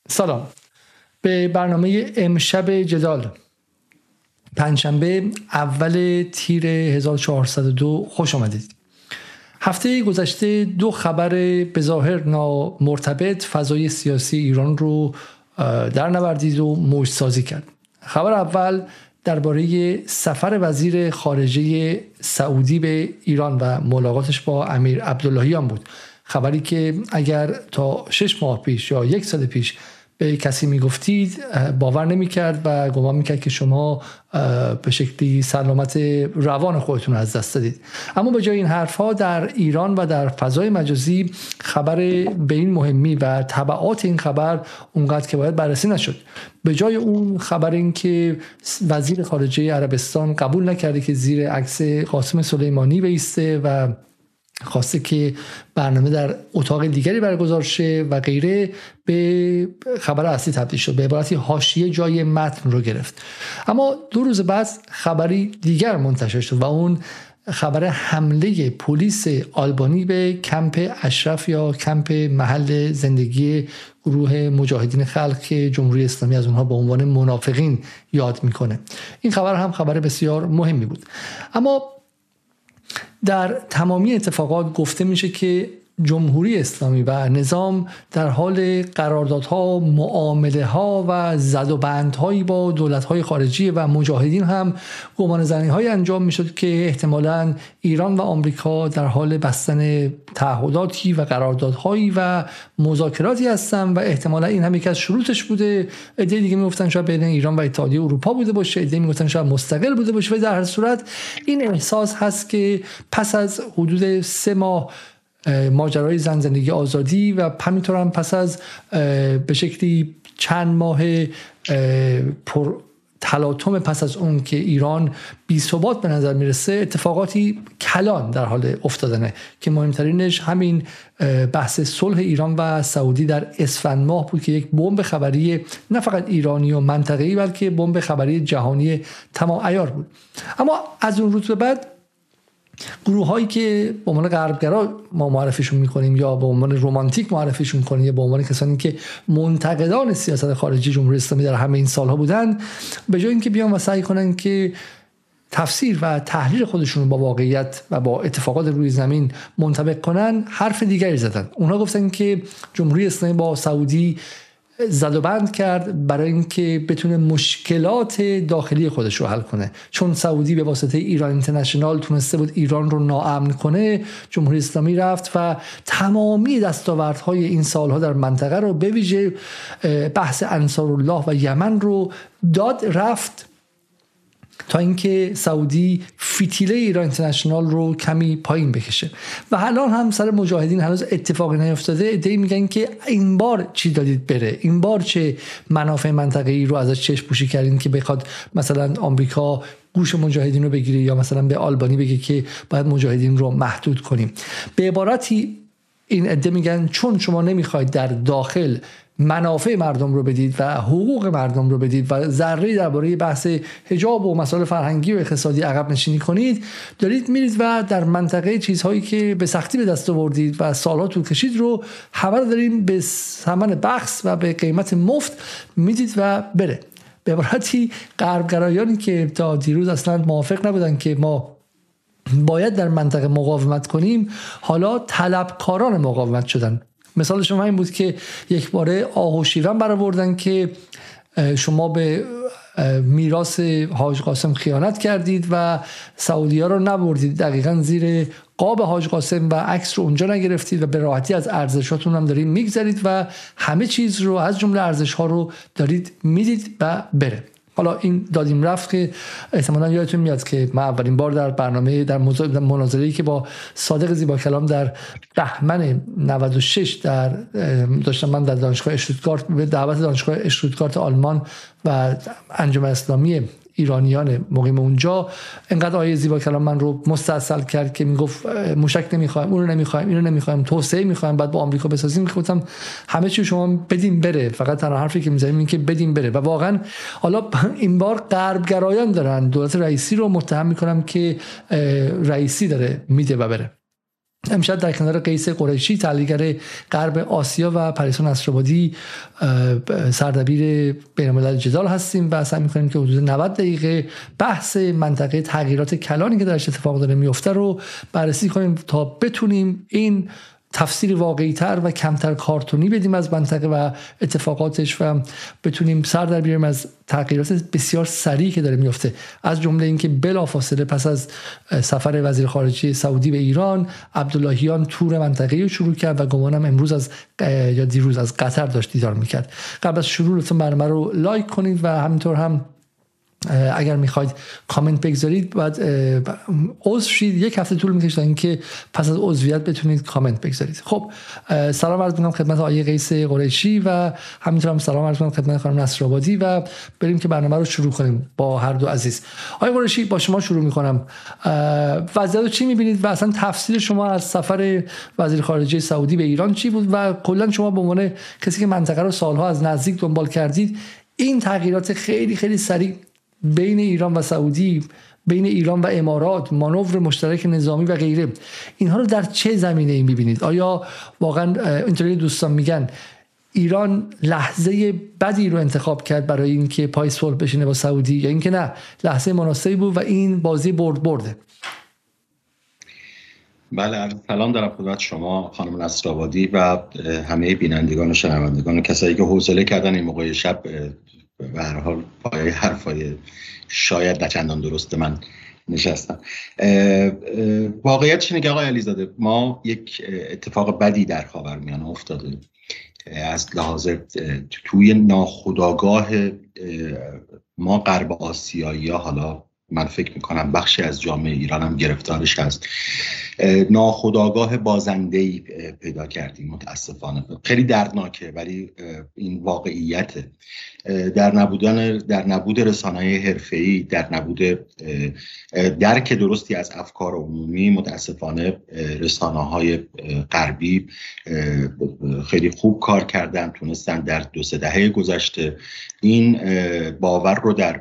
سلام به برنامه امشب جدال پنجشنبه اول تیر 1402 خوش آمدید. هفته گذشته دو خبر به ظاهر نامرتبط فضای سیاسی ایران رو در نوردید و موج سازی کرد. خبر اول درباره سفر وزیر خارجه سعودی به ایران و ملاقاتش با امیر عبداللهیان بود. خبری که اگر تا 6 ماه پیش یا 1 سال پیش به کسی میگفتید باور نمیکرد و گمان میکرد که شما به شکلی سلامت روان خودتون از دست دادید. اما به جای این حرفها در ایران و در فضای مجازی خبر به این مهمی و تبعات این خبر اونقدر که باید بررسی نشد. به جای اون خبر این که وزیر خارجه عربستان قبول نکرده که زیر عکس قاسم سلیمانی بایسته و خواسته که برنامه در اتاق دیگری برگزار شه و غیره، به خبر اصلی تبدیل شد. به عبارتی حاشیه جای متن رو گرفت. اما 2 روز بعد خبری دیگر منتشر شد و اون خبر حمله پلیس آلبانی به کمپ اشرف یا کمپ محل زندگی گروه مجاهدین خلق که جمهوری اسلامی از اونها به عنوان منافقین یاد میکنه. این خبر هم خبر بسیار مهمی بود. اما در تمامی اتفاقات گفته میشه که جمهوری اسلامی و نظام در حال قراردادها، معامله ها و زد و بندهایی با دولت‌های خارجی و مجاهدین هم گمان زنی‌های انجام میشد که احتمالاً ایران و آمریکا در حال بستن تعهداتی و قراردادهایی و مذاکراتی هستن و احتمالاً این هم یکی از شروطش بوده. عده دیگه میگفتن شاید بین ایران و اتحادیه اروپا بوده باشه، عده میگفتن شاید مستقل بوده باشه. و در هر صورت این احساس هست که پس از حدود 3 ماه ماجرای زن زندگی آزادی و همینطور هم پس از به شکلی چند ماه پر تلاطم پس از اون که ایران بی‌ثبات به نظر میرسه، اتفاقاتی کلان در حال افتادنه که مهمترینش همین بحث صلح ایران و سعودی در اسفند ماه بود که یک بمب خبری نه فقط ایرانی و منطقه‌ای بلکه بمب خبری جهانی تمام عیار بود. اما از اون روز به بعد گروه هایی که به عنوان غربگرا ما معرفیشون میکنیم یا به عنوان رمانتیک معرفیشون میکنیم یا به عنوان کسانی که منتقدان سیاست خارجی جمهوری اسلامی در همه این سالها بودن، به جای اینکه بیان و سعی کنن که تفسیر و تحلیل خودشون رو با واقعیت و با اتفاقات روی زمین منطبق کنن، حرف دیگری زدن. اونها گفتن که جمهوری اسلامی با سعودی زد و بند کرد برای اینکه بتونه مشکلات داخلی خودش رو حل کنه. چون سعودی به واسطه ایران اینترنشنال تونسته بود ایران رو ناامن کنه، جمهوری اسلامی رفت و تمامی دستاوردهای این سالها در منطقه رو به ویژه بحث انصارالله و یمن رو داد رفت تا اینکه سعودی فتیله ایران اینترنشنال رو کمی پایین بکشه. و الان هم سر مجاهدین هنوز اتفاقی نیفتاده. ایده میگن که این بار چی دادید بره، این بار چه منافع منطقه‌ای رو ازش چشم پوشی کردین که بخواد مثلا آمریکا گوش مجاهدین رو بگیره یا مثلا به آلبانی بگه که باید مجاهدین رو محدود کنیم. به عبارتی این عده میگن چون شما نمیخواید در داخل منافع مردم رو بدید و حقوق مردم رو بدید و ذره‌ای درباره بحث حجاب و مسائل فرهنگی و اقتصادی عقب نشینی کنید، دارید میرید و در منطقه چیزهایی که به سختی به دست آوردید و سالها طول کشید رو همه رو دارید به ثمن بخس و به قیمت مفت میدید و بره. به عبارتی غربگرایانی که تا دیروز اصلا موافق نبودن که ما باید در منطقه مقاومت کنیم، حالا طلبکاران مقاومت شدن. مثال شما این بود که یک باره آه و شیون برآوردن که شما به میراث حاج قاسم خیانت کردید و سعودی‌ها رو نبردید دقیقاً زیر قاب حاج قاسم و عکس رو اونجا نگرفتید و به راحتی از ارزشاتون هم دارید میگذرید و همه چیز رو از جمله ارزش‌ها رو دارید میدید و بره. حالا این دادیم رفت که احتمالاً یادتون میاد که من اولین بار در برنامه در مناظره‌ای که با صادق زیبا کلام در بهمن 96 داشتم من در دانشگاه اشتوتگارت به دعوت دانشگاه اشتوتگارت آلمان و انجمن اسلامی ایرانیان مقیم اونجا، انقدر آیه زیبا کلام من رو مستاصل کرد که میگفت موشک نمیخوایم، اون رو نمیخوایم، اینو نمیخوایم، توسعه میخوایم، بعد با آمریکا بسازیم. گفتم همه چی شما بدیم بره، فقط تنها حرفی که میزنیم این که بدیم بره. و واقعا حالا این بار غربگرایان دارن دولت رئیسی رو متهم میکنم که رئیسی داره میده و بره. امشب در کنار قیس قریشی تحلیلگر غرب آسیا و پریسا نصرآبادی سردبیر بین‌الملل جدال هستیم و سعی می‌کنیم که حدود 90 دقیقه بحث منطقه تغییرات کلانی که درش اتفاق داره میفته رو بررسی کنیم تا بتونیم این تفسیر واقعی‌تر و کمتر کارتونی بدیم از منطقه و اتفاقاتش و بتونیم سر در بیاریم از تغییرات بسیار سریع که داره میفته، از جمله اینکه بلافاصله پس از سفر وزیر خارجه سعودی به ایران، عبداللهیان تور منطقه‌ای رو شروع کرد و گمانم امروز یا دیروز از قطر داشت دیدار میکرد. قبل از شروع لطفاً برنامه رو لایک کنید و همینطور هم اگر میخواید کامنت بگذارید بعد عضو شید. یک هفته طول میکشه تا اینکه پس از عضویت بتونید کامنت بگذارید. خب سلام عرض میکنم خدمت آقای قیس قریشی و همینطور هم سلام عرض میکنم خدمت خانم نصرآبادی و بریم که برنامه رو شروع کنیم با هر دو عزیز. آقای قریشی با شما شروع میکنم. وضعیت رو چی میبینید و اصلا تفسیر شما از سفر وزیر خارجه سعودی به ایران چی بود و کلا شما به عنوان کسی که منطقه رو سالها از نزدیک دنبال کردید این تغییرات خیلی خیلی سریع بین ایران و سعودی، بین ایران و امارات، مانور مشترک نظامی و غیره، اینها رو در چه زمینه‌ای می‌بینید؟ آیا واقعا اینطوری دوستان میگن ایران لحظه بدی رو انتخاب کرد برای اینکه پای صلح بشینه با سعودی یا اینکه نه لحظه مناسبی بود و این بازی برده؟ بله، سلام دارم خدمت شما خانم نصرآبادی و همه بینندگان و شنوندگان و کسایی که حوصله کردن این موقع شب به هر حال پای حرفای شاید نه چندان درست من نشستم. واقعیتش اینه که آقای علیزاده ما یک اتفاق بدی در خاورمیانه افتاده از لحاظ توی ناخودآگاه ما غرب آسیایی‌ها. حالا من فکر میکنم بخشی از جامعه ایران هم گرفتارش هست. ناخودآگاه بازنده‌ای پیدا کردیم متاسفانه. خیلی دردناکه ولی این واقعیته. در نبود رسانه‌های حرفه‌ای، در نبود درک درستی از افکار عمومی، متاسفانه رسانه‌های غربی خیلی خوب کار کردن، تونستن در 2-3 دهه گذشته این باور رو در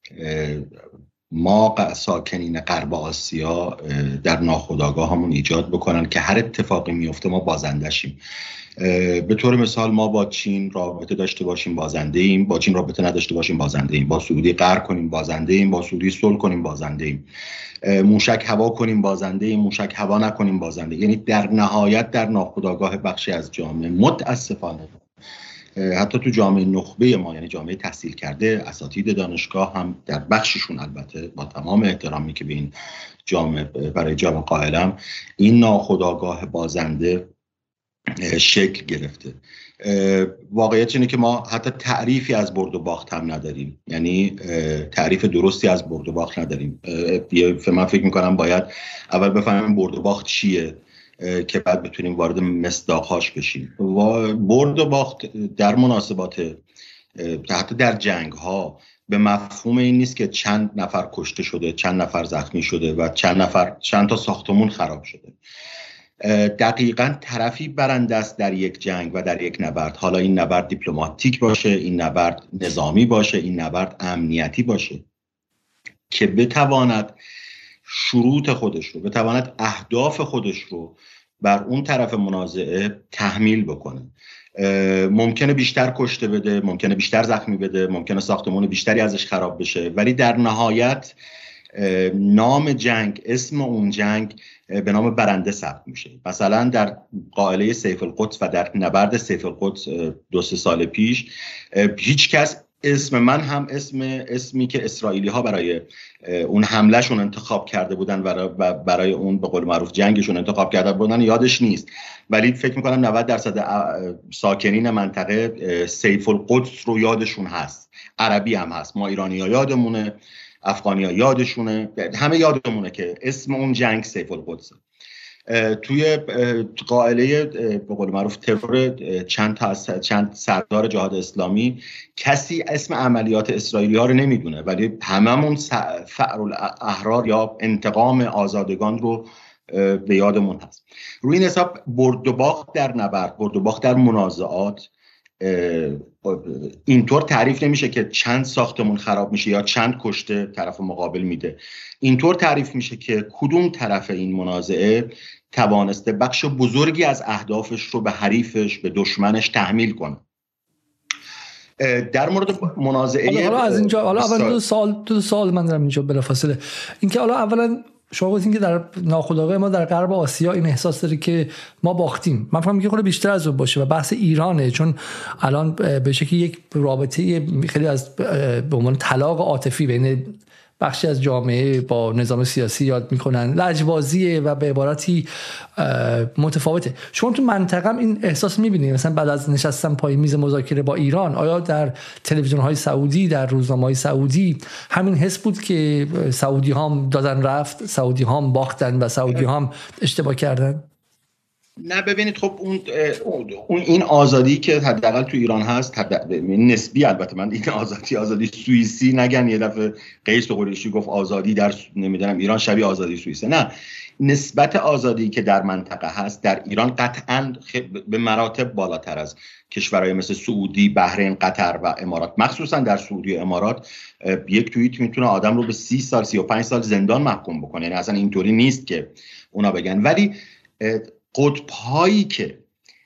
ما ساکنین غرب آسیا در ناخودآگاه همون ایجاد بکنن که هر اتفاقی میفته ما بازنده شیم. به طور مثال ما با چین رابطه داشته باشیم بازنده ایم، با چین رابطه نداشته باشیم بازنده ایم، با سعودی قهر کنیم بازنده ایم، با سعودی صلح کنیم بازنده ایم، موشک هوا کنیم بازنده ایم، موشک هوا نکنیم بازنده. یعنی در نهایت در ناخودآگاه بخشی از جامعه متاسفانه، حتی تو جامعه نخبه ما، یعنی جامعه تحصیل کرده، اساتید دانشگاه هم در بخششون، البته با تمام احترامی که به این جامعه برای جامعه قائلم، این ناخودآگاه بازنده شکل گرفته. واقعیت اینه که ما حتی تعریفی از برد و باخت هم نداریم، یعنی تعریف درستی از برد و باخت نداریم. من فکر میکنم باید اول بفهمیم برد و باخت چیه که بعد بتونیم وارد مصداق‌هاش بشیم. و برد و باخت در مناسبات، حتی در جنگ‌ها، به مفهوم این نیست که چند نفر کشته شده، چند نفر زخمی شده و چند تا ساختمون خراب شده. دقیقاً طرفی برنده است در یک جنگ و در یک نبرد. حالا این نبرد دیپلماتیک باشه، این نبرد نظامی باشه، این نبرد امنیتی باشه، که بتواند شروط خودش رو، بتواند اهداف خودش رو بر اون طرف منازعه تحمیل بکنه. ممکنه بیشتر کشته بده، ممکنه بیشتر زخمی بده، ممکنه ساختمان بیشتری ازش خراب بشه، ولی در نهایت نام جنگ، اسم اون جنگ به نام برنده ثبت میشه. مثلا در قائله سیف القدس و در نبرد سیف القدس 2-3 سال پیش، هیچ کس، اسم من هم اسمی که اسرائیلی ها برای اون حملهشون انتخاب کرده بودن و برای اون به قول معروف جنگشون انتخاب کرده بودن یادش نیست، ولی فکر میکنم 90% ساکنین منطقه سیف القدس رو یادشون هست. عربی هم هست، ما ایرانی ها یادمونه، افغانی ها یادشونه، همه یادمونه که اسم اون جنگ سیف القدسه. توی قائله به قول معروف ترور چند سردار جهاد اسلامی کسی اسم عملیات اسرائیلی ها رو نمیدونه، ولی هممون فعر الاحرار یا انتقام آزادگان رو به یادمون هست. روی این حساب برد و باخت در نبرد، برد و باخت در منازعات اینطور تعریف نمیشه که چند ساختمون خراب میشه یا چند کشته طرف مقابل میده. اینطور تعریف میشه که کدوم طرف این منازعه توانسته بخش بزرگی از اهدافش رو به حریفش، به دشمنش تحمیل کنه. در مورد منازعه حالا از اینجا اول دو سال من دارم اینجا بلافاصله اینکه حالا اولا شما گفتین که در ناخودآگاه ما در غرب آسیا این احساس داره که ما باختیم. من فکر می‌کنم خود بیشتر از اون باشه و بحث ایرانه، چون الان به شکلی یک رابطه خیلی از به عنوان طلاق عاطفی بین بخشی از جامعه با نظام سیاسی یاد میکنن، لجبازیه و به عبارتی متفاوته. شما تو منطقه این احساس میبینید؟ مثلا بعد از نشستن پای میز مذاکره با ایران، آیا در تلویزیون های سعودی، در روزنامه های سعودی همین حس بود که سعودی هم دادن رفت، سعودی هم باختن و سعودی هم اشتباه کردن؟ نه ببینید، خب اون این آزادی که حداقل تو ایران هست نسبی، البته من این آزادی سوئیسی نگن یه دفعه قیس قریشی گفت آزادی در نمیدونم ایران شبیه آزادی سوئیسه، نه، نسبت آزادی که در منطقه هست در ایران قطعاً به مراتب بالاتر از کشورهای مثل سعودی، بحرین، قطر و امارات. مخصوصا در سعودی و امارات یک توییت میتونه آدم رو به 30 سال 35 سال زندان محکوم بکنه، یعنی اصلا اینطوری نیست که اونا بگن. ولی قطب‌هایی که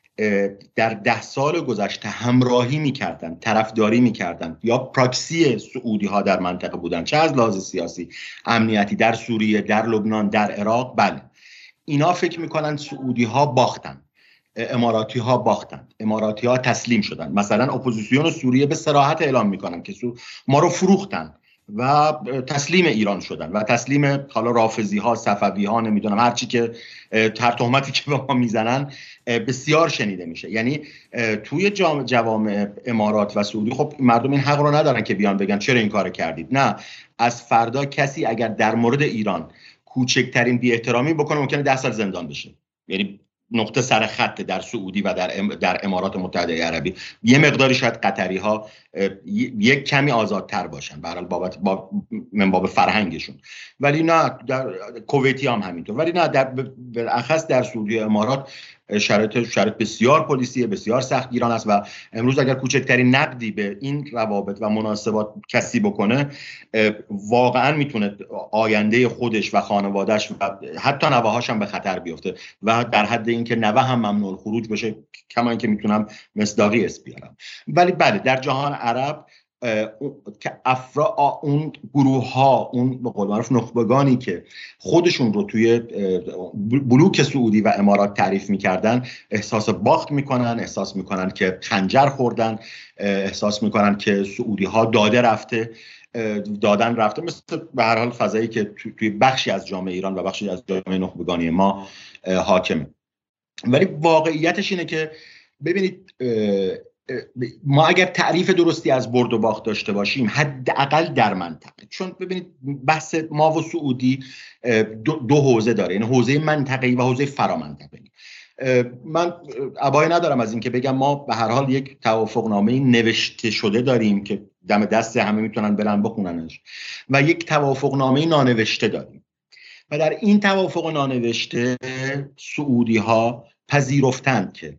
در 10 سال گذشته همراهی می‌کردن، طرفداری می‌کردن یا پراکسی سعودی‌ها در منطقه بودن، چه از لحاظ سیاسی، امنیتی، در سوریه، در لبنان، در عراق، بله، اینا فکر می‌کنن سعودی‌ها باختن، اماراتی‌ها باختن، اماراتی‌ها تسلیم شدن. مثلا اپوزیسیون سوریه به صراحت اعلام می‌کنن که ما رو فروختن و تسلیم ایران شدن و تسلیم حالا رافضی ها، صفوی ها، نمیدونم هر چی که هر تهمتی که به ما میزنن بسیار شنیده میشه. یعنی توی جوامع امارات و سعودی خب مردم این حق رو ندارن که بیان بگن چرا این کار کردید. نه، از فردا کسی اگر در مورد ایران کوچکترین بی احترامی بکنه ممکنه 10 سال زندان بشه. یعنی نقطه سر خط در سعودی و در امارات متحده عربی. یه مقداری شاید قطری ها یک کمی آزادتر باشن به هر حال من باب فرهنگشون، ولی نه، در کویتی هم همینطور، ولی نه، در بالاخص در سعودی و امارات شرط بسیار پلیسی بسیار سختگیران است و امروز اگر کوچکترین نقدی به این روابط و مناسبات کسی بکنه واقعا میتونه آینده خودش و خانواده‌اش و حتی نوه‌هاش هم به خطر بیفته و در حد اینکه نوه هم ممنوع الخروج بشه، کما اینکه میتونم مصداقی اس بیارم. ولی بله، در جهان عرب که اون گروه ها، اون به قول معروف نخبگانی که خودشون رو توی بلوک سعودی و امارات تعریف میکردن احساس باخت میکنن، احساس میکنن که خنجر خوردن، احساس میکنن که سعودی ها دادن رفته، مثل به هر حال فضایی که توی بخشی از جامعه ایران و بخشی از جامعه نخبگانی ما حاکمه. ولی واقعیتش اینه که ببینید، ما اگر تعریف درستی از برد و باخت داشته باشیم حداقل در منطقه، چون ببینید بحث ما و سعودی دو حوزه داره، یعنی حوزه منطقه‌ای و حوزه فرامنطقه‌ای. من ابایی ندارم از این که بگم ما به هر حال یک توافقنامه نوشته شده داریم که دم دست همه میتونن برن بخوننش و یک توافقنامه نانوشته داریم و در این توافق نانوشته سعودی ها پذیرفتند که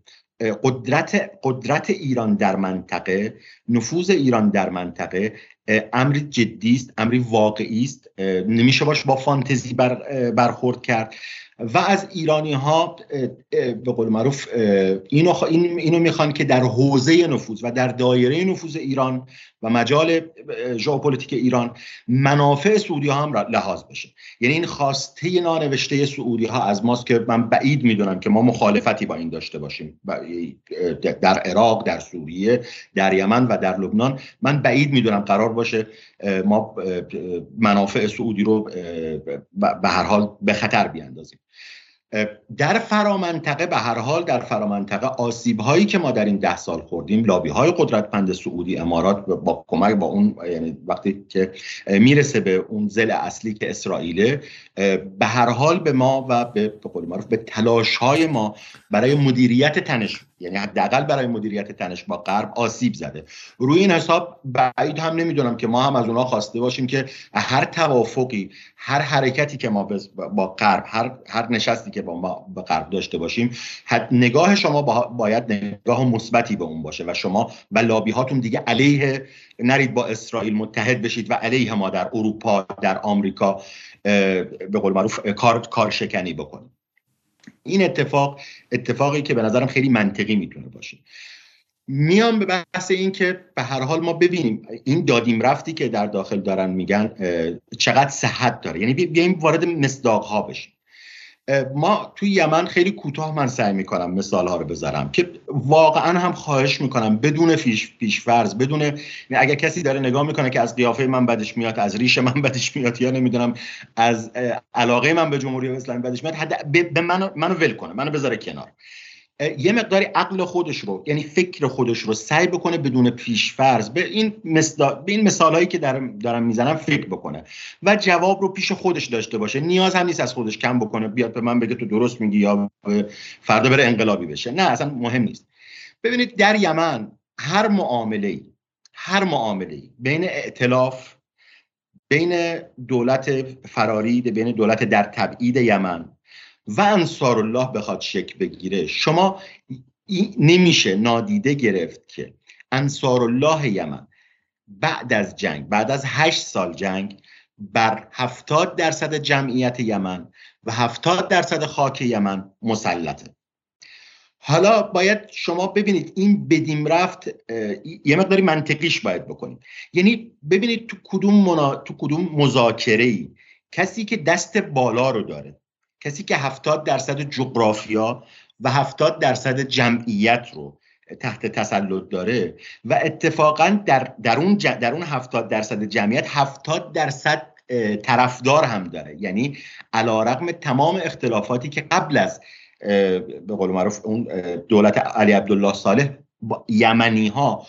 قدرت ایران در منطقه، نفوذ ایران در منطقه امر جدی است، امر واقعی است، نمیشه باش با فانتزی برخورد کرد و از ایرانی ها به قول معروف اینو میخوان که در حوزه نفوذ و در دایره نفوذ ایران و مجال ژئوپلیتیک ایران منافع سعودی ها هم لحاظ بشه. یعنی این خواسته نانوشته سعودی ها از ماست که من بعید میدونم که ما مخالفتی با این داشته باشیم. در عراق، در سوریه، در یمن و در لبنان من بعید میدونم قرار باشه ما منافع سعودی رو به هر حال به خطر بیاندازیم. در فرامنطقه به هر حال در فرامنطقه آسیب هایی که ما در این 10 سال خوردیم، لابی های قدرتمند سعودی امارات با کمک با اون، یعنی وقتی که میرسه به اون ضلع اصلی که اسرائیل، به هر حال به ما و به قول معروف به تلاش های ما برای مدیریت تنش، یعنی حداقل برای مدیریت تنش با غرب آسیب زده. روی این حساب بعید هم نمیدونم که ما هم از اونها خواسته باشیم که هر توافقی، هر حرکتی که ما با غرب، هر نشستی که با ما به غرب داشته باشیم، نگاه شما باید نگاه مثبتی به اون باشه و شما و لابی هاتون دیگه علیه نرید با اسرائیل متحد بشید و علیه ما در اروپا، در آمریکا به قول معروف کار شکنی بکنید. این اتفاقی که به نظرم خیلی منطقی میتونه باشه. میام به بحث این که به هر حال ما ببینیم این دادیم رفتی که در داخل دارن میگن چقدر صحت داره، یعنی بیایم وارد مصداق‌ها بشیم. ما توی یمن خیلی کوتاه من سعی میکنم مثال‌ها رو بذارم که واقعا هم خواهش میکنم بدون پیش‌فرض، بدون اگر کسی داره نگاه میکنه که از قیافه من بدش میاد، از ریش من بدش میاد، یا نمیدونم از علاقه من به جمهوری اسلامی بدش میاد، به منو ول کنه، منو بذاره کنار. یه مقداری عقل خودش رو، یعنی فکر خودش رو سعی بکنه بدون پیش‌فرض به این مثالایی که دارم میزنم فکر بکنه و جواب رو پیش خودش داشته باشه. نیاز هم نیست از خودش کم بکنه بیاد به من بگه تو درست میگی یا فردا بره انقلابی بشه، نه اصلا مهم نیست. ببینید در یمن هر معامله‌ای بین ائتلاف، بین دولت فراری، بین دولت در تبعید یمن و انصارالله بخواد شکل بگیره، شما نمیشه نادیده گرفت که انصارالله یمن بعد از جنگ، بعد از 8 سال جنگ، بر 70% جمعیت یمن و 70% خاک یمن مسلطه. حالا باید شما ببینید این بدیم رفت یه مقداری منطقیش باید بکنید. یعنی ببینید تو کدوم مذاکره‌ای کسی که دست بالا رو داره، کسی که 70% جغرافیا و 70% جمعیت رو تحت تسلط داره و اتفاقا در اون 70% جمعیت 70% طرفدار هم داره، یعنی علیرغم تمام اختلافاتی که قبل از به قول معروف اون دولت علی عبدالله صالح یمنی ها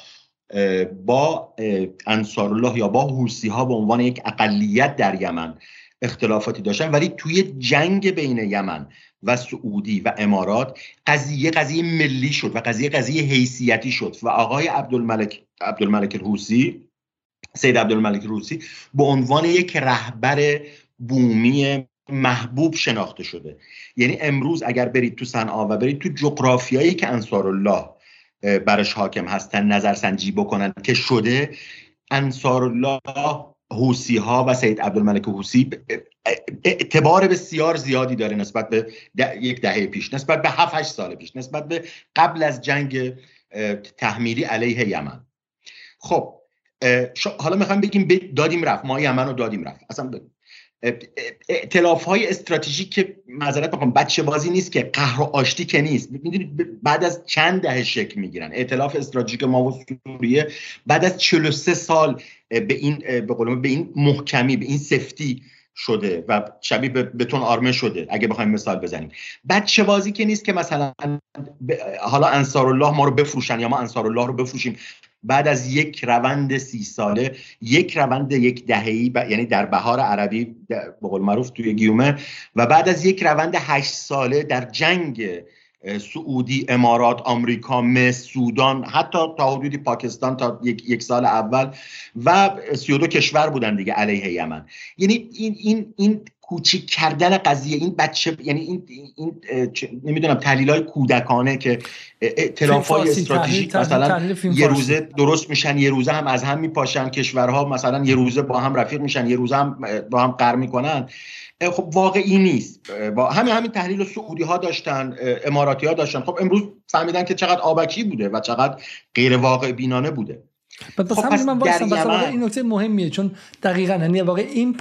با انصارالله یا با حوثی ها به عنوان یک اقلیت در یمن اختلافاتی داشتن، ولی توی جنگ بین یمن و سعودی و امارات قضیه ملی شد و قضیه حیثیتی شد و آقای عبدالملک الحوثی، سید عبدالملک الحوثی به عنوان یک رهبر بومی محبوب شناخته شده. یعنی امروز اگر برید تو صنعا و برید تو جغرافیایی که انصارالله برش حاکم هستن نظرسنجی بکنن که شده، انصارالله، حوثی ها و سید عبدالملک حوثی اعتبار بسیار زیادی داره نسبت به یک دهه پیش، نسبت به 7-8 سال پیش، نسبت به قبل از جنگ تحمیلی علیه یمن. خب حالا میخوایم بگیم دادیم رفت، ما یمن رو دادیم رفت. اصلا ائتلاف‌های استراتژیک که معذرت میخوام بچه بازی نیست که، قهر و آشتی که نیست. میدونید بعد از چند دهه شکل میگیرن. ائتلاف استراتژیک ما و سوریه بعد از 43 سال به این محکمی، به این سفتی شده و شبیه به بتون آرمه شده. اگه بخوایم مثال بزنیم، بچه بازی که نیست که مثلا حالا انصارالله ما رو بفروشن یا ما انصارالله رو بفروشیم. بعد از یک روند 30 ساله، یک روند یک دهه‌ای، یعنی در بهار عربی به قول معروف توی گیومه، و بعد از یک روند 8 ساله در جنگ سعودی، امارات، آمریکا، مصر، سودان، حتی تا حدودی پاکستان تا یک سال اول و 32 کشور بودن دیگه علیه یمن. یعنی این کوچیک کردن قضیه، این بچه، یعنی این نمیدونم تحلیل‌های کودکانه که ائتلاف‌های استراتژیک مثلا یه روزه درست میشن، یه روزه هم از هم میپاشن، کشورها مثلا یه روزه با هم رفیق میشن، یه روزه هم با هم قهر میکنن. خب واقعی نیست. با همین تحلیل سعودی ها داشتن، اماراتی ها داشتن. خب امروز فهمیدن که چقدر آبکی بوده و چقدر غیر واقع بینانه بوده. خب پس من واقعا این نکته مهمیه، چون دقیقاً یعنی واقعا این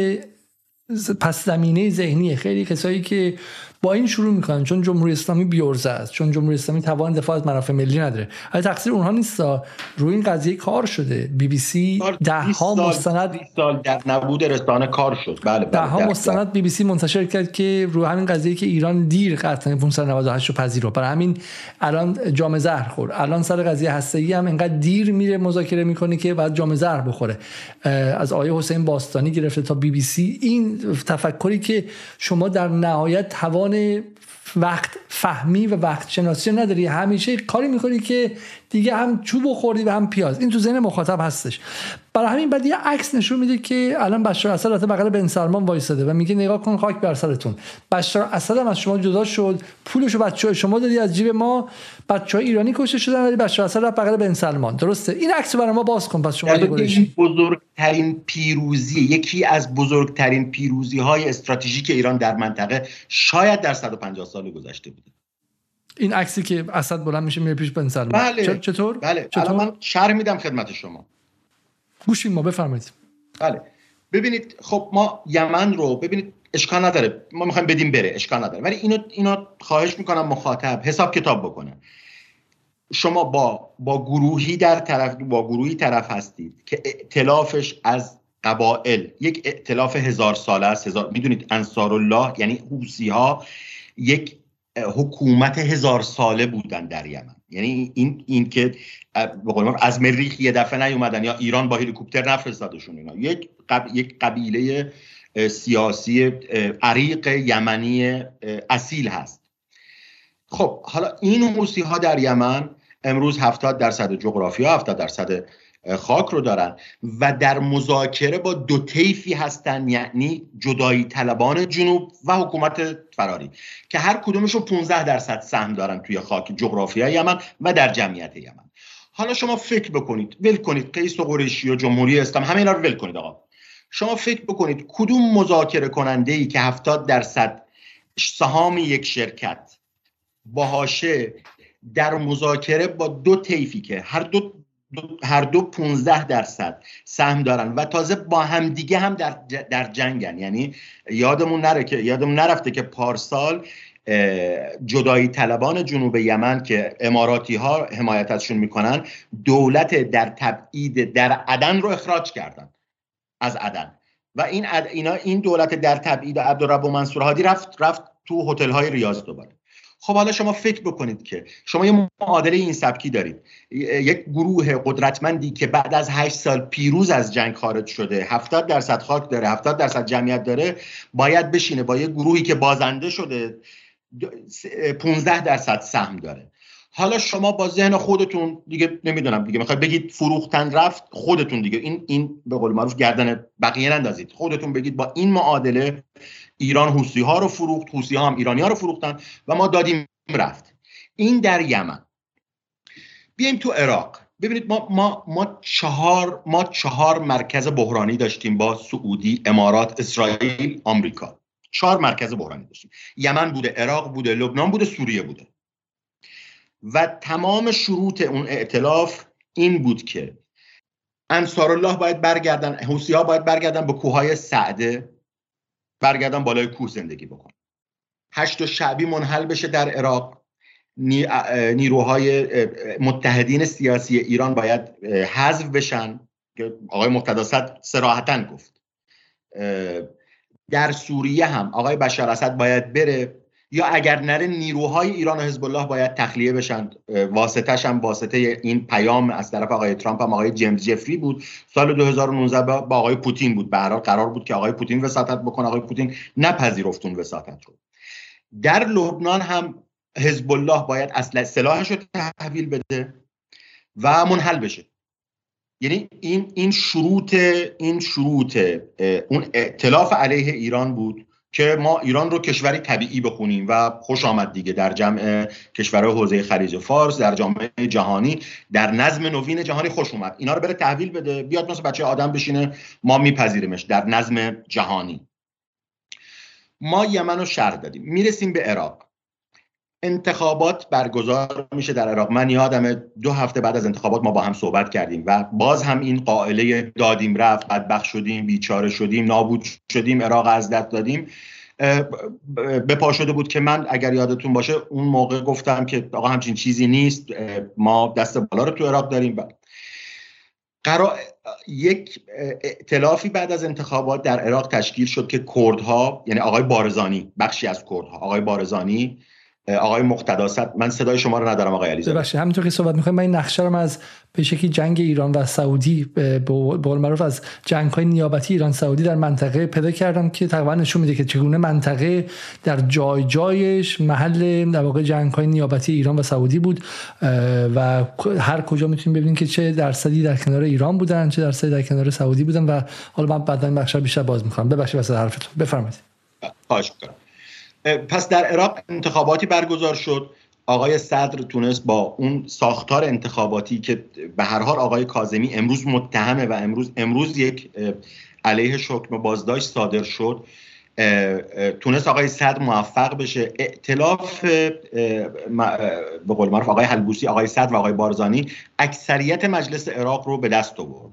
پس زمینه ذهنی خیلی کسایی که با این شروع میکنن، چون جمهوری اسلامی بیورزه است، چون جمهوری اسلامی توان دفاع از منافع ملی نداره. ولی تقصیر اونها نیست، روی این قضیه کار شده. بی بی سی ده‌ها مستند در نبود رسانه کار شد. بله ده‌ها مستند بی بی سی منتشر کرد که روی همین قضیه که ایران دیر قطعنامه 598 رو پذیرفت، برای همین الان جام زهر خورد. الان سر قضیه هسته‌ای هم انقدر دیر میره مذاکره میکنه که بعد جام زهر بخوره. از آیه حسین باستانی گرفته تا بی بی سی، این تفکری که شما در نهایت توان وقت فهمی و وقت شناسی نداری، همیشه کاری میکنی که دیگه هم چوب خوردی و هم پیاز. این تو ذهن مخاطب هستش. برای همین بعد یه عکس نشون میده که الان بشار اسد رفته بغل بن سلمان وایساده و میگه نگاه کن خاک بر سرتون، بشار اسد هم از شما جدا شد، پولشو بچه‌ها شما دادی از جیب ما، بچه‌ها ایرانی کشته شدن ولی بشار اسد رفت بغل بن سلمان. درسته؟ این عکس برای ما باز کن. پس شما این بزرگترین پیروزی، یکی از بزرگترین پیروزی‌های استراتژیک ایران در منطقه شاید در 150 سال گذشته بوده. این عکسی که اسد بلند میشه میره پیش بن سلمان. بله. چطور؟ بله. الان من شرح میدم خدمت شما. گوشیم ما بفرمایید. بله. ببینید خب ما یمن رو ببینید، اشکال نداره ما میخوایم بدیم بره، اشکال نداره، ولی اینو خواهش میکنم مخاطب حساب کتاب بکنه. شما با گروهی طرف هستید که ائتلافش از قبایل یک ائتلاف 1000 ساله است. میدونید انصارالله یعنی حوثی ها یک حکومت 1000 ساله بودن در یمن. یعنی این که به قول معروف از مریخ یه دفعه نیومدن یا ایران با هلیکوپتر نفرستادشون، اینا یک قبیله سیاسی عریق یمنی اصیل هست. خب حالا این حوثی ها در یمن امروز 70% جغرافیا 70% خاک رو دارن و در مذاکره با دو طیفی هستن، یعنی جدایی طلبان جنوب و حکومت فراری که هر کدومشون 15% سهم دارن توی خاک جغرافیای یمن و در جمعیت یمن. حالا شما فکر بکنید، ول کنید قیس و قریشی و جمهوری اسلامی، همه اینا رو ول کنید آقا. شما فکر بکنید کدوم مذاکره کننده‌ای که 70% سهام یک شرکت باهاشه در مذاکره با دو طیفی که هر دو 15% سهم دارن و تازه با هم دیگه هم در جنگن. یعنی یادمون نرفته که پارسال جدایی طلبان جنوب یمن که اماراتی ها حمایت ازشون میکنن، دولت در تبعید در عدن رو اخراج کردن از عدن و این دولت در تبعید عبدالرب و منصور هادی رفت تو هتل های ریاض دوباره. خب حالا شما فکر بکنید که شما یه معادله این سبکی دارید، یک گروه قدرتمندی که بعد از 8 سال پیروز از جنگ خارج شده، 70% خاک داره، 70% جمعیت داره، باید بشینه با یه گروهی که بازنده شده 15% سهم داره. حالا شما با ذهن خودتون دیگه نمیدونم دیگه میخواید بگید فروختن رفت، خودتون دیگه این به قول معروف گردن بقیه نندازید، خودتون بگید با این معادله ایران حوثی ها رو فروخت، حوثی ها هم ایرانی ها رو فروختن و ما دادیم رفت. این در یمن. بیایم تو عراق. ببینید ما چهار مرکز بحرانی داشتیم با سعودی، امارات، اسرائیل، آمریکا. 4 مرکز بحرانی داشتیم. یمن بوده، عراق بوده، لبنان بوده، سوریه بوده. و تمام شروط اون ائتلاف این بود که انصارالله باید برگردن، حوثی ها باید برگردن به کوههای سعده، برگردن بالای کوه زندگی بکن. 8 شعبی منحل بشه در عراق. نیروهای متحدین سیاسی ایران باید حذف بشن که آقای مقتدی صدر صراحتاً گفت. در سوریه هم آقای بشار اسد باید بره، یا اگر نره نیروهای ایران و حزب الله باید تخلیه بشن. واسطه این پیام از طرف آقای ترامپ هم آقای جیمز جفری بود. سال 2019 با آقای پوتین بود. به هر حال قرار بود که آقای پوتین وساطت بکنه، آقای پوتین نپذیرفت اون وساطت رو. در لبنان هم حزب الله باید اصلا سلاحش رو تحویل بده و منحل بشه. یعنی این شروط اون ائتلاف علیه ایران بود که ما ایران رو کشوری طبیعی بخونیم و خوش آمد دیگه در جمع کشورهای حوزه خلیج فارس، در جامعه جهانی، در نظم نوین جهانی خوش اومد. اینا رو بره تحویل بده، بیاد مثل بچه آدم بشینه، ما میپذیریمش در نظم جهانی. ما یمن رو شرح دادیم، میرسیم به عراق. انتخابات برگزار میشه در عراق. من یادمه 2 هفته بعد از انتخابات ما با هم صحبت کردیم و باز هم این قائله دادیم رفت، بدبخت شدیم، بیچاره شدیم، نابود شدیم، عراق از دست دادیم به پا شده بود که من اگر یادتون باشه اون موقع گفتم که آقا همچین چیزی نیست، ما دست بالا رو تو عراق داریم. یک ائتلافی بعد از انتخابات در عراق تشکیل شد که کردها، یعنی آقای بارزانی، بخشی از کردها، آقای بارزانی آقای مقتدی صدر، من صدای شما رو ندارم آقای علیزاده. ببخشید همینطور که صحبت می‌کنیم من این نقشه رو از به شکلی جنگ ایران و سعودی به قول معروف از جنگ‌های نیابتی ایران سعودی در منطقه پیدا کردم که تقریبا نشون میده که چگونه منطقه در جای جایش محل در واقع جنگ‌های نیابتی ایران و سعودی بود و هر کجا میتونیم ببینیم که چه درصدی در کنار ایران بودن، چه درصدی در کنار سعودی بودن. و حالا من بعداً بخش بیشتر باز می‌کنم. ببخشید واسه حرفتون، بفرمایید. خواهش می‌کنم. پس در عراق انتخاباتی برگزار شد. آقای صدر تونست با اون ساختار انتخاباتی که به هر حال آقای کاظمی امروز متهمه و امروز یک علیه حکم بازداشت صادر شد، تونست آقای صدر موفق بشه. ائتلاف به قول معروف آقای حلبوسی، آقای صدر و آقای بارزانی اکثریت مجلس عراق رو به دست آورد.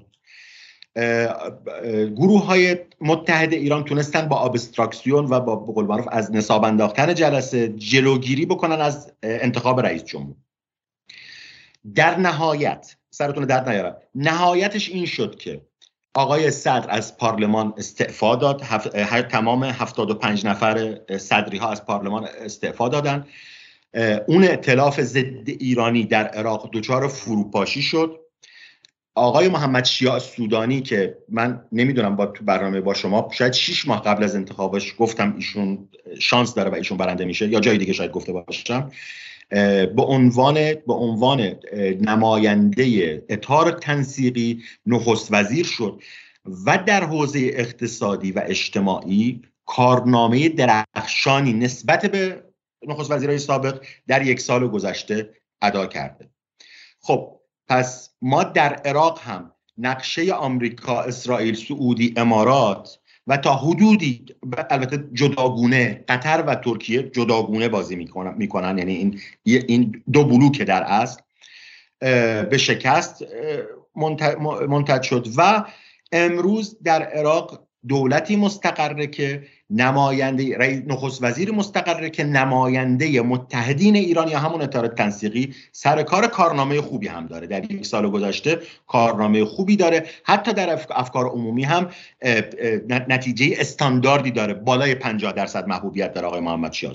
گروه های متحد ایران تونستن با ابستراکسیون و با به قول معروف از نصاب انداختن جلسه جلوگیری بکنن از انتخاب رئیس جمهور. در نهایت سرتون درد نیارم، نهایتش این شد که آقای صدر از پارلمان استعفا داد. تمام 75 نفر صدری ها از پارلمان استعفا دادن. اون ائتلاف ضد ایرانی در عراق دچار فروپاشی شد. آقای محمد شیاع سودانی که من نمیدونم تو برنامه با شما شاید 6 ماه قبل از انتخابش گفتم ایشون شانس داره و ایشون برنده میشه، یا جای دیگه شاید گفته باشم، به عنوان نماینده اطار تنسیقی نخست وزیر شد و در حوزه اقتصادی و اجتماعی کارنامه درخشانی نسبت به نخست وزیرای سابق در 1 سال گذشته ادا کرده. خب پس ما در عراق هم نقشه آمریکا، اسرائیل، سعودی، امارات و تا حدودی البته جداگونه قطر و ترکیه جداگونه بازی میکنن، یعنی این دو بلوک در اصل به شکست منتج شد و امروز در عراق دولتی مستقره که نماینده نخست وزیر مستقره که نماینده متحدین ایران یا همون اطار تنسیقی سر کارنامه خوبی هم داره. در 1 سال گذشته کارنامه خوبی داره، حتی در افکار عمومی هم نتیجه استانداردی داره، بالای 50% محبوبیت در آقای محمد شیاع.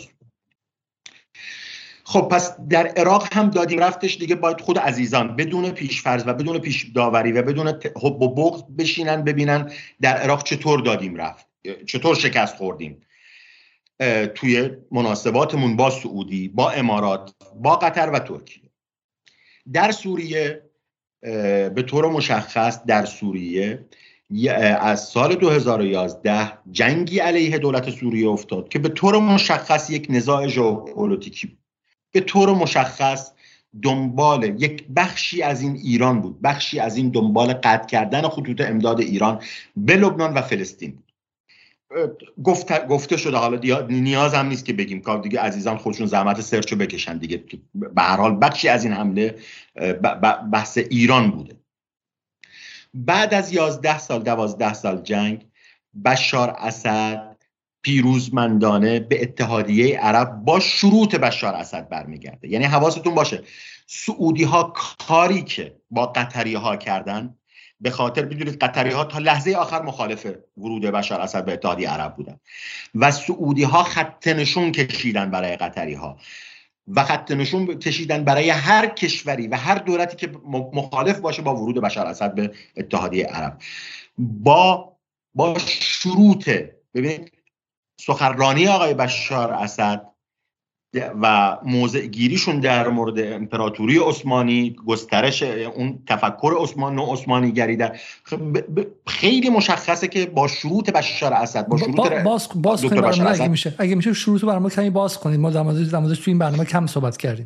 خب پس در عراق هم دادیم رفتش دیگه. باید خود عزیزان بدون پیشفرض و بدون پیش داوری و بدون حب و بغض بشینن ببینن در عراق چطور دادیم رفت، چطور شکست خوردیم توی مناسباتمون با سعودی، با امارات، با قطر و ترکیه. در سوریه به طور مشخص در سوریه از سال 2011 جنگی علیه دولت سوریه افتاد که به طور مشخص یک نزاع ژئوپلیتیکی بود. به طور مشخص دنبال یک بخشی از این ایران بود، بخشی از این دنبال قطع کردن خطوط امداد ایران به لبنان و فلسطین بود. گفته شده، حالا نیاز هم نیست که بگیم، کار دیگه عزیزان خودشون زحمت سرچو بکشن دیگه. به هر حال بخشی از این حمله بحث ایران بوده. بعد از 12 سال جنگ بشار اسد پیروزمندانه به اتحادیه عرب با شروط بشار اسد برمیگرده. یعنی حواستون باشه سعودی ها کاری که با قطری ها کردن، به خاطر بدونید قطری ها تا لحظه آخر مخالف ورود بشار اسد به اتحادیه عرب بودن و سعودی ها خط نشون کشیدن برای قطری ها و خط نشون کشیدن برای هر کشوری و هر دولتی که مخالف باشه با ورود بشار اسد به اتحادیه عرب با شروط. ببینید سخنرانی آقای بشار اسد و موضع گیریشون در مورد امپراتوری عثمانی، گسترش اون تفکر عثمانی گری در خیلی مشخصه که با شروط بشار اسد، با شروط باز کنید برنامه اگه میشه شروط برنامه کمی باز کنید. ما در موردش تو این برنامه کم صحبت کردیم.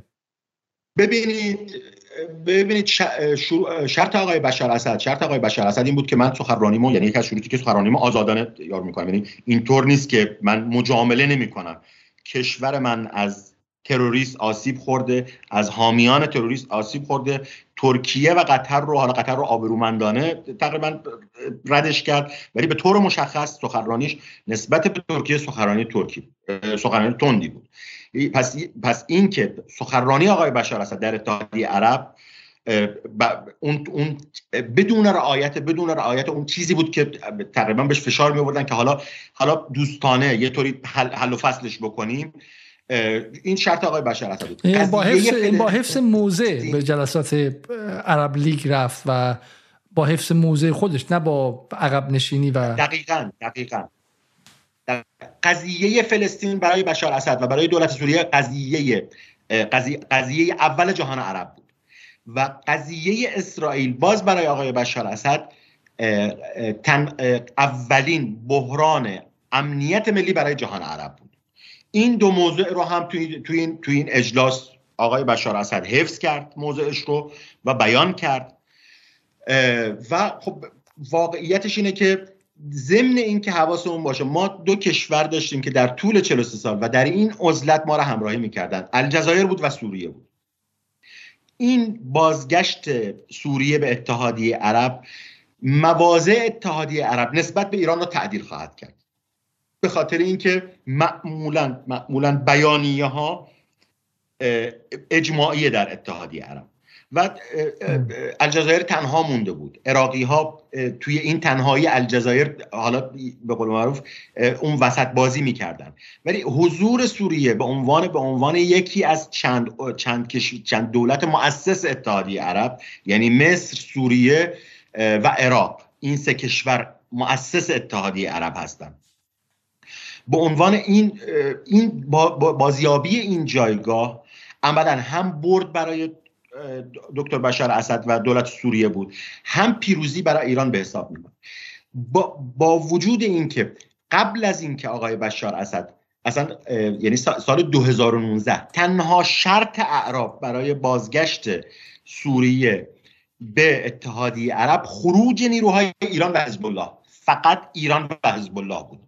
ببینید شرط آقای بشار اسد این بود که من سخنرانیمو، یعنی یک از شروطی که سخنرانیمو آزادانه یار میکنم، یعنی اینطور نیست که من مجامله نمیکنم. کشور من از تروریست آسیب خورده، از حامیان تروریست آسیب خورده. ترکیه و قطر رو آبرومندانه تقریبا ردش کرد، ولی به طور مشخص سخنرانیش نسبت به ترکیه سخنرانی تندی بود. پس این که سخنرانی آقای بشار اسد در اتحادیه عرب اون بدون رعایت اون چیزی بود که تقریبا بهش فشار می آوردن که حالا دوستانه یه طوری حل و فصلش بکنیم. این شرط آقای بشار اسد بود. با حفظ موضع به جلسات عرب لیگ رفت و با حفظ موضع خودش، نه با عقب نشینی. و دقیقاً قضیه فلسطین برای بشار اسد و برای دولت سوریه قضیه اول جهان عرب بود و قضیه اسرائیل باز برای آقای بشار اسد اولین بحران امنیت ملی برای جهان عرب بود. این دو موضوع رو هم تو این اجلاس آقای بشار اسد حفظ کرد موضوعش رو و بیان کرد و خب واقعیتش اینه که ضمن این که حواسمون باشه ما دو کشور داشتیم که در طول 43 سال و در این عزلت ما را همراهی می‌کردن، الجزایر بود و سوریه بود. این بازگشت سوریه به اتحادیه عرب مواضع اتحادیه عرب نسبت به ایران را تعدیل خواهد کرد، به خاطر اینکه معمولاً بیانیه‌ها اجماعی در اتحادیه عرب و الجزایر تنها مونده بود. عراقی ها توی این تنهایی الجزایر حالا به قول معروف اون وسط بازی میکردن، ولی حضور سوریه به عنوان یکی از چند دولت مؤسس اتحادیه عرب، یعنی مصر، سوریه و عراق، این سه کشور مؤسس اتحادیه عرب هستند. به عنوان این بازیابی این جایگاه عملاً هم برد برای دکتر بشار اسد و دولت سوریه بود، هم پیروزی برای ایران به حساب میاد. با وجود اینکه قبل از اینکه آقای بشار اسد یعنی سال 2019 تنها شرط اعراب برای بازگشت سوریه به اتحادیه عرب خروج نیروهای ایران و حزب الله، فقط ایران و حزب الله بود.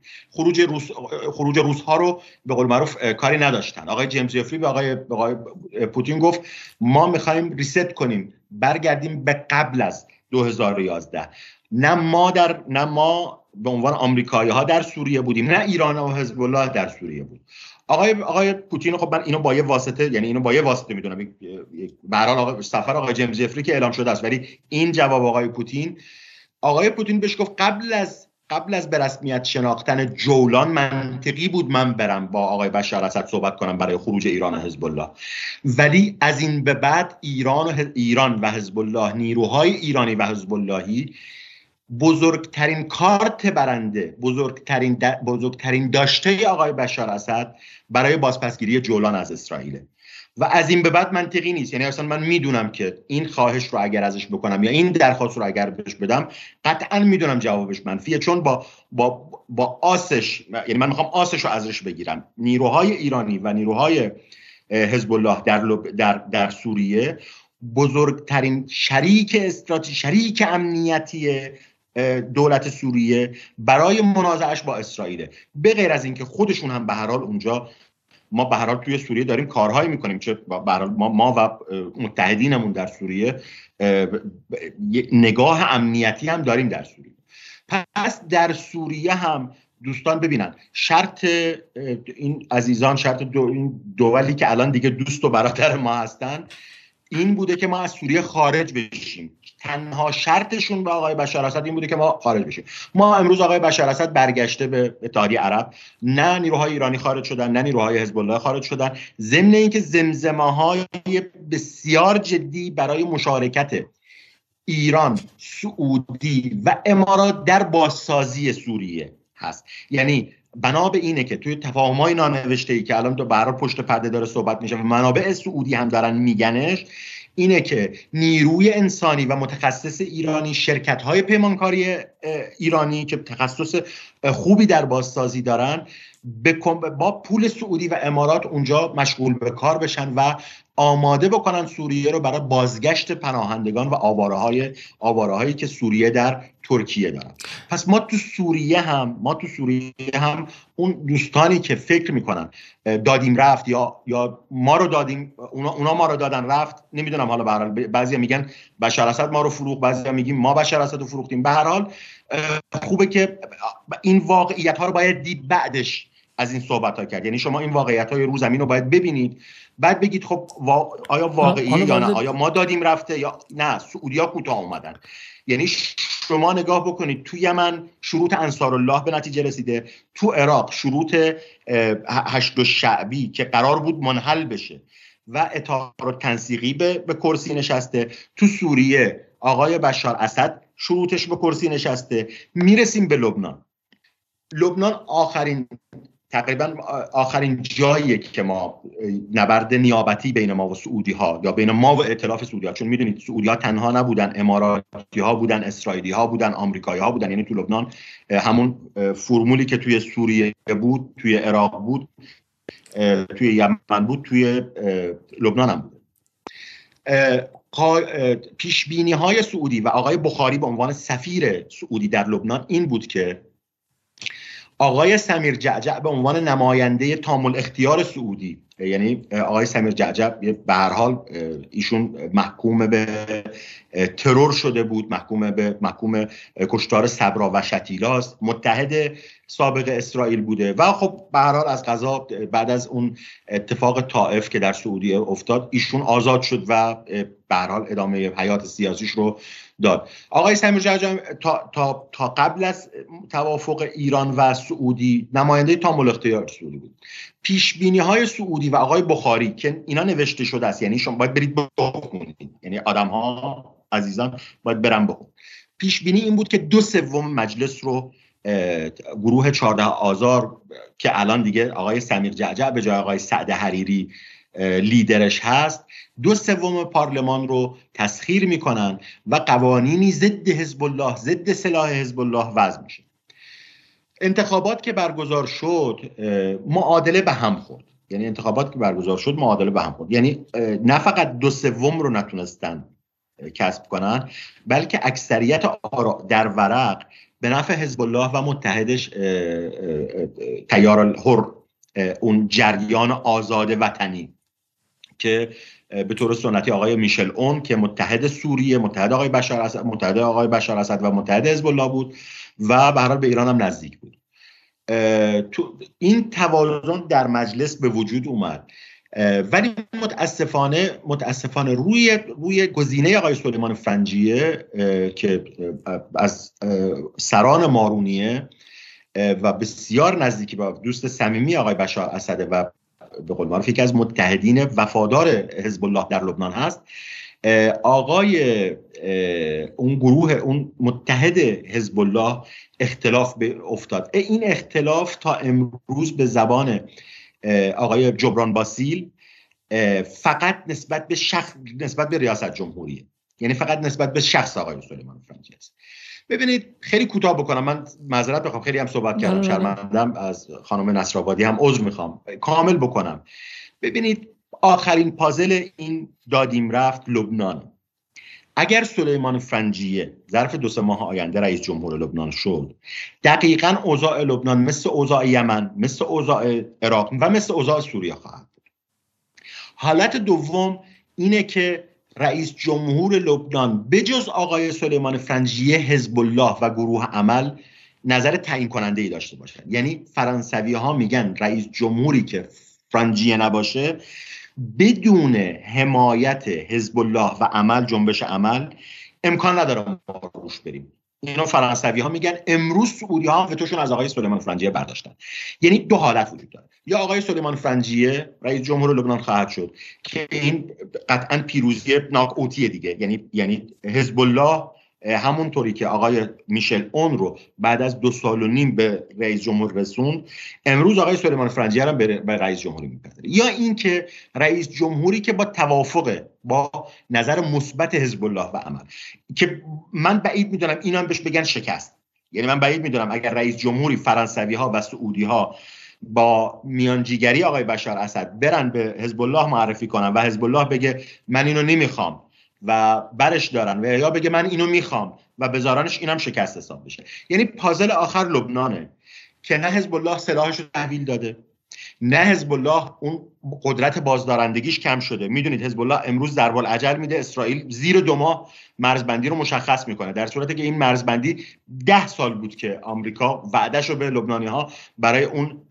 خروج روس‌ها رو به قول معروف کاری نداشتن. آقای جیمز جفری به آقای پوتین گفت ما می‌خوایم ریست کنیم، برگردیم به قبل از 2011. نه ما به عنوان آمریکایی‌ها در سوریه بودیم، نه ایران و حزب الله در سوریه بود. آقای پوتین، خب من اینو با یه واسطه میدونم، به هر حال سفر آقای جیمز جفری که اعلام شده است، ولی این جواب آقای پوتین بهش گفت قبل از به رسمیت شناختن جولان منطقی بود من برم با آقای بشار اسد صحبت کنم برای خروج ایران و حزب الله، ولی از این به بعد ایران و حزب الله، نیروهای ایرانی و حزب اللهی بزرگترین کارت برنده، بزرگترین داشته آقای بشار اسد برای بازپسگیری جولان از اسرائیل و از این به بعد منطقی نیست. یعنی اصلا من میدونم که این خواهش رو اگر ازش بکنم یا این درخواست رو اگر بهش بدم قطعا میدونم جوابش منفیه، چون با آسش، یعنی من میخوام آسش رو ازش بگیرم. نیروهای ایرانی و نیروهای حزب الله در سوریه بزرگترین شریک امنیتی دولت سوریه برای منازعش با اسرائیل، به غیر از اینکه خودشون هم به هر حال اونجا، ما به هر حال توی سوریه داریم کارهایی میکنیم، چه به هر حال ما و متحدینمون در سوریه نگاه امنیتی هم داریم در سوریه. پس در سوریه هم دوستان ببینن شرط این عزیزان، شرط این دولی که الان دیگه دوست و برادر ما هستن این بوده که ما از سوریه خارج بشیم. تنها شرطشون به آقای بشار اسد این بوده که ما خارج بشیم. ما امروز آقای بشار اسد برگشته به اتحادیه عرب، نه نیروهای ایرانی خارج شدن نه نیروهای حزب الله خارج شدن، ضمن اینکه زمزمه‌های بسیار جدی برای مشارکت ایران، سعودی و امارات در بازسازی سوریه هست. یعنی بنا به اینه که توی تفاهم‌های نانوشته‌ای که الان به هر حال پشت پرده داره صحبت میشه و منابع سعودی هم دارن میگنش، اینه که نیروی انسانی و متخصص ایرانی، شرکت‌های پیمانکاری ایرانی که تخصص خوبی در بازسازی دارن، با پول سعودی و امارات اونجا مشغول به کار بشن و آماده بکنن سوریه رو برای بازگشت پناهندگان و آواره‌هایی که سوریه در ترکیه دارن. پس ما تو سوریه هم اون دوستانی که فکر میکنن دادیم رفت یا ما رو دادیم، اونا ما رو دادن رفت، نمیدونم، حالا به هر حال بعضیا میگن بشار اسد ما رو فروخت، بعضیا میگیم ما بشار اسد رو فروختیم. به هر حال خوبه که این واقعیت ها رو باید دید بعدش از این صحبت ها کرد. یعنی شما این واقعیت های رو زمین رو باید ببینید، بعد بگید خب آیا واقعیه یا نه، آیا ما دادیم رفته یا نه، سعودی ها کوتاه اومدن. یعنی شما نگاه بکنید تو یمن شروط انصارالله به نتیجه رسیده، تو عراق شروط هشت شعبی که قرار بود منحل بشه و اتحاد تنسیقی به کرسی نشسته، تو سوریه آقای بشار اسد شروطش به کرسی نشسته. میرسیم به لبنان. لبنان تقریبا آخرین جاییه که ما نبرد نیابتی بین ما و سعودی ها یا بین ما و ائتلاف سعودی ها، چون میدونید سعودی ها تنها نبودن، اماراتی ها بودن، اسرائیلی ها بودن، آمریکایی ها بودن. یعنی تو لبنان همون فرمولی که توی سوریه بود، توی عراق بود، توی یمن بود، توی لبنان هم بود. پیش بینی های سعودی و آقای بخاری به عنوان سفیر سعودی در لبنان این بود که آقای سمیر جعجع به عنوان نماینده تام الاختیار سعودی، یعنی آقای سمیر جعجع به هر حال ایشون محکوم به ترور شده بود، محکوم کشتار صبرا و شتیلاست، متحد سابق اسرائیل بوده و خب به هر حال از قضا بعد از اون اتفاق طائف که در سعودیه افتاد ایشون آزاد شد و به هر حال ادامه حیات سیاسیش رو داد. آقای سمیر جعجع تا قبل از توافق ایران و سعودی نماینده تام الاختیار سعودی بود. پیش بینی های سعودی و آقای بخاری که اینا نوشته شده است، یعنی شما باید برید بخونید، یعنی آدم ها عزیزان باید برن بخونید. پیش بینی این بود که 2/3 مجلس رو گروه 14 آذار که الان دیگه آقای سمیر جعجع به جای آقای سعد حریری لیدرش هست، 2/3 پارلمان رو تسخیر میکنن و قوانینی ضد حزب الله، ضد سلاح حزب الله وضع میشه. انتخابات که برگزار شد معادله به هم خورد. یعنی نه فقط 2/3 رو نتونستن کسب کنن، بلکه اکثریت آرا در ورق به نفع حزب الله و متحدش تیار الحر، اون جریان آزاد وطنی که به طور سنتی آقای میشل اون که متحد سوریه، متحد آقای بشار اسد و متحد حزب الله بود و به هر حال به ایران هم نزدیک بود. این توازن در مجلس به وجود اومد، ولی متاسفانه روی گزینه آقای سلیمان فرنجیه که از سران مارونیه و بسیار نزدیکی با دوست صمیمی آقای بشار اسد و به قول معروف یکی از متحدین وفادار حزب الله در لبنان هست، آقای اون متحد حزب الله اختلاف افتاد. این اختلاف تا امروز به زبان آقای جبران باسیل فقط نسبت به ریاست جمهوریه، یعنی فقط نسبت به شخص آقای سلیمان فرنجی است. ببینید خیلی کوتاه بکنم، من معذرت میخوام خیلی هم صحبت کردم، شرمندم، از خانم نصرآبادی هم عذر میخوام، کامل بکنم. ببینید آخرین پازل این دادیم رفت لبنان. اگر سلیمان فرنجیه ظرف 2-3 ماه آینده رئیس جمهور لبنان شد، دقیقاً اوضاع لبنان مثل اوضاع یمن، مثل اوضاع عراق و مثل اوضاع سوریه خواهد بود. حالت دوم اینه که رئیس جمهور لبنان بجز آقای سلیمان فرنجیه، حزب الله و گروه عمل نظر تعیین کننده ای داشته باشن. یعنی فرانسوی ها میگن رئیس جمهوری که فرنجیه نباشه بدون حمایت حزب الله و عمل، جنبش عمل، امکان نداره ما روش بریم. اینا فرانسوی ها میگن. امروز سعودی ها فتوشون از آقای سلیمان فرنجیه برداشتن. یعنی دو حالت وجود داره، یا آقای سلیمان فرنجیه رئیس جمهور لبنان خواهد شد که این قطعا پیروزی ناک‌اوتیه دیگه، یعنی حزب الله همونطوری که آقای میشل اون رو بعد از 2.5 سال به رئیس جمهور رسوند، امروز آقای سلیمان فرنجیه هم به رئیس جمهوری میپذیره. یا اینکه رئیس جمهوری که با توافق با نظر مثبت حزب الله و عمل، که من بعید میدونم اینا هم بهش بگن شکست، یعنی من بعید میدونم اگر رئیس جمهوری فرانسوی ها و سعودی ها با میانجیگری آقای بشار اسد برن به حزب الله معرفی کنن و حزب الله بگه من اینو نمیخوام و برش دارن، و یا بگه من اینو میخوام و بذارانش، اینم شکست حساب بشه. یعنی پازل آخر لبنانه که نه حزب الله سلاحش رو تحویل داده، نه حزب الله اون قدرت بازدارندگیش کم شده. میدونید حزب الله امروز ضرب العجل میده، اسرائیل زیر 2 ماه مرزبندی رو مشخص میکنه، در صورتی که این مرزبندی 10 سال بود که آمریکا وعدهشو به لبنانی ها برای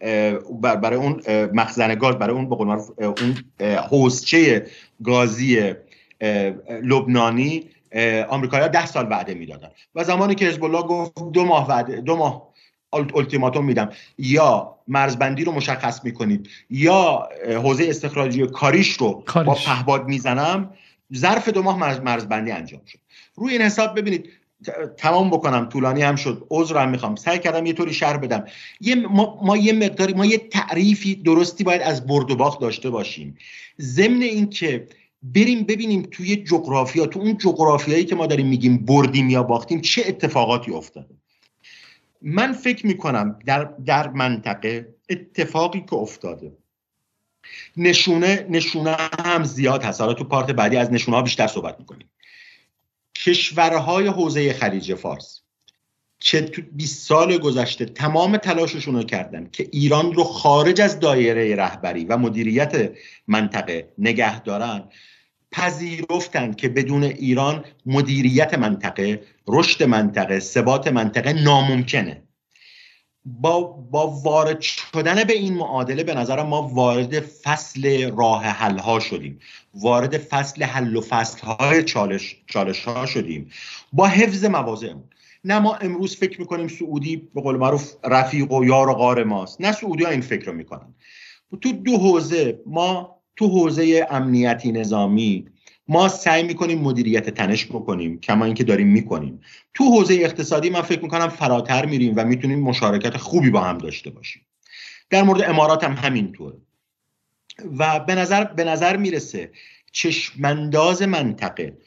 اون مخزن گاز، برای اون به قول معروف اون حوضچه گازی لبنانی آمریکایی‌ها 10 سال وعده میدادن و زمانی که حزب الله گفت 2 ماه التیماتوم میدم، یا مرزبندی رو مشخص میکنید یا حوزه استخراجی کاریش رو با پهباد میزنم، ظرف 2 ماه مرزبندی انجام شد. روی این حساب ببینید، تمام بکنم، طولانی هم شد، عذرم میخوام، سعی کردم یه طوری شرح بدم. ما یه تعریفی درستی باید از برد و باخت داشته باشیم، ضمن این که بریم ببینیم توی جغرافیا، تو اون جغرافیایی که ما داریم میگیم بردیم یا باختیم چه اتفاقاتی افتاده. من فکر میکنم در منطقه اتفاقی که افتاده، نشونه هم زیاد هست، حالا تو پارت بعدی از نشونه ها بیشتر صحبت میکنیم. کشورهای حوزه خلیج فارس که تو 20 سال گذشته تمام تلاششون رو کردن که ایران رو خارج از دایره رهبری و مدیریت منطقه نگه دارن، پذیرفتند که بدون ایران مدیریت منطقه، رشد منطقه، ثبات منطقه ناممکنه. با وارد شدن به این معادله به نظرم ما وارد فصل راه حل ها شدیم، وارد فصل حل و فصل های چالش ها شدیم با حفظ موازه‌مون. نه ما امروز فکر میکنیم سعودی به قول معروف رفیق و یار و غار ماست، نه سعودی ها این فکر رو میکنن. تو 2 حوزه، ما تو حوزه امنیتی نظامی ما سعی میکنیم مدیریت تنش بکنیم کما اینکه داریم میکنیم. تو حوزه اقتصادی من فکر میکنم فراتر میریم و میتونیم مشارکت خوبی با هم داشته باشیم. در مورد امارات هم همینطوره و به نظر میرسه چشمانداز منطقه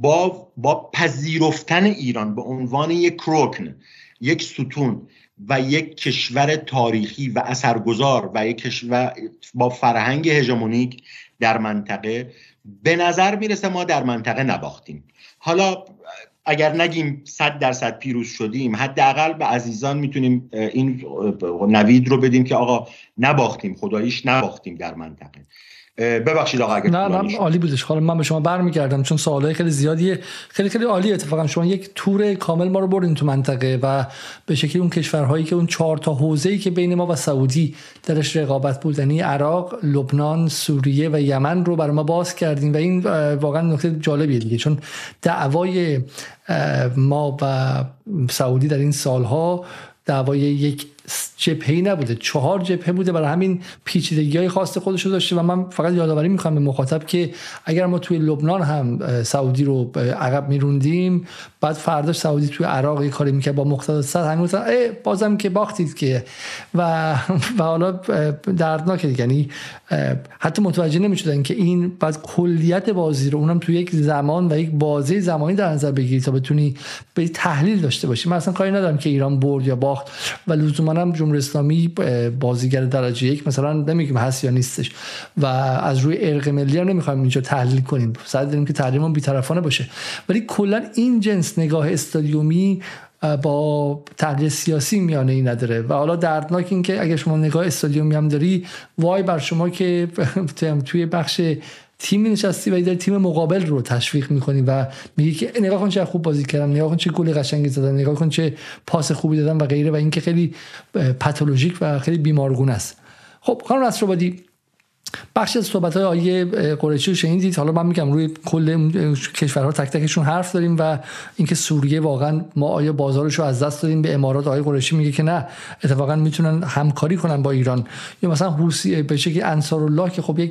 با پذیرفتن ایران به عنوان یک رکن، یک ستون و یک کشور تاریخی و اثرگذار و یک کشور با فرهنگ هژمونیک در منطقه، به نظر میرسه ما در منطقه نباختیم. حالا اگر نگیم 100% پیروز شدیم، حداقل به عزیزان میتونیم این نوید رو بدیم که آقا نباختیم، خداییش نباختیم در منطقه. ببخشید آقا اگه نه عالی بودش. حالا من به شما برمیگردم چون سوالای خیلی زیادیه، خیلی عالیه. اتفاقا شما یک تور کامل ما رو بردین تو منطقه و به شکلی اون کشورهایی که اون 4 تا حوزه‌ای که بین ما و سعودی درش رقابت بود، یعنی عراق، لبنان، سوریه و یمن رو برای ما باز کردین و این واقعا نکته جالبیه دیگه، چون دعوای ما و سعودی در این سالها دعوای یک جبهه‌ای نبوده، 4 جبهه بوده، برای همین پیچیدگی‌های خاص خودش رو داشته. و من فقط یادآوری می‌کنم به مخاطب که اگر ما توی لبنان هم سعودی رو عقب می‌روندیم، بعد فرداش سعودی توی عراق یه کاری می‌کرد با مقتدا صدر، همین بازم که باختید که و حالا دردناکه دیگه. یعنی حتی متوجه نمی‌شدن که این بعد کلیت بازی رو اونم توی یک زمان و یک بازه زمانی در نظر بگیری تا بتونی به تحلیل داشته باشی. من اصلا کاری ندارم که ایران برد یا باخت و لزوما هم جمهوری اسلامی بازیگر درجه 1 مثلا نمیگیم هست یا نیستش و از روی ارق ملی هم نمیخوایم اینجا تحلیل کنیم، سعی داریم که تحلیلمون بی‌طرفانه باشه. ولی کلا این جنس نگاه استادیومی با تحلیل سیاسی میانه ای نداره و حالا دردناک این که اگه شما نگاه استادیومی هم داری، وای بر شما که توی بخش تیم نشستی و داری تیم مقابل رو تشویق میکنی و میگی که نگاه کن چه خوب بازی کردن، نگاه کن چه گل قشنگی زدن، نگاه کن چه پاس خوبی دادن و غیره، و این که خیلی پاتولوژیک و خیلی بیمارگونه است. خب خانم نصرآبادی، بخش از صحبت‌های آقای قریشی رو شنیدید. حالا من میگم روی کل کشورها تک تکشون حرف داریم و اینکه سوریه واقعا ما آیا بازارش رو از دست دادیم به امارات. آقای قریشی میگه که نه، اتفاقا میتونن همکاری کنن با ایران. یا مثلا حوثی به شکلی انصارالله که خب یک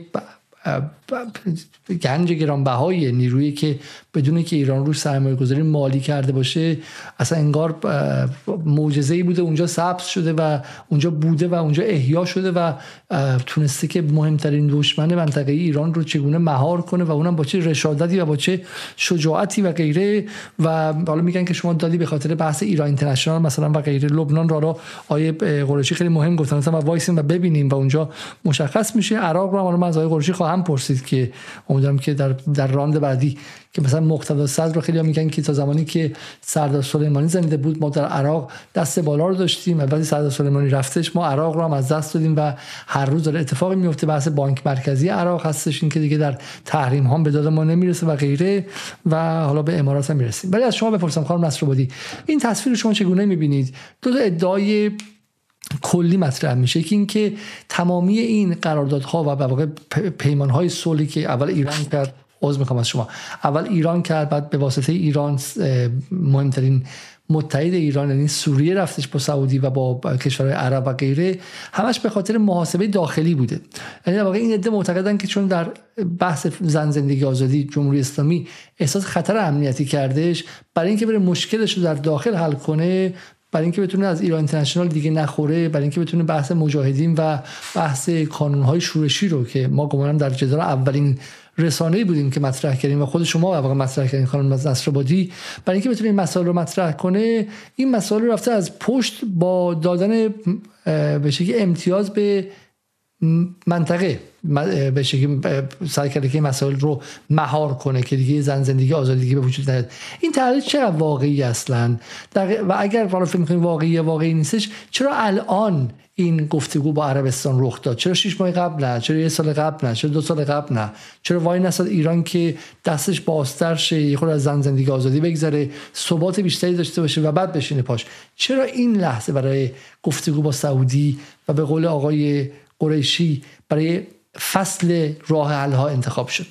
گنج گرانبهای نیرویی که بدون که ایران روش سرمایه‌گذاری مالی کرده باشه اصلا انگار معجزه‌ای بوده اونجا سبز شده و اونجا بوده و اونجا احیا شده و تونسته که مهمترین دشمن منطقه ایران رو چگونه مهار کنه و اونم با چه رشادتی و با چه شجاعتی و غیره. و حالا میگن که شما دادی به خاطر بحث ایران اینترنشنال مثلا و غیره. لبنان رو آیه قریشی خیلی مهم گفتن مثلا و وایسیم و ببینیم و اونجا مشخص میشه. عراق رو حالا من از آیه قریشی خواهم پرسید که امیدوارم که در راند بعدی که مثلا مقتدا صدر رو خیلی میگن که تا زمانی که سردار سلیمانی زنده بود ما در عراق دست بالا رو داشتیم و وقتی سردار سلیمانی رفتش ما عراق رو هم از دست دادیم و هر روز داره اتفاقی میفته. بحث بانک مرکزی عراق هستش، این که دیگه در تحریم ها به داد ما نمیرسه و غیره و حالا به امارات هم میرسیم. ولی از شما بپرسم خانم نصرآبادی، این تصویر شما چگونه میبینید؟ دو تا ادعای کلی مطرح میشه که این که تمامی این قراردادها و به واقع پیمانهای صلحی که اول ایران کرد عذر میخوام از شما. اول ایران کرد، بعد به واسطه ایران مهمترین متحد ایران یعنی سوریه رفتش با سعودی و با کشورهای عرب و غیره، همش به خاطر محاسبه داخلی بوده. یعنی در واقع این عده معتقدن که چون در بحث زن زندگی آزادی جمهوری اسلامی احساس خطر امنیتی کردش، برای اینکه بره مشکلش رو در داخل حل کنه، برای اینکه بتونه از ایران اینترنشنال دیگه نخوره، برای اینکه بتونه بحث مجاهدین و بحث کانونهای شورشی رو که ما گمانم در جدال اولین رسانه‌ای بودیم که مطرح کردیم و خود شما واقعا مطرح کردین خانم نصرآبادی، برای اینکه بتونه این مسائل رو مطرح کنه، این مسائل رو رفته از پشت با دادن به شکلی امتیاز به منطقه به شکلی سعی کرده که این مسائل رو مهار کنه که دیگه زن زندگی آزادی به وجود نیاد. این تحلیل چقدر واقعی اصلا و اگر والا فکر می‌کنید واقعی نیستش، چرا الان این گفتگو با عربستان رخ داد؟ چرا 6 ماه قبل نه؟ چرا 1 سال قبل نه؟ چرا 2 سال قبل نه؟ چرا وای نساد ایران که دستش بازتر شه، یه خورده از زن زندگی آزادی بگذره، ثبات بیشتری داشته باشه و بعد بشینه پاش؟ چرا این لحظه برای گفتگو با سعودی و به قول آقای قریشی برای فصل راه حل ها انتخاب شد؟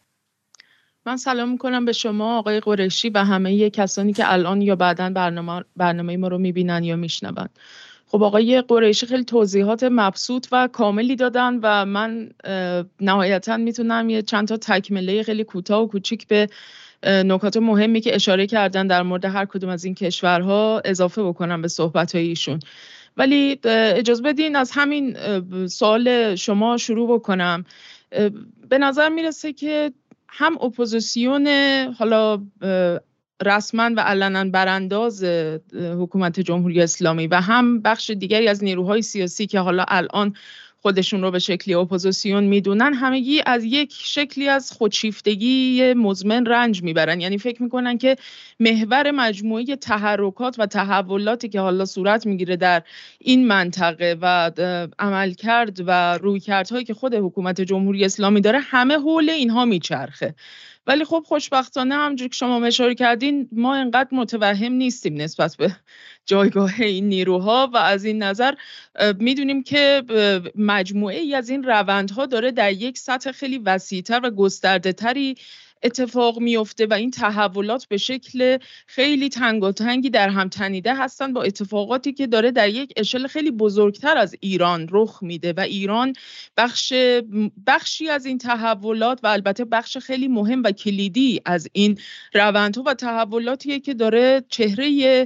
من سلام میکنم به شما آقای قریشی و همه کسانی که الان یا بعداً برنامه ما رو میبینن یا میشنون. خب آقای قریشی خیلی توضیحات مبسوط و کاملی دادن و من نهایتاً میتونم یه چند تا تکمله خیلی کوتاه و کوچیک به نکات مهمی که اشاره کردن در مورد هر کدوم از این کشورها اضافه بکنم به صحبت‌های ایشون. ولی اجازه بدین از همین سوال شما شروع بکنم. به نظر میرسه که هم اپوزیسیون حالا رسما و علنا برانداز حکومت جمهوری اسلامی و هم بخش دیگری از نیروهای سیاسی که حالا الان خودشون رو به شکلی اپوزیسیون میدونن، همگی از یک شکلی از خودشیفتگی مزمن رنج میبرن. یعنی فکر میکنن که محور مجموعه تحرکات و تحولاتی که حالا صورت میگیره در این منطقه و عملکرد و رویکردهایی که خود حکومت جمهوری اسلامی داره همه حول اینها میچرخه. ولی خب خوشبختانه همونجور که شما اشاره کردین ما انقدر متوهم نیستیم نسبت به جایگاه این نیروها و از این نظر میدونیم که مجموعه ای از این روندها داره در یک سطح خیلی وسیع‌تر و گسترده‌تری اتفاق میفته و این تحولات به شکل خیلی تنگاتنگی در هم تنیده هستن با اتفاقاتی که داره در یک اشل خیلی بزرگتر از ایران رخ میده و ایران بخشی از این تحولات و البته بخش خیلی مهم و کلیدی از این روندها و تحولاتیه که داره چهره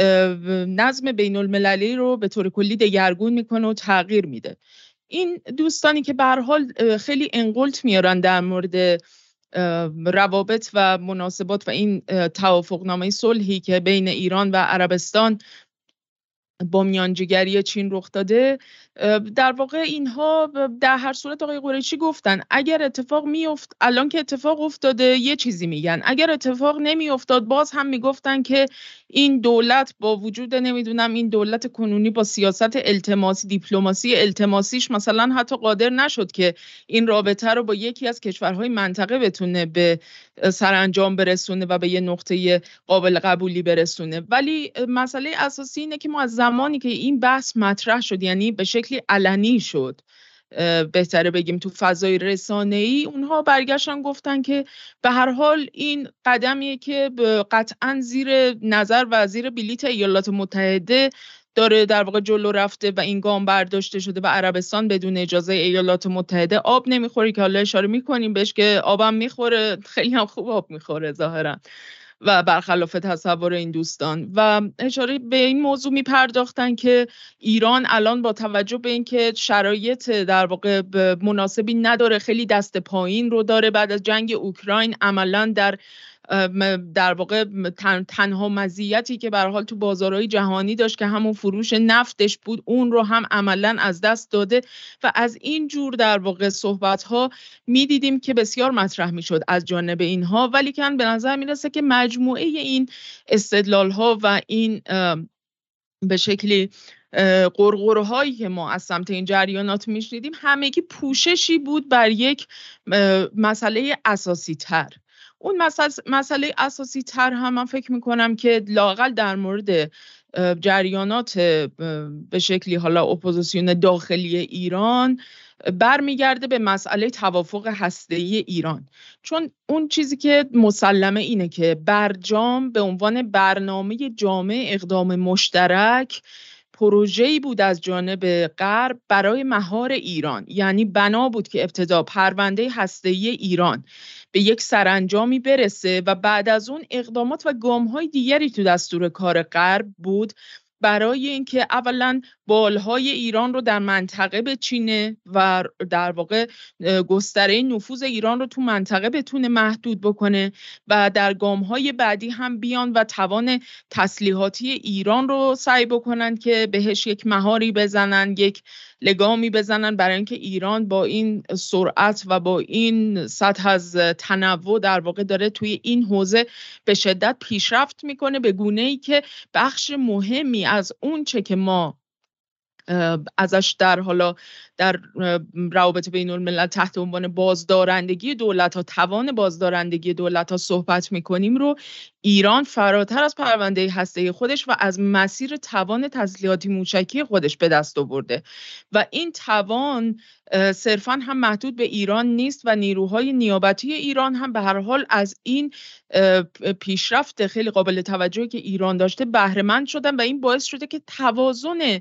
نظم بین المللی رو به طور کلی دگرگون میکنه و تغییر میده. این دوستانی که به هر حال خیلی انقلت میارن در مورد روابط و مناسبات و این توافقنامه صلحی که بین ایران و عربستان با میانجیگری چین رخ داده، در واقع اینها در هر صورت آقای قریشی گفتن اگر اتفاق میفت، الان که اتفاق افتاده یه چیزی میگن، اگر اتفاق نمیافتاد باز هم میگفتن که این دولت با وجود نمیدونم این دولت کنونی با سیاست التماسی دیپلماسی التماسیش مثلا حتی قادر نشد که این رابطه رو با یکی از کشورهای منطقه بتونه به سرانجام برسونه و به یه نقطه قابل قبولی برسونه. ولی مسئله اساسی اینه که ما از زمانی که این بحث مطرح شد، یعنی به شکلی علنی شد، بهتره بگیم تو فضای رسانه‌ای، اونها برگشتن گفتن که به هر حال این قدمیه که قطعاً زیر نظر و زیر بلیت ایالات متحده داره در واقع جلو رفته و این گام برداشته شده و عربستان بدون اجازه ایالات متحده آب نمیخوره، که حالا اشاره میکنیم بهش که آبم میخوره، خیلی هم خوب آب میخوره ظاهرا و برخلاف تصور این دوستان. و اشاره به این موضوع میپرداختن که ایران الان با توجه به اینکه شرایط در واقع مناسبی نداره، خیلی دست پایین رو داره بعد از جنگ اوکراین، عملاً در واقع تنها مزیتی که به هر حال تو بازارهای جهانی داشت که همون فروش نفتش بود، اون رو هم عملاً از دست داده و از این جور در واقع صحبت‌ها می‌دیدیم که بسیار مطرح می‌شد از جانب اینها. ولی که به نظر می‌رسه که مجموعه این استدلال‌ها و این به شکلی قرقرهایی که ما از سمت این جریانات میشنیدیم همگی پوششی بود بر یک مسئله اساسی تر. اون مسئله اساسی تر هم من فکر میکنم که لااقل در مورد جریانات به شکلی حالا اپوزیسیون داخلی ایران برمیگرده به مسئله توافق هسته‌ای ایران، چون اون چیزی که مسلمه اینه که برجام به عنوان برنامه جامع اقدام مشترک پروژه‌ای بود از جانب غرب برای مهار ایران، یعنی بنا بود که ابتدا پرونده هسته‌ای ایران به یک سرانجامی برسه و بعد از اون اقدامات و گام‌های دیگری تو دستور کار غرب بود برای اینکه اولا بالهای ایران رو در منطقه بچینه و در واقع گستره نفوذ ایران رو تو منطقه بتونه محدود بکنه و در گام‌های بعدی هم بیان و توان تسلیحاتی ایران رو سعی بکنن که بهش یک مهاری بزنن، یک لگامی بزنن، برای اینکه ایران با این سرعت و با این سطح از تنوع در واقع داره توی این حوزه به شدت پیشرفت میکنه، به گونه‌ای که بخش مهمی از اون چه که ما ازش در روابط بین الملل تحت عنوان بازدارندگی دولت‌ها، توان بازدارندگی دولت‌ها صحبت می‌کنیم رو ایران فراتر از پرونده هسته‌ای خودش و از مسیر توان تسلیحاتی موشکی خودش به دست آورده و این توان صرفاً هم محدود به ایران نیست و نیروهای نیابتی ایران هم به هر حال از این پیشرفت خیلی قابل توجهی که ایران داشته بهره مند شدن و این باعث شده که توازن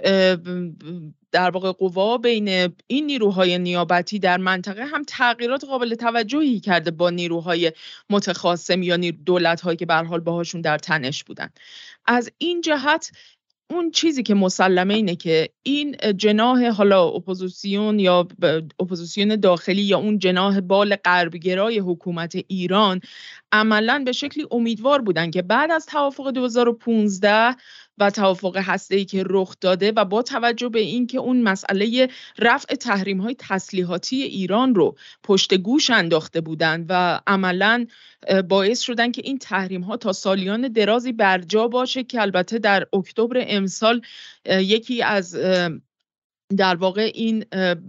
در واقع قوا بین این نیروهای نیابتی در منطقه هم تغییرات قابل توجهی کرده با نیروهای متخاصم یا دولت‌هایی که به هر حال باهاشون در تنش بودن. از این جهت اون چیزی که مسلمه اینه که این جناح حالا اپوزیسیون یا اپوزیسیون داخلی یا اون جناح بال غربگرای حکومت ایران عملاً به شکلی امیدوار بودن که بعد از توافق 2015 و توافق هسته‌ای که رخ داده و با توجه به این که اون مسئله رفع تحریم‌های تسلیحاتی ایران رو پشت گوش انداخته بودند و عملاً باعث شدن که این تحریم‌ها تا سالیان درازی برجا باشه که البته در اکتبر امسال یکی از در واقع این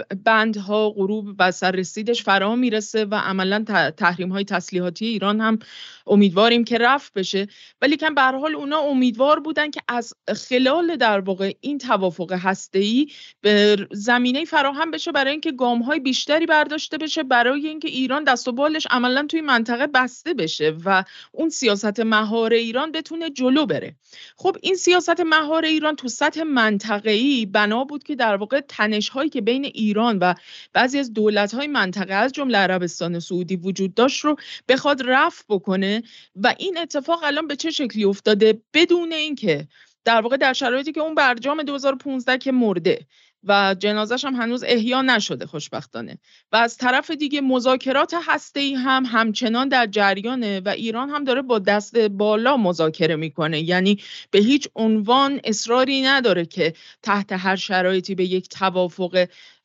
بندها غروب و سررسیدش فرا میرسه و عملاً تحریم‌های تسلیحاتی ایران هم امیدواریم که رفع بشه، ولی که به هر حال اونا امیدوار بودن که از خلال در واقع این توافق هسته‌ای به زمینه فراهم بشه برای اینکه گام‌های بیشتری برداشته بشه برای اینکه ایران دست و بالش عملاً توی منطقه بسته بشه و اون سیاست مهار ایران بتونه جلو بره. خب این سیاست مهار ایران تو سطح منطقه‌ای بنا بود که در واقع تنش‌هایی که بین ایران و بعضی از دولت‌های منطقه از جمله عربستان سعودی وجود داشت رو بخواد رفع بکنه و این اتفاق الان به چه شکلی افتاده بدون اینکه در واقع در شرایطی که اون برجام 2015 که مرده و جنازش هم هنوز احیا نشده خوشبختانه و از طرف دیگه مذاکرات هسته‌ای هم همچنان در جریانه و ایران هم داره با دست بالا مذاکره میکنه، یعنی به هیچ عنوان اصراری نداره که تحت هر شرایطی به یک توافق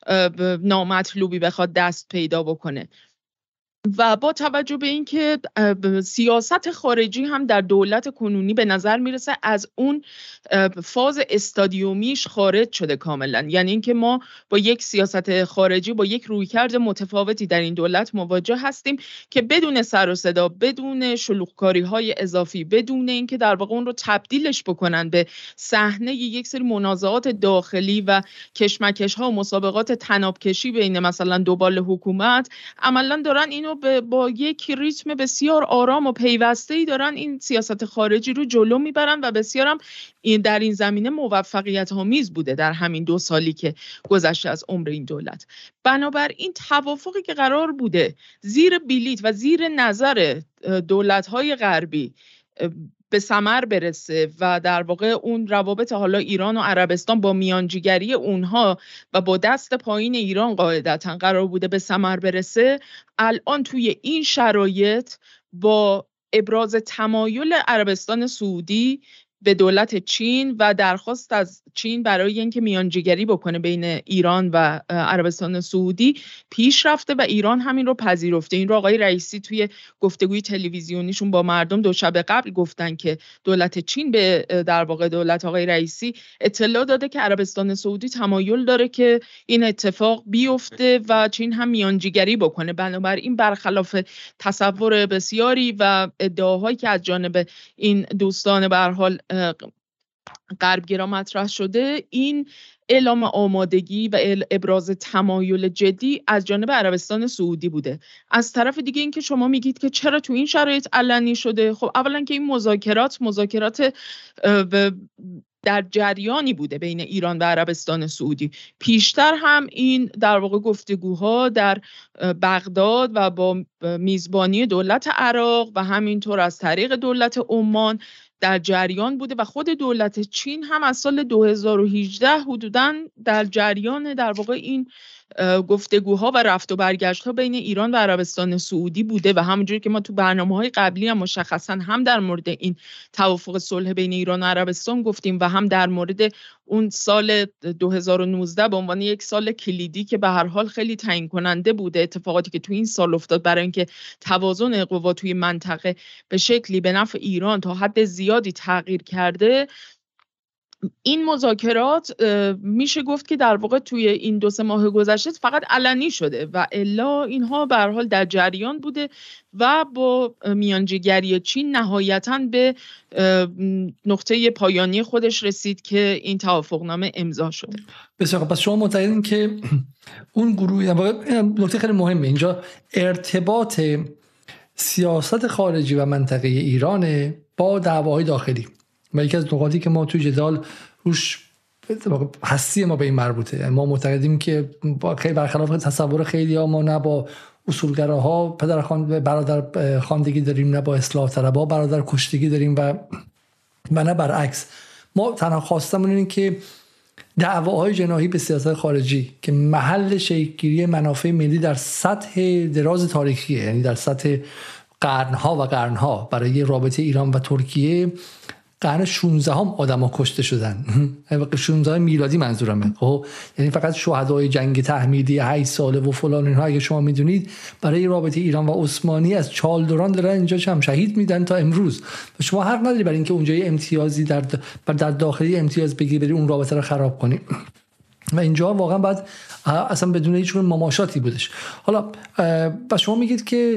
نامطلوبی بخواد دست پیدا بکنه. و با توجه به اینکه سیاست خارجی هم در دولت کنونی به نظر میرسه از اون فاز استادیومیش خارج شده کاملا، یعنی اینکه ما با یک سیاست خارجی با یک رویکرد متفاوتی در این دولت مواجه هستیم که بدون سر و صدا، بدون شلوغکاری‌های اضافی، بدون اینکه در واقع اون رو تبدیلش بکنن به صحنه یک سری منازعات داخلی و کشمکش‌ها و مسابقات طنابکشی بین مثلا دو بال حکومت، عملاً دارن اینو با یک ریتم بسیار آرام و پیوسته‌ای دارن این سیاست خارجی رو جلو میبرن و بسیارم در این زمینه موفقیت آمیز بوده در همین 2 سالی که گذشته از عمر این دولت. بنابراین توافقی که قرار بوده زیر بلیط و زیر نظر دولت‌های غربی به ثمر برسه و در واقع اون روابط حالا ایران و عربستان با میانجیگری اونها و با دست پایین ایران قاعدتاً قرار بوده به ثمر برسه، الان توی این شرایط با ابراز تمایل عربستان سعودی به دولت چین و درخواست از چین برای اینکه میانجیگری بکنه بین ایران و عربستان سعودی پیش رفته و ایران همین رو پذیرفته. این رو آقای رئیسی توی گفتگوی تلویزیونیشون با مردم دوشنبه قبل گفتن که دولت چین به در واقع دولت آقای رئیسی اطلاع داده که عربستان سعودی تمایل داره که این اتفاق بیفته و چین هم میانجیگری بکنه. بنابراین برخلاف تصور بسیاری و ادعاهایی که از جانب این دوستان به هر حال غربگرا مطرح شده، این اعلام آمادگی و ابراز تمایل جدی از جانب عربستان سعودی بوده. از طرف دیگه این که شما میگید که چرا تو این شرایط علنی شده، خب اولا که این مذاکرات در جریانی بوده بین ایران و عربستان سعودی. پیشتر هم این در واقع گفتگوها در بغداد و با میزبانی دولت عراق و همینطور از طریق دولت عمان در جریان بوده و خود دولت چین هم از سال 2018 حدوداً در جریان در واقع این گفتگوها و رفت و برگشت‌ها بین ایران و عربستان سعودی بوده و همونجوری که ما تو برنامه‌های قبلی هم مشخصاً هم در مورد این توافق صلح بین ایران و عربستان گفتیم و هم در مورد اون سال 2019 به عنوان یک سال کلیدی که به هر حال خیلی تعیین کننده بوده، اتفاقاتی که تو این سال افتاد برای اینکه توازن قوا توی منطقه به شکلی به نفع ایران تا حد زیادی تغییر کرده. این مذاکرات میشه گفت که در واقع توی این 2-3 ماه گذشته فقط علنی شده و الا اینها به هر حال در جریان بوده و با میانجیگری چین نهایتاً به نقطه پایانی خودش رسید که این توافقنامه امضا شده. بسیار. پس شما معتقدین که اون گروه، نکته خیلی مهمه اینجا، ارتباط سیاست خارجی و منطقه ایران با دعواهای داخلی و یکی از نقاطی که ما توی جدال روش هستی ما به این مربوطه. ما معتقدیم که خیلی برخلاف تصور خیلی ها ما نه با اصولگراها برادر خواندگی داریم، نه با اصلاح طلبها برادر کشتگی داریم و نه برعکس. ما تنها خواستمون اینه که دعواهای جناحی به سیاست خارجی که محل شکل‌گیری منافع ملی در سطح دراز تاریخیه، یعنی در سطح قرنها و قرنها، برای رابطه ایران و ترکیه قرن 16 هم آدم ها کشته شدن، 16 میلادی منظورمه. خب یعنی فقط شهدای جنگ تحمیدی 8 ساله و فلان اینها اگه شما میدونید برای رابطه ایران و عثمانی از چالدوران دارن اینجا هم شهید میدن تا امروز و شما حق نداری برای اینکه اونجا امتیازی در داخلی امتیاز بگیری بری اون رابطه رو خراب کنی و اینجا واقعا باید اصلا بدون هیچ مناشاتی بودش. حالا و شما میگید که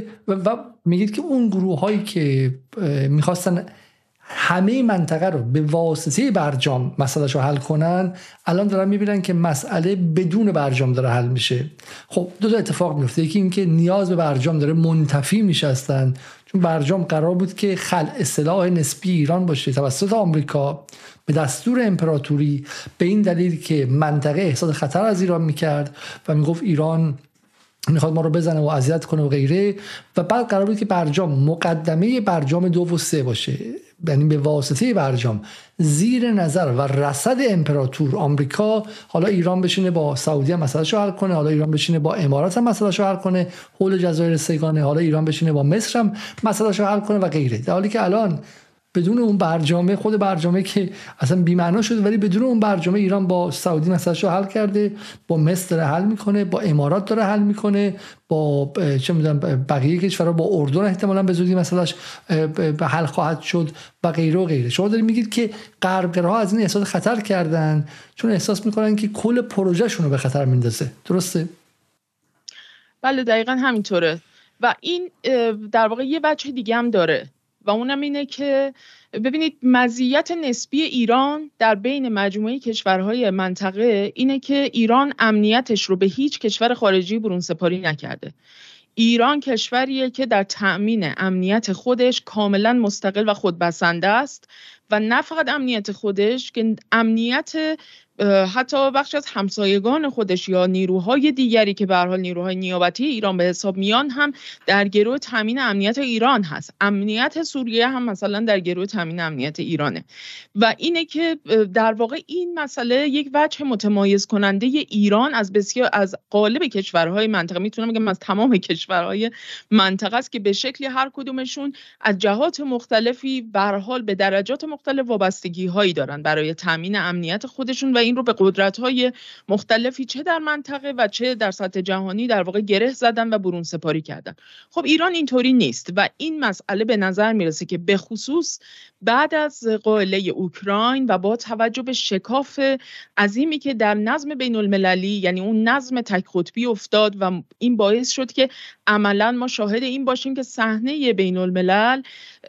اون گروه هایی که میخواستن همه منطقه رو به واسطه برجام مسئله‌اش رو حل کنن، الان دارن میبینن که مسئله بدون برجام داره حل میشه. خب دو تا اتفاق میفته. یکی این که نیاز به برجام داره منتفی میشه هستن، چون برجام قرار بود که خلع سلاح نسبی ایران باشه توسط آمریکا به دستور امپراتوری، به این دلیل که منطقه احساس خطر از ایران میکرد و میگفت ایران میخواد ما رو بزنه و اذیت کنه و غیره. و بعد قرار بود که برجام مقدمه برجام 2 و 3 باشه، یعنی به واسطه برجام زیر نظر و رصد امپراتور آمریکا حالا ایران بشینه با سعودی هم مسئله‌شو حل کنه، حالا ایران بشینه با امارات هم مسئله‌شو حل کنه، حول جزایر سگانه، حالا ایران بشینه با مصر هم مسئله‌شو حل کنه و غیره. در حالی که الان بدون اون برجامه، خود برجامه که اصلا بی‌معنا شد، ولی بدون اون برجامه ایران با سعودی مسئله‌شو حل کرده، با مصر داره حل میکنه، با امارات داره حل میکنه، با چه میدونم بقیه کشورها، با اردن احتمالاً به زودی مسئله‌اش به حل خواهد شد و غیره و غیره. شما دارید میگید که غربگراها از این احساس خطر کردن چون احساس میکنن که کل پروژهشون رو به خطر میندازه. درسته؟ بله دقیقاً همینطوره و این در واقع یه وجه دیگه هم داره و اونم اینه که ببینید مزیت نسبی ایران در بین مجموعه کشورهای منطقه اینه که ایران امنیتش رو به هیچ کشور خارجی برون سپاری نکرده. ایران کشوریه که در تأمین امنیت خودش کاملا مستقل و خودبسنده است و نه فقط امنیت خودش که امنیت حتی بخش از همسایگان خودش یا نیروهای دیگری که به هر حال نیروهای نیابتی ایران به حساب میان هم در گروه تامین امنیت ایران هست. امنیت سوریه هم مثلا در گروه تامین امنیت ایرانه و اینه که در واقع این مسئله یک وجه متمایز کننده ایران از بسیار از قالب کشورهای منطقه، میتونم بگم از تمام کشورهای منطقه است که به شکلی هر کدومشون از جهات مختلفی به هر حال به درجات مختلف وابستگی هایی دارن برای تامین امنیت خودشون و این رو به قدرت های مختلفی چه در منطقه و چه در سطح جهانی در واقع گره زدن و برون سپاری کردن. خب ایران اینطوری نیست و این مسئله به نظر میرسه که به خصوص بعد از قائله اوکراین و با توجه به شکاف عظیمی که در نظم بین المللی، یعنی اون نظم تک قطبی افتاد و این باعث شد که عملا ما شاهد این باشیم که صحنه بین الملل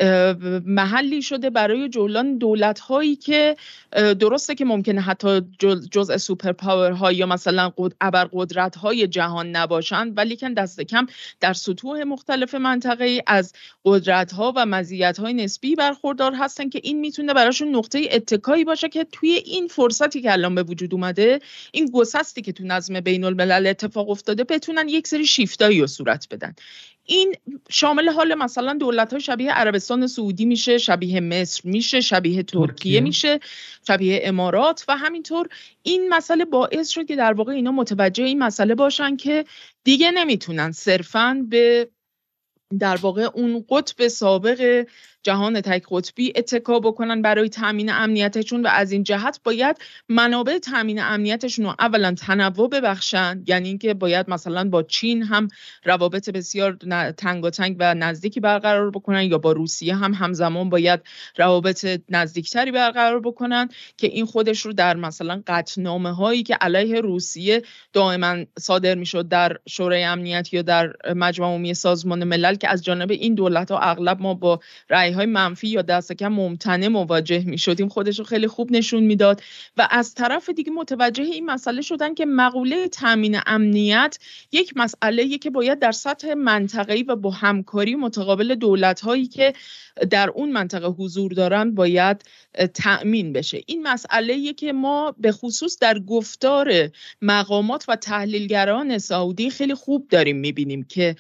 محلی شده برای جولان دولت هایی که درسته که ممکنه حتی جزء سوپر پاور ها یا مثلا ابرقدرت های جهان نباشند، ولی که دست کم در سطوح مختلف منطقه از قدرت ها و مزیت های نسبی برخوردار هستن که این میتونه براشون نقطه اتکایی باشه که توی این فرصتی که الان به وجود اومده، این گسستی که تو نظم بین الملل اتفاق افتاده، بتونن یک سری شیفتایی رو صورت بدن. این شامل حال مثلا دولت‌های شبیه عربستان سعودی میشه، شبیه مصر میشه، شبیه ترکیه میشه، شبیه امارات و همینطور. این مسئله باعث شد که در واقع اینا متوجه این مسئله باشن که دیگه نمیتونن صرفاً به در واقع اون قطب سابق جهان تک قطبی اتکا بکنن برای تامین امنیتشون و از این جهت باید منابع تامین امنیتشون رو اولا تنوع ببخشن، یعنی اینکه باید مثلا با چین هم روابط بسیار تنگاتنگ و نزدیکی برقرار بکنن یا با روسیه هم همزمان باید روابط نزدیکتری برقرار بکنن که این خودش رو در مثلا قطعنامه هایی که علیه روسیه دائما صادر میشد در شورای امنیت یا در مجمع عمومی سازمان ملل که از جانب این دولت ها اغلب ما با های منفی یا دست کم ممتنع مواجه می شدیم، خودش رو خیلی خوب نشون میداد. و از طرف دیگه متوجه این مسئله شدن که مقوله تامین امنیت یک مسئله‌ایه که باید در سطح منطقه‌ای و با همکاری متقابل دولت‌هایی که در اون منطقه حضور دارن باید تأمین بشه. این مسئله‌ایه که ما به خصوص در گفتار مقامات و تحلیلگران سعودی خیلی خوب داریم می‌بینیم که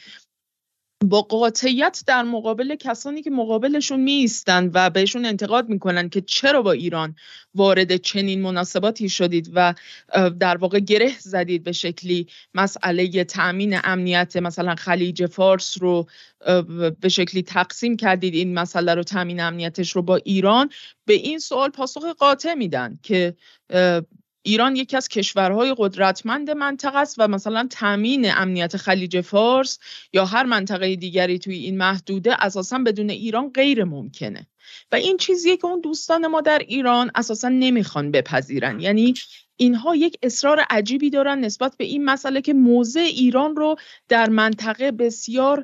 با قاطعیت در مقابل کسانی که مقابلشون می‌ایستن و بهشون انتقاد میکنن که چرا با ایران وارد چنین مناسباتی شدید و در واقع گره زدید به شکلی مسئله تأمین امنیت مثلا خلیج فارس رو به شکلی تقسیم کردید، این مسئله رو تأمین امنیتش رو با ایران، به این سوال پاسخ قاطع میدن که ایران یکی از کشورهای قدرتمند منطقه است و مثلا تامین امنیت خلیج فارس یا هر منطقه دیگری توی این محدوده اساساً بدون ایران غیر ممکنه و این چیزیه که اون دوستان ما در ایران اساساً نمیخوان بپذیرن. یعنی اینها یک اصرار عجیبی دارن نسبت به این مسئله که موضع ایران رو در منطقه بسیار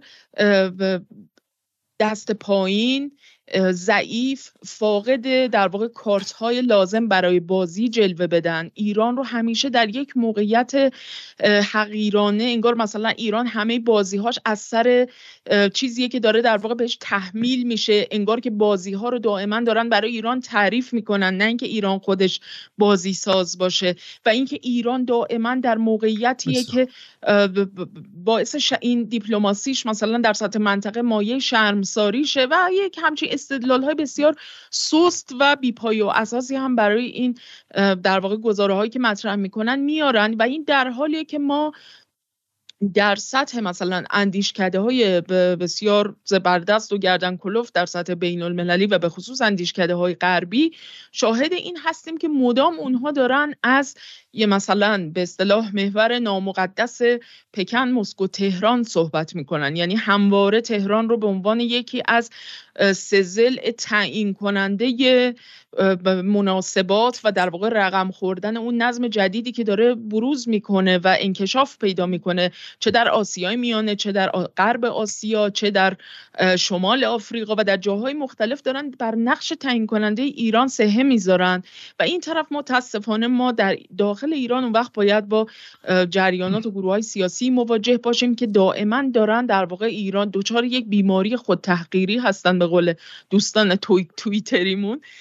دست پایین، ضعیف، فاقد در واقع کارت‌های لازم برای بازی جلوه بدن. ایران رو همیشه در یک موقعیت حقیرانه، انگار مثلا ایران همه بازی‌هاش از سر چیزیه که داره در واقع بهش تحمیل میشه، انگار که بازی‌ها رو دائما دارن برای ایران تعریف میکنن، نه اینکه ایران خودش بازی ساز باشه. و اینکه ایران دائما در موقعیتیه که باعث این دیپلماسیش مثلا در سطح منطقه مایه شرمساری شه و یک همچین استدلال‌های بسیار سست و بی‌پایه و اساسی هم برای این در واقع گزاره‌هایی که مطرح میکنن میارن و این در حالیه که ما در سطح مثلا اندیشکده‌های بسیار زبردست و گردن کلفت در سطح بین المللی و به خصوص اندیشکده‌های غربی شاهد این هستیم که مدام اونها دارن از یه مثلا به اصطلاح محور نامقدس پکن، مسکو، تهران صحبت میکنن. یعنی همواره تهران رو به عنوان یکی از سزل تعیین کننده مناسبات و در واقع رقم خوردن اون نظم جدیدی که داره بروز میکنه و انکشاف پیدا میکنه، چه در آسیای میانه، چه در غرب آسیا، چه در شمال آفریقا و در جاهای مختلف دارن بر نقش تعیین کننده ایران سهه میذارن. و این طرف متاسفانه ما در داخل ایران اون وقت باید با جریانات و گروه‌های سیاسی مواجه باشیم که دائما دارن در واقع ایران دچار یک بیماری خودتحقیری هستن، به قول دوستان توییتریمون، که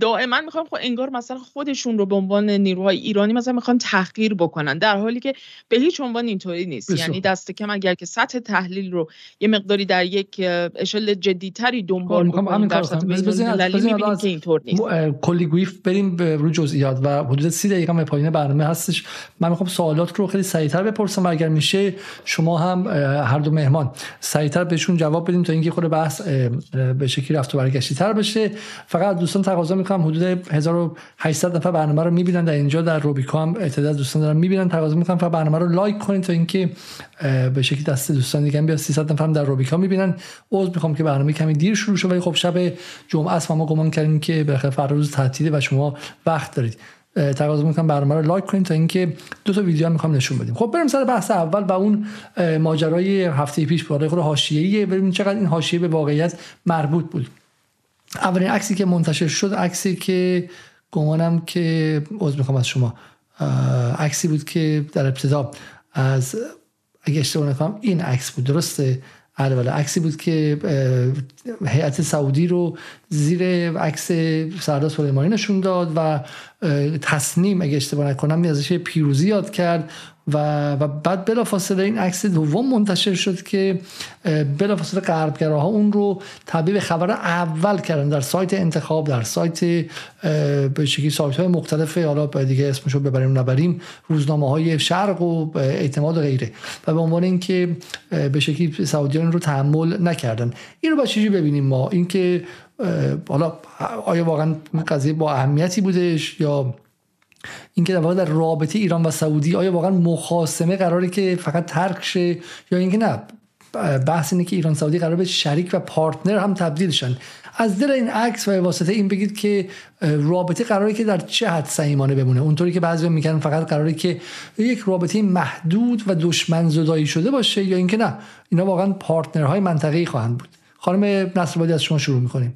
دائما میخوام انگار مثلا خودشون رو به عنوان نیروهای ایرانی مثلا میخوان تحقیر بکنن، در حالی که به هیچ عنوان اینطوری نیست. یعنی دست کم اگر که سطح تحلیل رو یه مقداری در یک اشل جدی‌تری دنبال بکنیم در سطح بین‌المللی می‌بینیم که اینطور نیست. کلی گویف بریم رو جزئیات و حدود 30 دقیقه به پایان برنامه هستش. من میخوام سوالات رو خیلی سریع‌تر بپرسم و اگر میشه شما هم هر دو مهمان سریع‌تر بهشون جواب بدیم تا اینکه خود بحث به شکلی رفت و برگشتی‌تر بشه. فقط دوستان تقاضا می‌کنم، حدود 1800 نفر برنامه رو می‌بینن در اینجا در روبیکا هم تعداد دوستان دارن می‌بینن، تقاضا می‌کنم فقط برنامه رو لایک کنید تا اینکه به شکلی دست دوستان دیگه هم بیا 300 نفر در روبیکا می‌بینن. عذر می‌خوام که برنامه کمی دیر شروع شد ولی خب شب جمعه است و ما گمان کردیم که بالاخره فردا روز تعطیله و شما وقت دارید. تقاضا می‌کنم برنامه رو لایک کنید تا اینکه دو تا ویدیو هم می‌خوام نشون بدیم. خب بریم سر بحث اول و اون ماجرای هفته پیش برای خود حاشیه‌ایه، ببینیم چقدر این حاشیه به واقعیت مربوط بود. اولین عکسی که منتشر شد عکسی که گمانم که عذر می‌خوام از شما، عکسی بود که در ابتدا از اگه اشتباه نکنم این عکس بود، درسته؟ بله عکسی بود که هیئت سعودی رو زیر عکس سردار سلیمانی نشون داد و تصنیم اگه اشتباه نکنم ازش پیروزی یاد کرد و بعد بلافاصله این عکس دوم منتشر شد که بلافاصله غربگراها اون رو تبدیل به خبر اول کردن در سایت انتخاب، در سایت به شکلی سایت‌های مختلف، حالا دیگه اسمشو ببریم نبریم، روزنامه‌های شرق و اعتماد و غیره، و به عنوان اینکه به شکلی سعودیان رو تحمل نکردن. این رو با چیزی ببینیم ما، اینکه حالا آیا واقعا قضیه با اهمیتی بودش یا اینکه در واقع در رابطه ایران و سعودی آیا واقعا مخاصمه قراره که فقط ترک شه یا اینکه نه بحث اینه که ایران سعودی قراره به شریک و پارتنر هم تبدیل شن. از دل این عکس و واسطه این بگید که رابطه قراره که در چه حد صمیمانه بمونه، اونطوری که بعضیا میگن فقط قراره که یک رابطه محدود و دشمن زدایی شده باشه یا اینکه نه اینا واقعا پارتنرهای منطقه‌ای خواهند بود. خانم نصرآبادی از شما شروع می‌کنیم.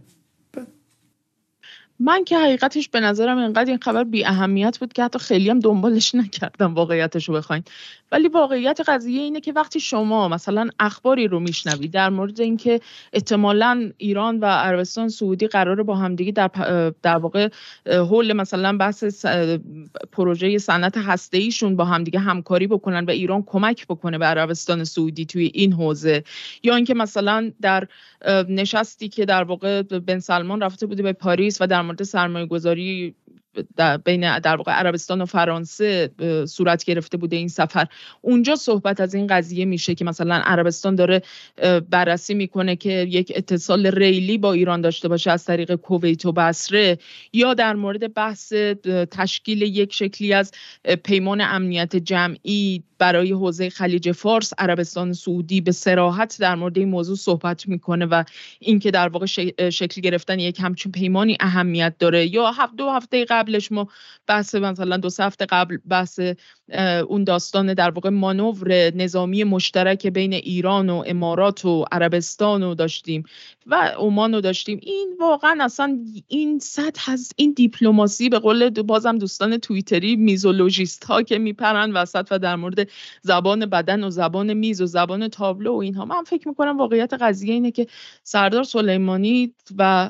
من که حقیقتش به نظرم اینقدر این خبر بی اهمیت بود که حتی خیلی هم دنبالش نکردم واقعیتش رو بخواین، ولی واقعیت قضیه اینه که وقتی شما مثلا اخباری رو میشنوید در مورد اینکه احتمالاً ایران و عربستان سعودی قراره با همدیگه در واقع حول مثلا بحث پروژه صنعت هسته‌ایشون با همدیگه همکاری بکنن و ایران کمک بکنه به عربستان سعودی توی این حوزه، یا اینکه مثلا در نشستی که در واقع بن سلمان رفته بوده به پاریس و در مورد سرمایه‌گذاری بین در واقع عربستان و فرانسه صورت گرفته بوده این سفر، اونجا صحبت از این قضیه میشه که مثلا عربستان داره بررسی میکنه که یک اتصال ریلی با ایران داشته باشه از طریق کویت و بصره، یا در مورد بحث تشکیل یک شکلی از پیمان امنیت جمعی برای حوزه خلیج فارس. عربستان سعودی به صراحت در مورد این موضوع صحبت میکنه و اینکه در واقع شکل گرفتن یک همچین پیمانی اهمیت داره. یا 2 هفته قبلش ما بحث مثلا 2 هفته قبل بحث اون داستان در واقع مانور نظامی مشترک بین ایران و امارات و عربستان رو داشتیم و عمان رو داشتیم. این واقعا اصلا این سطح از این دیپلماسی، به قول بازم دوستان توییتری میزولوژیست ها که میپرن وسط و در مورد زبان بدن و زبان میز و زبان تابلو و اینها، من فکر میکنم واقعیت قضیه اینه که سردار سلیمانی و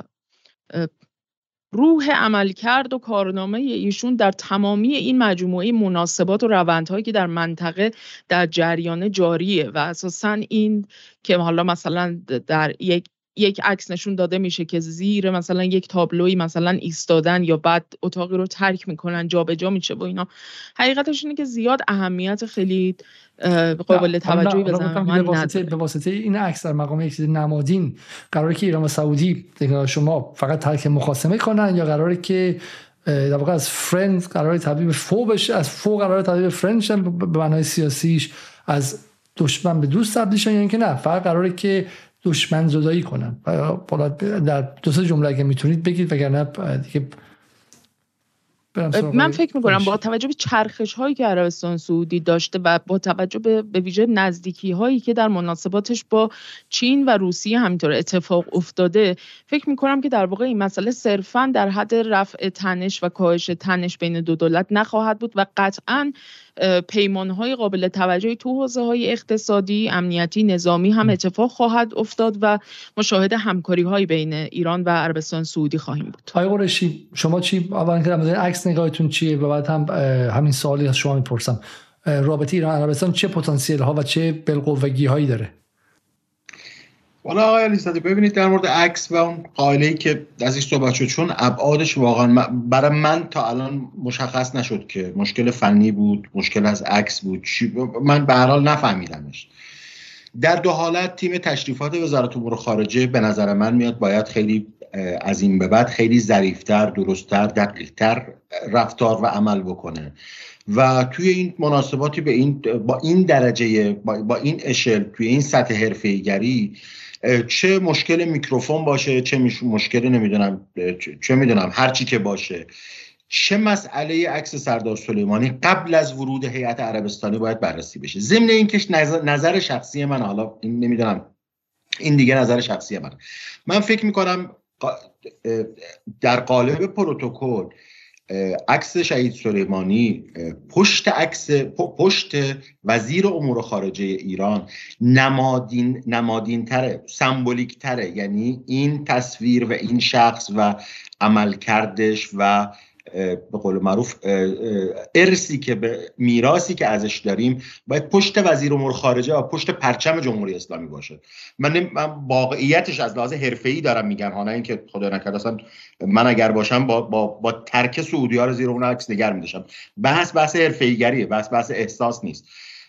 روح عملکرد و کارنامه ایشون در تمامی این مجموعه مناسبات و روندهایی که در منطقه در جریان جاریه و اساساً این که حالا مثلا در یک عکس نشون داده میشه که زیر مثلا یک تابلوی مثلا ایستادن یا بعد اتاقی رو ترک میکنن جابجا میشه و اینا، حقیقتش اینه که زیاد اهمیت خیلی قابل توجهی به واسطه این عکس در مقام یک چیز نمادین قراره که ایران و سعودی شما فقط ترک مخاصمه کنن یا قراره که در واقع از فرند قراره تبدیل به فو بشه، از فو قراره تبدیل به فرند شن به معنای سیاسیش، از دشمن به دوست تبدیل شن، یا اینکه نه فقط قراره که دشمن زدایی کنن. بالا در 2-3 جمله اگه میتونید بگید وگرنه دیگه من فکر میکنم با توجه به چرخش هایی که عربستان سعودی داشته و با توجه به ویژه نزدیکی هایی که در مناسباتش با چین و روسیه همینطور اتفاق افتاده، فکر میکنم که در واقع این مسئله صرفاً در حد رفع تنش و کاهش تنش بین دو دولت نخواهد بود و قطعاً پیمانهای قابل توجهی تو حوزه‌های اقتصادی، امنیتی، نظامی هم اتفاق خواهد افتاد و مشاهد همکاری‌های بین ایران و عربستان سعودی خواهیم بود. آقای قریشی شما چی اولا که در عکس نگاهتون چیه و بعد هم همین سوالی از شما میپرسم، رابطه ایران عربستان چه پتانسیل ها و چه بالقوگی هایی داره؟ والا آقای علیزاده ببینید در مورد عکس و اون قائله‌ای که ازش صحبت شد، چون ابعادش واقعا برای من تا الان مشخص نشد که مشکل فنی بود، مشکل از عکس بود، من به هر حال نفهمیدمش. در دو حالت تیم تشریفات وزارت امور خارجه به نظر من میاد باید خیلی از این به بعد خیلی ظریف‌تر، درست‌تر، دقیق‌تر رفتار و عمل بکنه و توی این مناسباتی با این درجه، با این اشل، توی این سطح حرفه‌ای‌گری، چه مشکل میکروفون باشه، چه مشکل نمیدونم هر چی که باشه، چه مسئله عکس سردار سلیمانی قبل از ورود هیئت عربستانی باید بررسی بشه. ضمن اینکه نظر شخصی من، حالا نمیدونم، این دیگه نظر شخصی من فکر میکنم در قالب پروتکل عکس شهید سلیمانی پشت وزیر امور خارجه ایران نمادین تره، سمبولیک تره. یعنی این تصویر و این شخص و عملکردش و به قول معروف ارثی که به میراثی که ازش داریم باید پشت وزیر امور خارجه و پشت پرچم جمهوری اسلامی باشه. من واقعیتش از لحاظ حرفه‌ای دارم میگم، ها، نه اینکه خدا نکرده اصلا من اگر باشم با ترک سعودی‌ها رو زیر اون عکس نگر می‌داشتم. بحث حرفه‌ای‌گریه، بحث احساس نیست.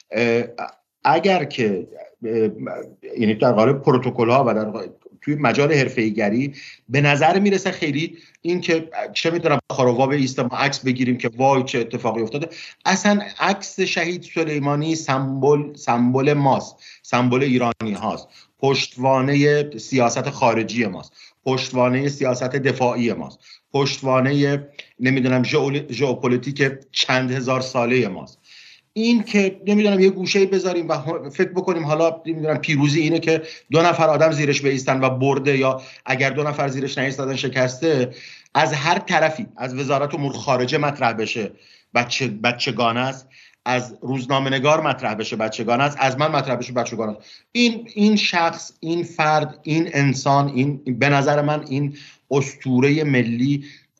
اگر که یعنی در قالب پروتکل‌ها و در توی مجال حرفه‌ای‌گری به نظر میرسه خیلی این که چه میدونم خارووا به ایست ما عکس بگیریم که وای چه اتفاقی افتاده. اصلا عکس شهید سلیمانی سمبل ماست، سمبل ایرانی هاست، پشتوانه سیاست خارجی ماست، پشتوانه سیاست دفاعی ماست، پشتوانه نمیدونم ژئوپلیتیک چند هزار ساله ماست. این که نمیدونم یه گوشه‌ای بذاریم و فکر بکنیم حالا نمیدونم پیروزی اینه که 2 نفر آدم زیرش بایستن و برده، یا اگر 2 نفر زیرش نایستادن شکسته، از هر طرفی، از وزارت امور خارجه مطرح بشه بچگانه است، از روزنامه‌نگار مطرح بشه بچگانه است، از من مطرح بشه بچگانه است. این شخص، این فرد، این انسان، این به نظر من این اسطوره ملی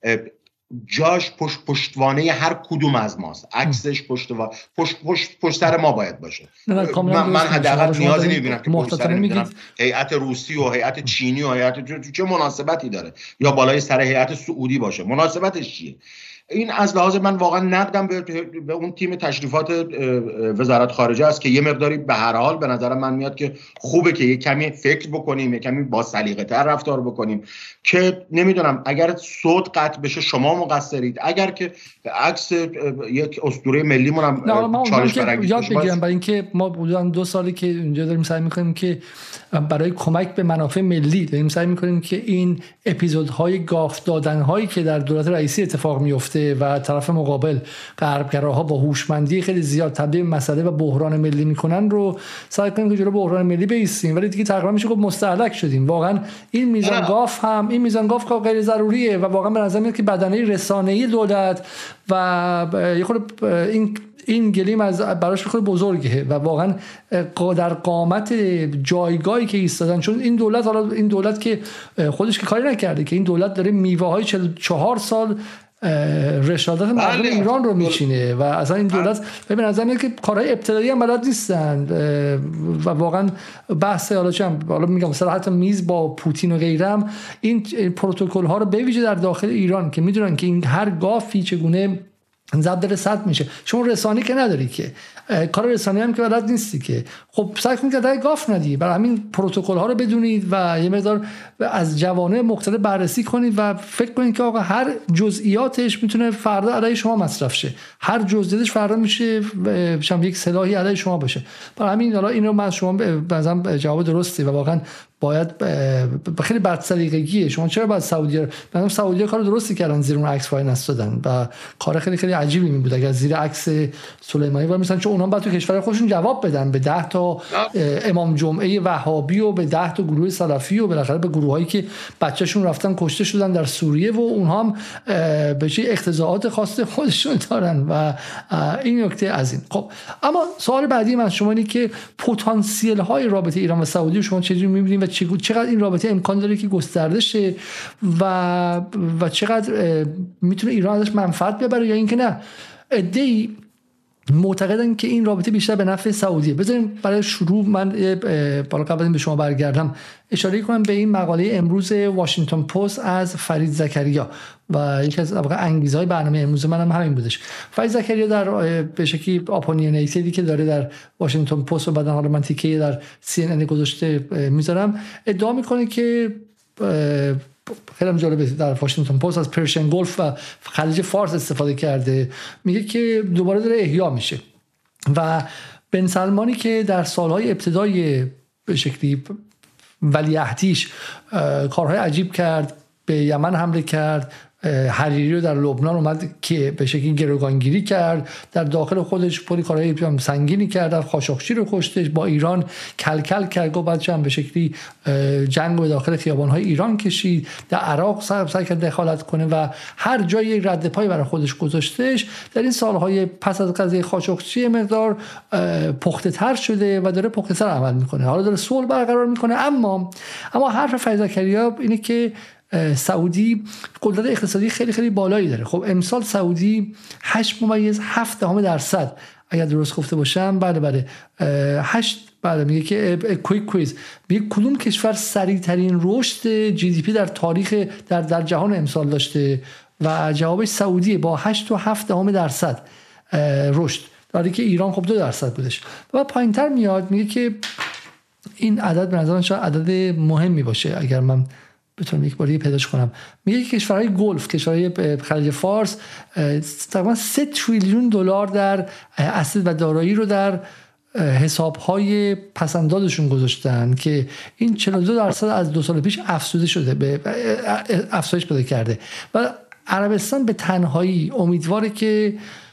جاش پشتوانه هر کدوم از ماست. عکسش پشت سر ما باید باشه. من حداقل نیازی نمیبینم که پشت سر هیئت روسی و هیئت چینی و هیئت چه مناسبتی داره، یا بالای سر هیئت سعودی باشه. مناسبتش چیه؟ این از لحاظ من واقعا نقدم به اون تیم تشریفات وزارت خارجه است که یه مقداری به هر حال به نظر من میاد که خوبه که یه کمی فکر بکنیم، یه کمی با سلیقه تر رفتار بکنیم که نمیدونم اگر صوت قطع بشه شما مقصرید، اگر که عکس یک اسطوره ملی مونم چالش برانگیز یاد بگیرم. برای اینکه ما حدوداً 2 سالی که اینجا داریم سعی می‌کنیم که برای کمک به منافع ملی داریم سعی می‌کنیم که این اپیزودهای گاف دادن‌هایی که در دولت رئیسی اتفاق میفته و طرف مقابل غربگراها با هوشمندی خیلی زیاد تبدیل به مسئله و بحران ملی میکنن رو سعی کنیم که جلو بحران ملی بایستیم، ولی دیگه تقریبا میشه گفت مستهلک شدیم. واقعا این میزان گاف غیر ضروریه و واقعا به نظر میاد که بدنه رسانه‌ای دولت و یه خورده این گلیم از براش خیلی بزرگه و واقعا در قامت جایگاهی که ایستادن، چون این دولت، حالا این دولت که خودش که کاری نکرده، که این دولت داره میوه‌های 44 سال رشادت مردم ایران رو میچینه و اصلا این دولت به نظر میاد که کارهای ابتدایی هم بلد نیستن و واقعا بحث حالا میگم مثلا حتی میز با پوتین و غیرم، این پروتکل ها رو به ویژه در داخل ایران که میدونن که این هر گافی چگونه ضرب در صد میشه. شما رسانه که نداری، که کار رسانه هم که بلد نیستی، که خب سعی کنید که در گاف ندی. برای همین پروتکل ها رو بدونید و یه مقدار از جوانب مختلف بررسی کنید و فکر کنید که آقا هر جزئیاتش میتونه فردا علیه شما مصرف شه، هر جزئیاتش فردا میشه یک سلاحی علیه شما باشه. برای همین حالا اینو من شما بازم جواب درستی و واقعا باید خیلی بد سلیقگیه. شما چرا باید سعودی کار درستی کردن، زیر اون عکس وای نستادن و کار خیلی خیلی عجیبی می بود اگر زیر عکس سلیمانی وای میستن، چون اونها بعد تو کشور خودشون جواب بدن به 10 تا امام جمعه وهابی و به 10 تا گروه سلفی و بالاخره به گروهایی که بچه‌شون رفتن کشته شدن در سوریه و اونها هم به چه اقتضاعات خاص خودشون دارن و این نکته از این. خب اما سوال بعدی من شما اینه که پتانسیل های رابطه ایران و سعودی شما چجوری می‌بینید و چقدر این رابطه امکان داره که گسترده شه و چقدر میتونه ایران ازش منفعت ببره یا اینکه نه؟ عده‌ای معتقدن که این رابطه بیشتر به نفع سعودیه. بذاریم برای شروع من بالا قبل از به شما برگردم اشاره کنم به این مقاله امروز واشنگتن پست از فرید زکریا و یکی از انگیزه‌های برنامه امروز منم همین بودش. فرید زکریا در به شکلی اپینیونیتدی که داره در واشنگتن پست و بعدن حالا من تیکه در CNN گذاشته میذارم، ادعا میکنه که خیلی جالبه در واشنگتن پست از پرشن گلف و خلیج فارس استفاده کرده. میگه که دوباره داره احیا میشه و بن سلمانی که در سالهای ابتدای به شکلی ولیعهدیش کارهای عجیب کرد، به یمن حمله کرد، حریری رو در لبنان اومد که به شکلی گروگانگیری کرد، در داخل خودش پلی کارهای سنگینی کرد، خاشقچی رو کشتش، با ایران کلکل کرد، گفت بچه هم به شکلی جنگ به داخل خیابان‌های ایران کشید، در عراق سعی کرد دخالت کنه و هر جای یک رد پای برای خودش گذاشتش. در این سالهای پس از قضیه خاشقچی مقدار پخته تر شده و داره پخته تر عمل میکنه، حالا داره صلح برقرار میکنه. اما حرف فرید زکریا اینه که سعودی قدرت اقتصادی خیلی خیلی بالایی داره. خب امسال سعودی 8.7% اگر درست گفته باشم، بله 8 میگه که کویک کویز میگه کدوم کشور سریع ترین رشد جی دی پی در تاریخ در جهان امسال داشته و جوابش سعودیه با 8.7% رشد، در حالی که ایران خب 2% بودش. و پایینتر میاد میگه که این عدد به نظر من شاید عدد مهمی باشه اگر من بتونم یک باری پیداش کنم. میگه که کشورهای گلف، کشورهای خلیج فارس تقریبا 3 تریلیون دلار در اسید و دارایی رو در حسابهای پسندازشون گذاشتن که این 42% از 2 سال پیش افزوده شده، به افزایش پیدا کرده و عربستان به تنهایی امیدواره که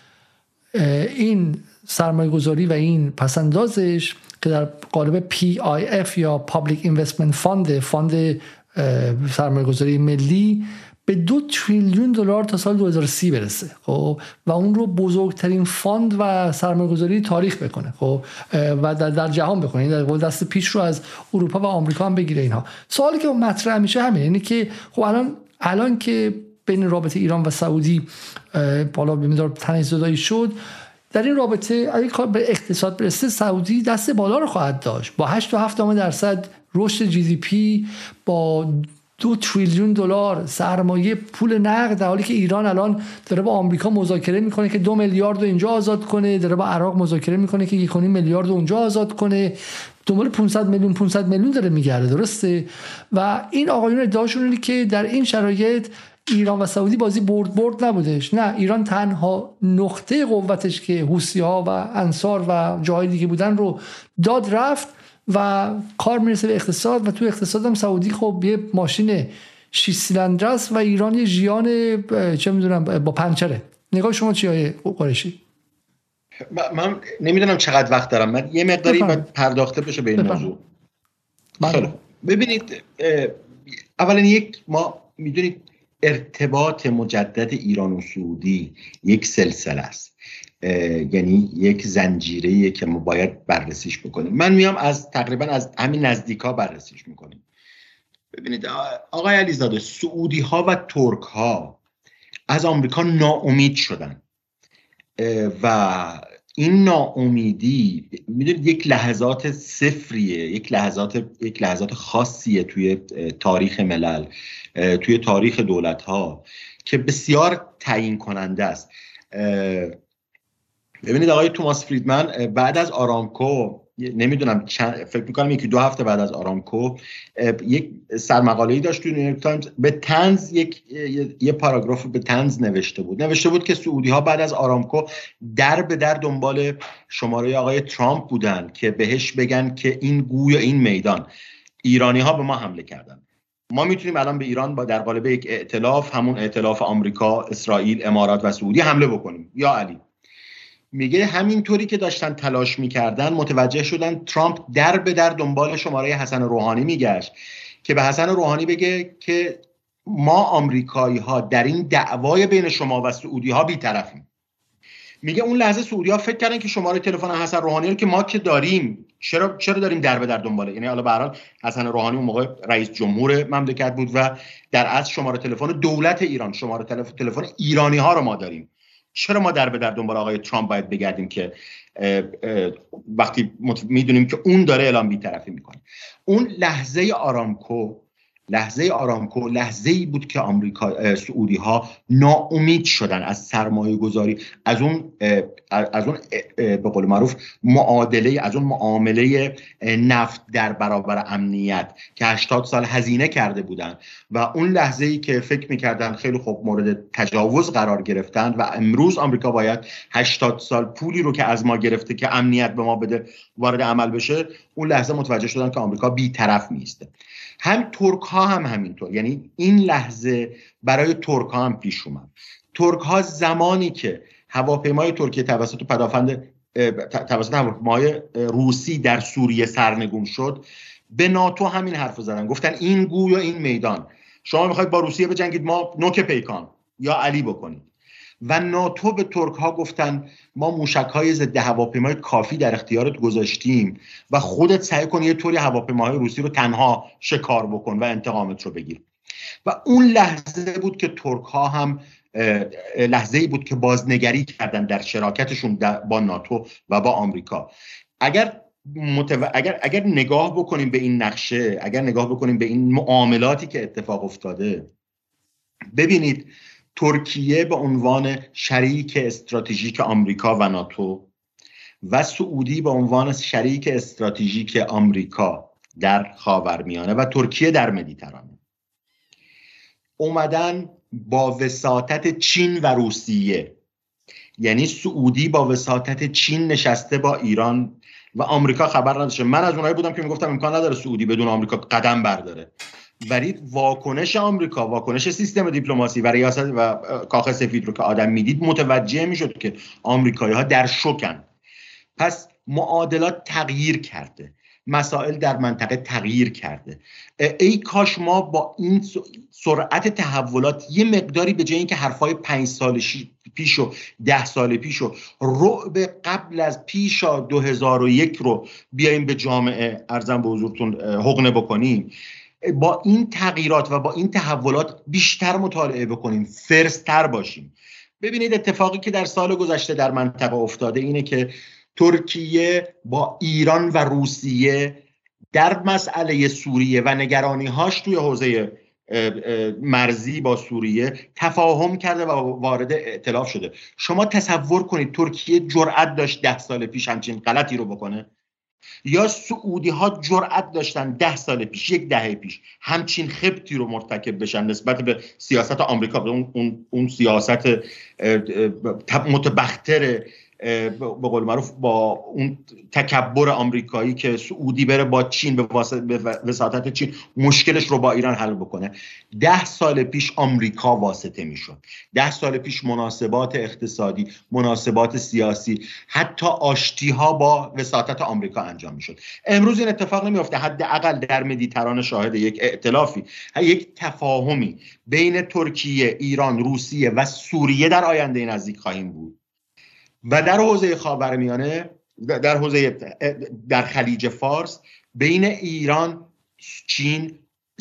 این سرمایه گذاری و این پسندازش که در قالب PIF یا Public Investment فاند سرمایه گذاری ملی به 2 تریلیون دلار تا سال 2030 برسه. خب و اون رو بزرگترین فاند و سرمایه گذاری تاریخ بکنه، خب و در جهان بکنه، در قول دست پیش رو از اروپا و آمریکا هم بگیره. اینها سوالی که مطرح میشه همین، یعنی که خب الان که بین رابطه ایران و سعودی بالا به مقدار تنش شد، در این رابطه اگه کار به اقتصاد برسه سعودی دست بالا رو خواهد داشت با 8.7% رشد جی دی پی، با 2 تریلیون دلار سرمایه پول نقد، در حالی که ایران الان داره با آمریکا مذاکره میکنه که 2 میلیارد رو اینجا آزاد کنه، داره با عراق مذاکره میکنه که 1.5 میلیارد رو اونجا آزاد کنه، دنبال 500 میلیون داره میگرده، درسته؟ و این آقایون ادعاشون اینه که در این شرایط ایران و سعودی بازی برد نبودش. نه، ایران تنها نقطه قوتش که حوثی‌ها و انصار و جاهای دیگه بودن رو داد رفت و کار میرسه به اقتصاد و تو اقتصاد هم سعودی خب یه ماشین 6 سیلندر است و ایران یه ژیان چه میدونم با پنچره. نگاه شما چیه آقای قریشی؟ من نمیدونم چقدر وقت دارم، من یه مقداری پرداخته بشه به این موضوع. ببینید، اولا ما میدونید ارتباط مجدد ایران و سعودی یک سلسله است، یعنی یک زنجیره‌ایه که ما باید بررسیش بکنیم. من میام از تقریبا از همین نزدیکا بررسیش میکنیم. ببینید آقای علیزاده، سعودی ها و ترک ها از آمریکا ناامید شدن و این ناامیدی میدونید یک لحظات صفریه، یک لحظات خاصیه توی تاریخ ملل، توی تاریخ دولت ها که بسیار تعیین کننده است. ببینید آقای توماس فریدمن بعد از آرامکو، نمیدونم فکر میکنم 1-2 هفته بعد از آرامکو، یک سرمقاله‌ای داشت تو نیویورک تایمز به طنز، یه پاراگراف به طنز نوشته بود که سعودی ها بعد از آرامکو در به در دنبال شماره آقای ترامپ بودن که بهش بگن که این گوی و این میدان ایرانی ها به ما حمله کردن. ما میتونیم الان به ایران با در قالب یک ائتلاف، همون ائتلاف آمریکا، اسرائیل، امارات و سعودی حمله بکنیم. یا علی میگه همینطوری که داشتن تلاش میکردن متوجه شدن ترامپ در به در دنبال شماره حسن روحانی میگشت که به حسن روحانی بگه که ما آمریکایی ها در این دعوای بین شما و سعودی ها بی‌طرفیم. میگه اون لحظه سعودی ها فکر کردن که شماره تلفن حسن روحانی رو که ما که داریم چرا داریم در به در دنباله. یعنی حالا به هر حال حسن روحانی اون موقع رئیس جمهور مملکت بود و در اصل شماره تلفن دولت ایران، شماره تلفن ایرانی ها رو ما داریم. چرا ما در به در دنبال آقای ترامپ باید بگردیم که وقتی میدونیم که اون داره اعلام بی‌طرفی میکنه. اون لحظه آرامکو لحظه‌ای بود که سعودی ها ناامید شدن از سرمایه گذاری، از اون به قول معروف معامله نفت در برابر امنیت که 80 سال هزینه کرده بودن و اون لحظه‌ای که فکر می‌کردن خیلی خوب مورد تجاوز قرار گرفتن و امروز آمریکا باید 80 سال پولی رو که از ما گرفته که امنیت به ما بده وارد عمل بشه، اون لحظه متوجه شدن که آمریکا بی‌طرف نیست. هم ترک ها هم همینطور. یعنی این لحظه برای ترک ها هم پیش اومد. ترک ها زمانی که هواپیمای ترکیه توسط هواپیمای روسی در سوریه سرنگون شد، به ناتو همین حرف زدن، گفتن این گوی و این میدان، شما میخواید با روسیه بجنگید، ما نوک پیکان یا علی بکنید. و ناتو به ترک ها گفتن ما موشک‌های ضد هواپیمای کافی در اختیارت گذاشتیم و خودت سعی کن یه طوری هواپیماهای روسی رو تنها شکار بکن و انتقامت رو بگیر. و اون لحظه بود که ترک ها هم لحظه‌ای بود که بازنگری کردن در شراکتشون با ناتو و با آمریکا. اگر نگاه بکنیم به این نقشه، اگر نگاه بکنیم به این معاملاتی که اتفاق افتاده، ببینید ترکیه به عنوان شریک استراتژیک آمریکا و ناتو و سعودی به عنوان شریک استراتژیک آمریکا در خاورمیانه و ترکیه در مدیترانه اومدن با وساطت چین و روسیه، یعنی سعودی با وساطت چین نشسته با ایران و آمریکا خبر نداشته. من از اونایی بودم که میگفتم امکان نداره سعودی بدون آمریکا قدم برداره. ولی واکنش آمریکا، واکنش سیستم دیپلماسی و ریاست و کاخ سفید رو که آدم میدید متوجه میشد که آمریکایی ها در شوکن. پس معادلات تغییر کرده، مسائل در منطقه تغییر کرده. ای کاش ما با این سرعت تحولات یه مقداری به جای اینکه حرفای 5 سال پیش و 10 سال پیش و رعب قبل از پیشا 2001 رو بیایم به جامعه ارزم به حضورتون حقنه بکنیم، با این تغییرات و با این تحولات بیشتر مطالعه بکنیم، فرستر باشیم. ببینید اتفاقی که در سال گذشته در منطقه افتاده اینه که ترکیه با ایران و روسیه در مسئله سوریه و نگرانی‌هاش توی حوزه مرزی با سوریه تفاهم کرده و وارد ائتلاف شده. شما تصور کنید ترکیه جرأت داشت 10 سال پیش همچین غلطی رو بکنه؟ یا سعودی ها جرأت داشتن 10 سال پیش، یک دهه پیش همچین خبتی رو مرتکب بشن نسبت به سیاست آمریکا، به اون سیاست متبختر به قول معروف با اون تکبر آمریکایی که سعودی بره با چین به وساطت چین مشکلش رو با ایران حل بکنه. 10 سال پیش آمریکا واسطه میشد. 10 سال پیش مناسبات اقتصادی، مناسبات سیاسی، حتی آشتی ها با وساطت آمریکا انجام میشد. امروز این اتفاق نمیفته. حداقل در مدیترانه شاهد یک ائتلافی، یک تفاهمی بین ترکیه، ایران، روسیه و سوریه در آینده نزدیک خواهیم بود. و در حوزه خاورمیانه، در خلیج فارس بین ایران، چین،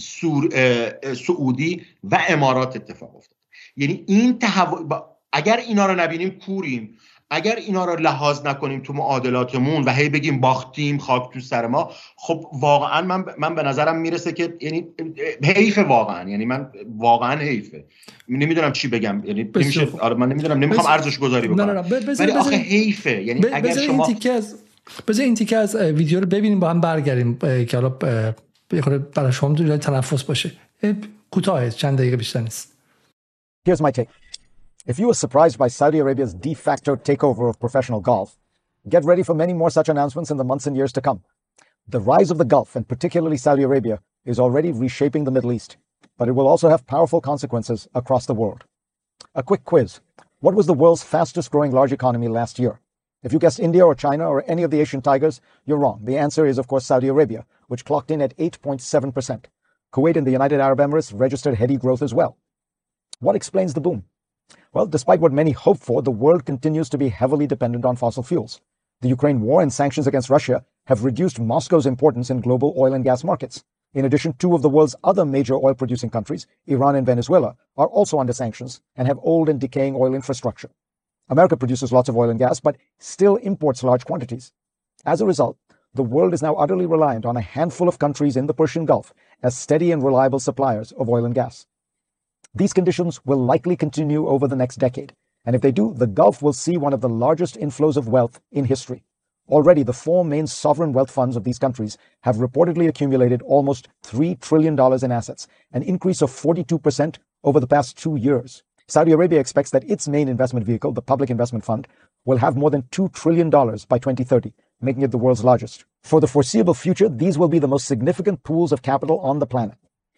سعودی و امارات اتفاق افتاد. یعنی این اگر اینا رو نبینیم کوریم، اگر اینا رو لحاظ نکنیم تو معادلاتمون و هی بگیم باختیم خاک تو سر ما، خب واقعا من به نظرم میرسه که یعنی حیفه واقعا، یعنی من واقعا حیفه، نمیدونم چی بگم، یعنی نمیشه، من نمیدونم، نمیخوام ارزش گذاری بکنم، ولی آخه حیفه. یعنی اگر شما بذار این تیکه از ویدیو رو ببینیم با هم برگردیم که حالا یه خورده برای شما تو تنفس باشه، کوتاه، چند دقیقه بیشتر نیست. Here's my take. If you were surprised by Saudi Arabia's de facto takeover of professional golf, get ready for many more such announcements in the months and years to come. The rise of the Gulf, and particularly Saudi Arabia, is already reshaping the Middle East, but it will also have powerful consequences across the world. A quick quiz. What was the world's fastest growing large economy last year? If you guessed India or China or any of the Asian tigers, you're wrong. The answer is, of course, Saudi Arabia, which clocked in at 8.7%. Kuwait and the United Arab Emirates registered heady growth as well. What explains the boom? Well, despite what many hope for, the world continues to be heavily dependent on fossil fuels. The Ukraine war and sanctions against Russia have reduced Moscow's importance in global oil and gas markets. In addition, two of the world's other major oil-producing countries, Iran and Venezuela, are also under sanctions and have old and decaying oil infrastructure. America produces lots of oil and gas, but still imports large quantities. As a result, the world is now utterly reliant on a handful of countries in the Persian Gulf as steady and reliable suppliers of oil and gas. These conditions will likely continue over the next decade, and if they do, the Gulf will see one of the largest inflows of wealth in history. Already, the four main sovereign wealth funds of these countries have reportedly accumulated almost $3 trillion in assets, an increase of 42% over the past 2 years. Saudi Arabia expects that its main investment vehicle, the Public Investment Fund, will have more than $2 trillion by 2030, making it the world's largest. For the foreseeable future, these will be the most significant pools of capital on the planet.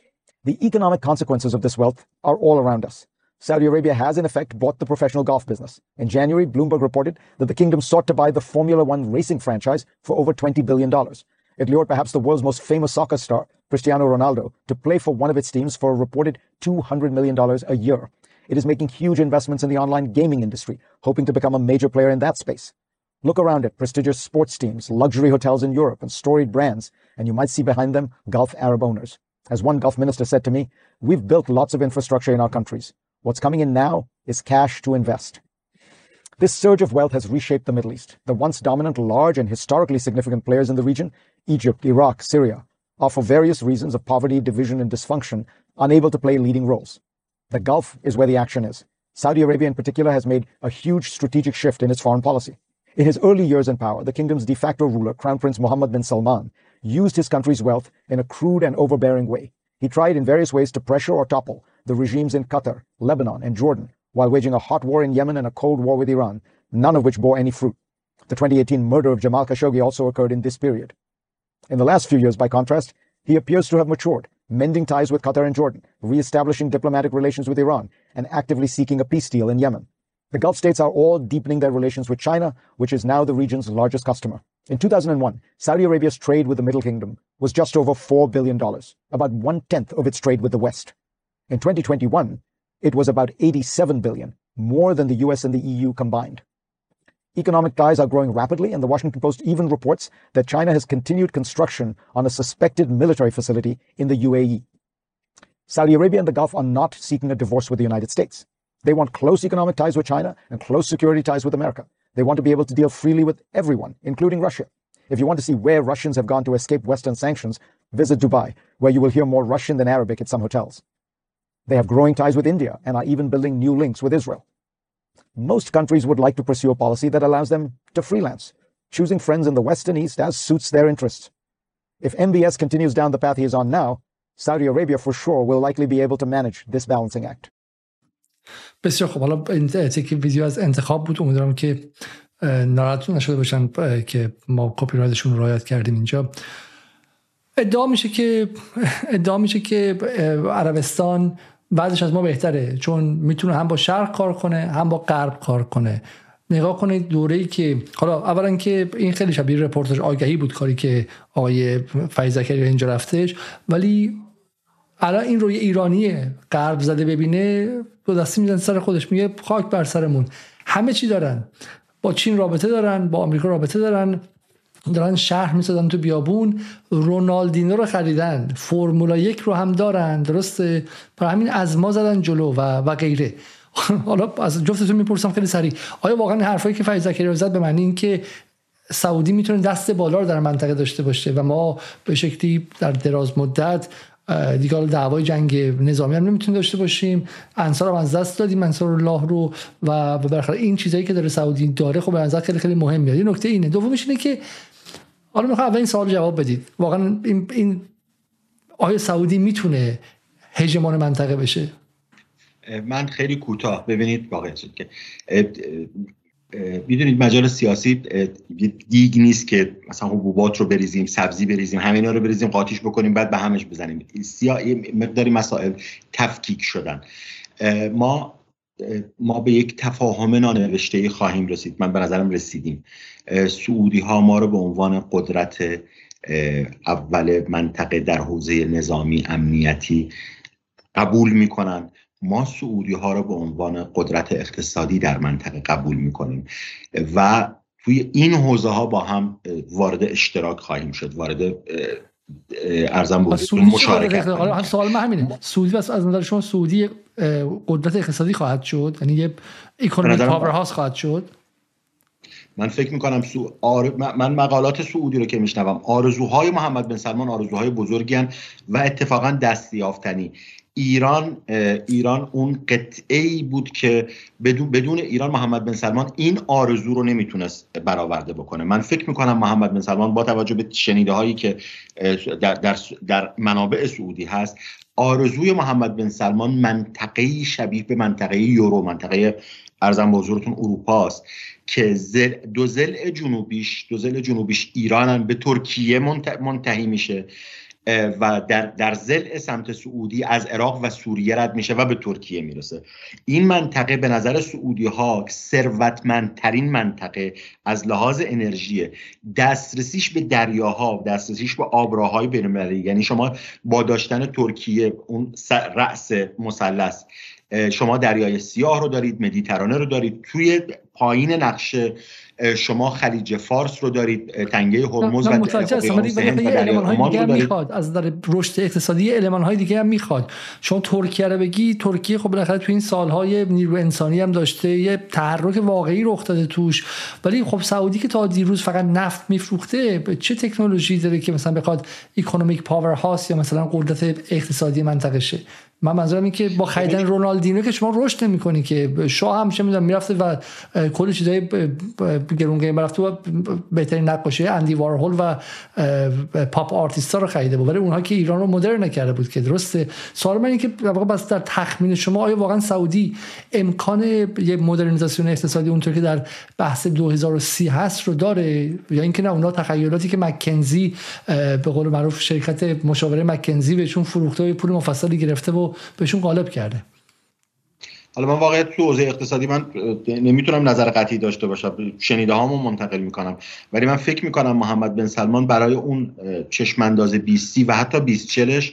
The economic consequences of this wealth are all around us. Saudi Arabia has, in effect, bought the professional golf business. In January, Bloomberg reported that the kingdom sought to buy the Formula One racing franchise for over $20 billion. It lured perhaps the world's most famous soccer star, Cristiano Ronaldo, to play for one of its teams for a reported $200 million a year. It is making huge investments in the online gaming industry, hoping to become a major player in that space. Look around at prestigious sports teams, luxury hotels in Europe, and storied brands, and you might see behind them Gulf Arab owners. As one Gulf minister said to me, "We've built lots of infrastructure in our countries. What's coming in now is cash to invest." This surge of wealth has reshaped the Middle East. The once dominant, large, and historically significant players in the region, Egypt, Iraq, Syria, are for various reasons of poverty, division, and dysfunction unable to play leading roles. The Gulf is where the action is. Saudi Arabia in particular has made a huge strategic shift in its foreign policy. In his early years in power, the kingdom's de facto ruler, Crown Prince Mohammed bin Salman, used his country's wealth in a crude and overbearing way. He tried in various ways to pressure or topple the regimes in Qatar, Lebanon, and Jordan, while waging a hot war in Yemen and a cold war with Iran, none of which bore any fruit. The 2018 murder of Jamal Khashoggi also occurred in this period. In the last few years, by contrast, he appears to have matured, mending ties with Qatar and Jordan, re-establishing diplomatic relations with Iran, and actively seeking a peace deal in Yemen. The Gulf states are all deepening their relations with China, which is now the region's largest customer. In 2001, Saudi Arabia's trade with the Middle Kingdom was just over $4 billion, about 1/10 of its trade with the West. In 2021, it was about $87 billion, more than the US and the EU combined. Economic ties are growing rapidly, and the Washington Post even reports that China has continued construction on a suspected military facility in the UAE. Saudi Arabia and the Gulf are not seeking a divorce with the United States. They want close economic ties with China and close security ties with America. They want to be able to deal freely with everyone, including Russia. If you want to see where Russians have gone to escape Western sanctions, visit Dubai, where you will hear more Russian than Arabic at some hotels. They have growing ties with India and are even building new links with Israel. Most countries would like to pursue a policy that allows them to freelance, choosing friends in the West and East as suits their interests. If MBS continues down the path he is on now, Saudi Arabia for sure will likely be able to manage this balancing act. بسیار خب، حالا این تیک ویدیو از انتخاب بود. امیدوارم که ناراحت نشده باشن که ما کپی رایتشون رو رعایت کردیم اینجا. ادعا میشه که عربستان بعضش از ما بهتره، چون میتونه هم با شرق کار کنه هم با غرب کار کنه. نگاه کنید دوره‌ای که حالا اولا که این خیلی شبیه رپورتاژ آگهی بود کاری که آقای فیض زکریا اینجا رفتش، ولی الان این روی ایرانی غرب زده ببینه دو دستی میزنه سر خودش، میگه خاک بر سرمون. همه چی دارن، با چین رابطه دارن، با آمریکا رابطه دارن شهر میسازن تو بیابون، رونالدینو رو خریدن، فرمولا 1 رو هم دارن، درسته؟ برای همین از ما زدن جلو و غیره. حالا از جفتتون میپرسم خیلی سریع، آیا واقعا حرفایی که فیض زکریا زد به معنی این که سعودی میتونه دست بالا رو در منطقه داشته باشه و ما به شکلی در دراز مدت دیگه دعوای جنگ نظامی هم نمیتونیم داشته باشیم، انصار هم از دست دادیم، انصار الله رو و بالاخره این چیزایی که داره سعودی داره خب به نظر خیلی خیلی مهمه. این نکته اینه. دومیش اینه که حالا میخوام اول این سوال جواب بدید، واقعا این آیا سعودی میتونه هژمون منطقه بشه؟ من خیلی کوتاه ببینید واقعا که میدونید مجال سیاسی دیگ نیست که مثلا حبوبات رو بریزیم، سبزی بریزیم، همه اینا رو بریزیم قاطیش بکنیم بعد به همش بزنیم. مقداری مسائل تفکیک شدن. ما به یک تفاهم نانوشته‌ای خواهیم رسید. من به نظرم رسیدیم. سعودی ها ما رو به عنوان قدرت اول منطقه در حوزه نظامی امنیتی قبول میکنن. ما سعودی ها رو به عنوان قدرت اقتصادی در منطقه قبول میکنیم و توی این حوزه ها با هم وارد اشتراک خواهیم شد، وارد ارزم بزرگتون مشارکت خواهیم کرد. سوال من همینه، سعودی از نظر شما سعودی قدرت اقتصادی خواهد شد؟ یعنی یه اکونومیک پاور هاوس خواهد شد؟ من فکر میکنم من مقالات سعودی رو که میشنوم آرزوهای محمد بن سلمان آرزوهای بزرگی هستند و اتفاقا دستیافتنی. ایران اون قطعه‌ای بود که بدون ایران محمد بن سلمان این آرزو رو نمیتونست برآورده بکنه. من فکر میکنم محمد بن سلمان با توجه به شنیده هایی که در منابع سعودی هست، آرزوی محمد بن سلمان منطقه‌ای شبیه به منطقه یورو، منطقه ارزم به حضورتون اروپا است که دو ضلع جنوبیش ایرانن، به ترکیه منتهی میشه و در ضلع سمت سعودی از عراق و سوریه رد میشه و به ترکیه میرسه. این منطقه به نظر سعودی ها ثروتمندترین منطقه از لحاظ انرژی، دسترسیش به دریاها، دسترسیش به آبراهای بین‌المللی. یعنی شما با داشتن ترکیه اون رأس مثلث، شما دریای سیاه رو دارید، مدیترانه رو دارید، توی پایین نقشه شما خلیج فارس رو دارید، تنگه هرمز و اقیانوس هند و دریای عمان رو دارید. از نظر رشد اقتصادی المان‌های دیگه هم میخواد. شما ترکیه رو بگی، ترکیه خب بالاخره تو این سالهای نیرو انسانی هم داشته، یه تحرک واقعی رخ داده توش. ولی خب سعودی که تا دیروز فقط نفت میفروخته، چه تکنولوژی داره که مثلا بخواد اکونومیک پاور هاوس یا مثلا قدرت اقتصادی منطقه شه؟ من منظورم این که با خریدن رونالدینو که شما رشد نمی‌کنی، که شاه هم چه می‌دونم میرفته و کلی چیزای گرونگیر برفته و بهترین نقاشی اندی وارهول و پاپ آرتیستا رو خریده بود، ولی اونها که ایران رو مدرن نکرده بود. که درسته. سوال من این که واقعا بس در تخمین شما آیا واقعا سعودی امکان یه مدرنیزاسیون اقتصادی اونطور که در بحث 2030 هست رو داره، یا اینکه نه اونها تخیلاتی که مکنزی به قول معروف شرکت مشاوره مکنزی بهشون فروخته و پول مفصلی گرفته و بهشون غالب کرده؟ حالا من واقعا تو حوزه اقتصادی من نمیتونم نظر قطعی داشته باشم، شنیده هامو منتقل میکنم، ولی من فکر میکنم محمد بن سلمان برای اون چشم انداز 2030 و حتی 2040ش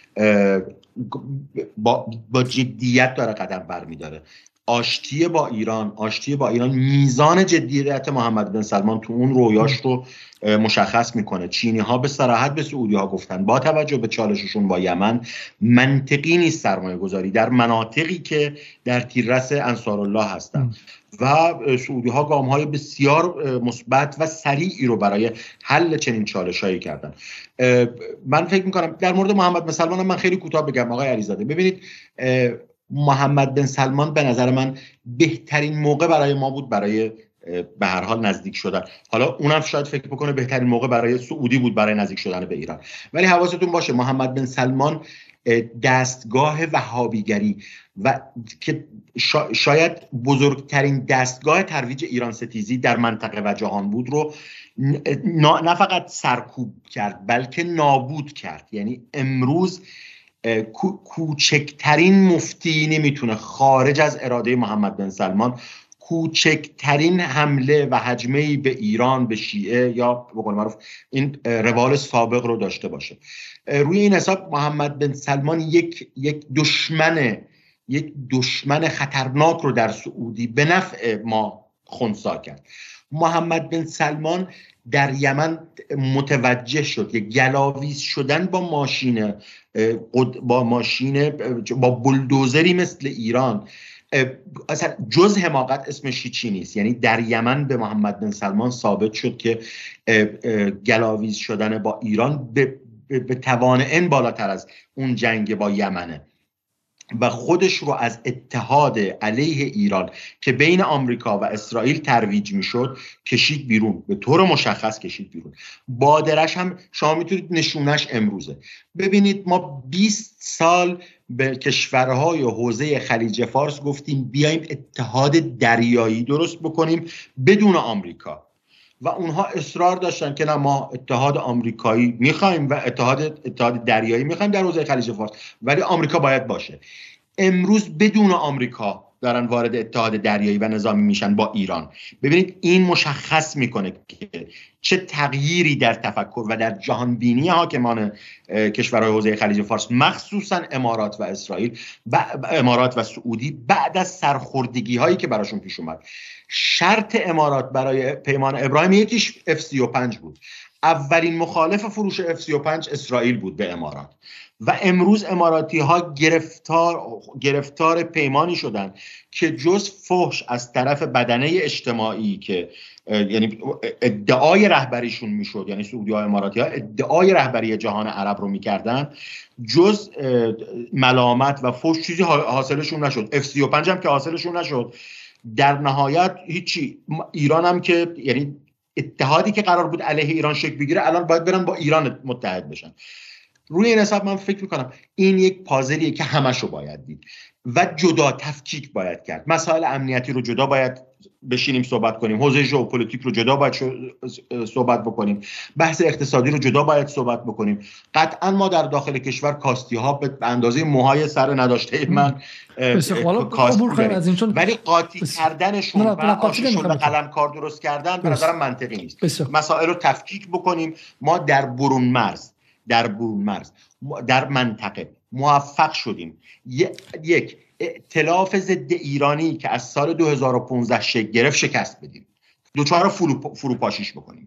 با جدیت داره قدم برمیداره. آشتی با ایران میزان جدیت محمد بن سلمان تو اون رویاش رو مشخص میکنه. چینی ها به صراحت به سعودی ها گفتن با توجه به چالششون با یمن منطقی نیست سرمایه گذاری در مناطقی که در تیررس انصارالله هستن و سعودی ها گام های بسیار مثبت و سریعی رو برای حل چنین چالش هایی کردن. من فکر میکنم در مورد محمد بن سلمان من خیلی کوتاه بگم آقای علیزاده. ببینید محمد بن سلمان به نظر من بهترین موقع برای ما بود برای به هر حال نزدیک شدن. حالا اونم شاید فکر بکنه بهترین موقع برای سعودی بود برای نزدیک شدن به ایران، ولی حواستون باشه محمد بن سلمان دستگاه وهابیگری و که شاید بزرگترین دستگاه ترویج ایران ستیزی در منطقه و جهان بود رو نه فقط سرکوب کرد بلکه نابود کرد. یعنی امروز کوچکترین مفتی نمیتونه خارج از اراده محمد بن سلمان کوچکترین حمله و هجمه‌ای به ایران، به شیعه یا به قول معروف این روال سابق رو داشته باشه. روی این حساب محمد بن سلمان یک دشمن خطرناک رو در سعودی به نفع ما خنثی کرد. محمد بن سلمان در یمن متوجه شد یک گلاویز شدن با بلدوزری مثل ایران اصلا جز حماقت اسمش چی نیست. یعنی در یمن به محمد بن سلمان ثابت شد که گلاویز شدن با ایران به توان ان بالاتر از اون جنگ با یمنه. و خودش رو از اتحاد علیه ایران که بین آمریکا و اسرائیل ترویج میشد کشید بیرون، به طور مشخص کشید بیرون. بادرش هم شما میتونید نشونش امروزه. ببینید ما 20 سال به کشورهای حوزه خلیج فارس گفتیم بیایم اتحاد دریایی درست بکنیم بدون آمریکا و اونها اصرار داشتن که نه ما اتحاد آمریکایی میخوایم و اتحاد دریایی میخوایم در حوزه خلیج فارس، ولی آمریکا باید باشه. امروز بدون آمریکا دارن وارد اتحاد دریایی و نظامی میشن با ایران. ببینید این مشخص میکنه که چه تغییری در تفکر و در جهان بینی حاکمان کشورهای حوزه خلیج فارس، مخصوصا امارات و اسرائیل امارات و سعودی، بعد از سرخوردگی هایی که براشون پیش اومد. شرط امارات برای پیمان ابراهیم یکیش F-35 بود. اولین مخالف فروش F-35 اسرائیل بود به امارات و امروز اماراتی ها گرفتار پیمانی شدن که جز فحش از طرف بدنه اجتماعی که یعنی ادعای رهبریشون میشد، یعنی سعودی ها اماراتی ها ادعای رهبری جهان عرب رو میکردن، جز ملامت و فحش چیزی حاصلشون نشد. F-35 هم که حاصلشون نشد. در نهایت هیچی. ایران هم که یعنی اتحادی که قرار بود علیه ایران شکل بگیره الان باید برن با ایران متحد بشن. روی این حساب من فکر میکنم این یک پازلیه که همشو باید دید و جدا تفکیک باید کرد. مسائل امنیتی رو جدا باید بشینیم صحبت کنیم، حوزه ژئوپلیتیک رو جدا باید صحبت بکنیم، بحث اقتصادی رو جدا باید صحبت بکنیم. قطعا ما در داخل کشور کاستی ها به اندازه موهای سر نداشته من کاستی داریم، ولی قاطی کردنشون و آشی شده قلم کار درست کردن به نظرم منطقی نیست. مسائل رو تفکیک بکنیم. ما در برون مرز در منطقه موفق شدیم یک ائتلاف ضد ایرانی که از سال 2015 شکل گرفت شکست بدیم، دوچار فروپاشیش بکنیم.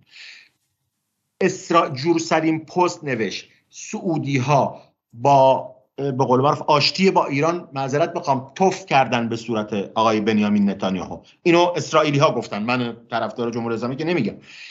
جورسلیم پست نوشت سعودی ها با به قول معروف آشتی با ایران معذرت بخوام توف کردن به صورت آقای بنیامین نتانیاهو. اینو اسرائیلی ها گفتن، من طرفدار جمهوری اسلامی که نمیگم.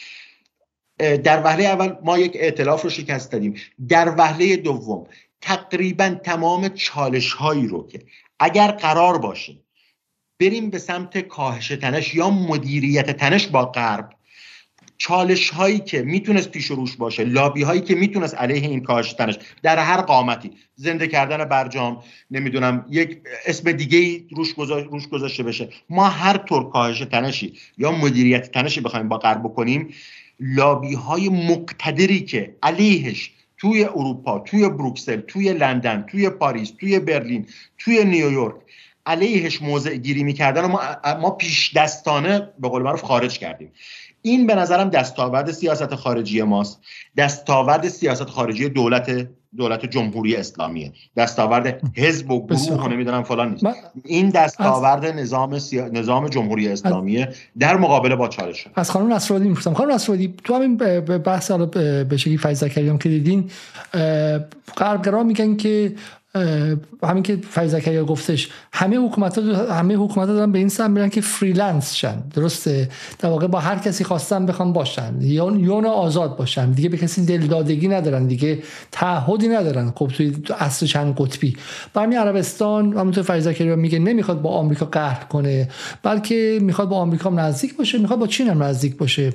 در وهله اول ما یک ائتلاف رو شکست دادیم. در وهله دوم تقریبا تمام چالش هایی رو که اگر قرار باشه بریم به سمت کاهش تنش یا مدیریت تنش با غرب، چالش هایی که میتونست پیش روش باشه، لابی هایی که میتونست علیه این کاهش تنش در هر قامتی، زنده کردن برجام، نمیدونم یک اسم دیگه روش گذاشته بشه، ما هر طور کاهش تنشی یا مدیریت تنشی بخوایم با غرب بکنیم، لابی های مقتدری که علیهش توی اروپا، توی بروکسل، توی لندن، توی پاریس، توی برلین، توی نیویورک علیهش موضع گیری میکردن و ما پیش دستانه به قول معروف خارج کردیم. این به نظرم دستاورد سیاست خارجی ماست، دستاورد سیاست خارجی دولت جمهوری اسلامیه، دستاورد حزب و گروه نمیدونم فلان نیست. این دستاورد نظام جمهوری اسلامیه در مقابله با چالش. از خانم نصرالدی میپرسم. خانم نصرالدی، تو همین بحث حالا به شکلی فیض زکریان که دیدین، غربگرا میگن که همین که فیض زکریا گفتش، همه حکومت‌ها دارن به این سمت میرن که فریلنس شن، درسته؟ در واقع با هر کسی خواستن بخوام باشن یا آزاد باشن، دیگه به کسی دلدادگی ندارن، دیگه تعهدی ندارن. خب توی عصر چند قطبی برمی عربستان همونطور فیض زکریا میگه نمیخواد با آمریکا قهر کنه، بلکه میخواد با آمریکا نزدیک باشه، میخواد با چین هم نزدیک باشه.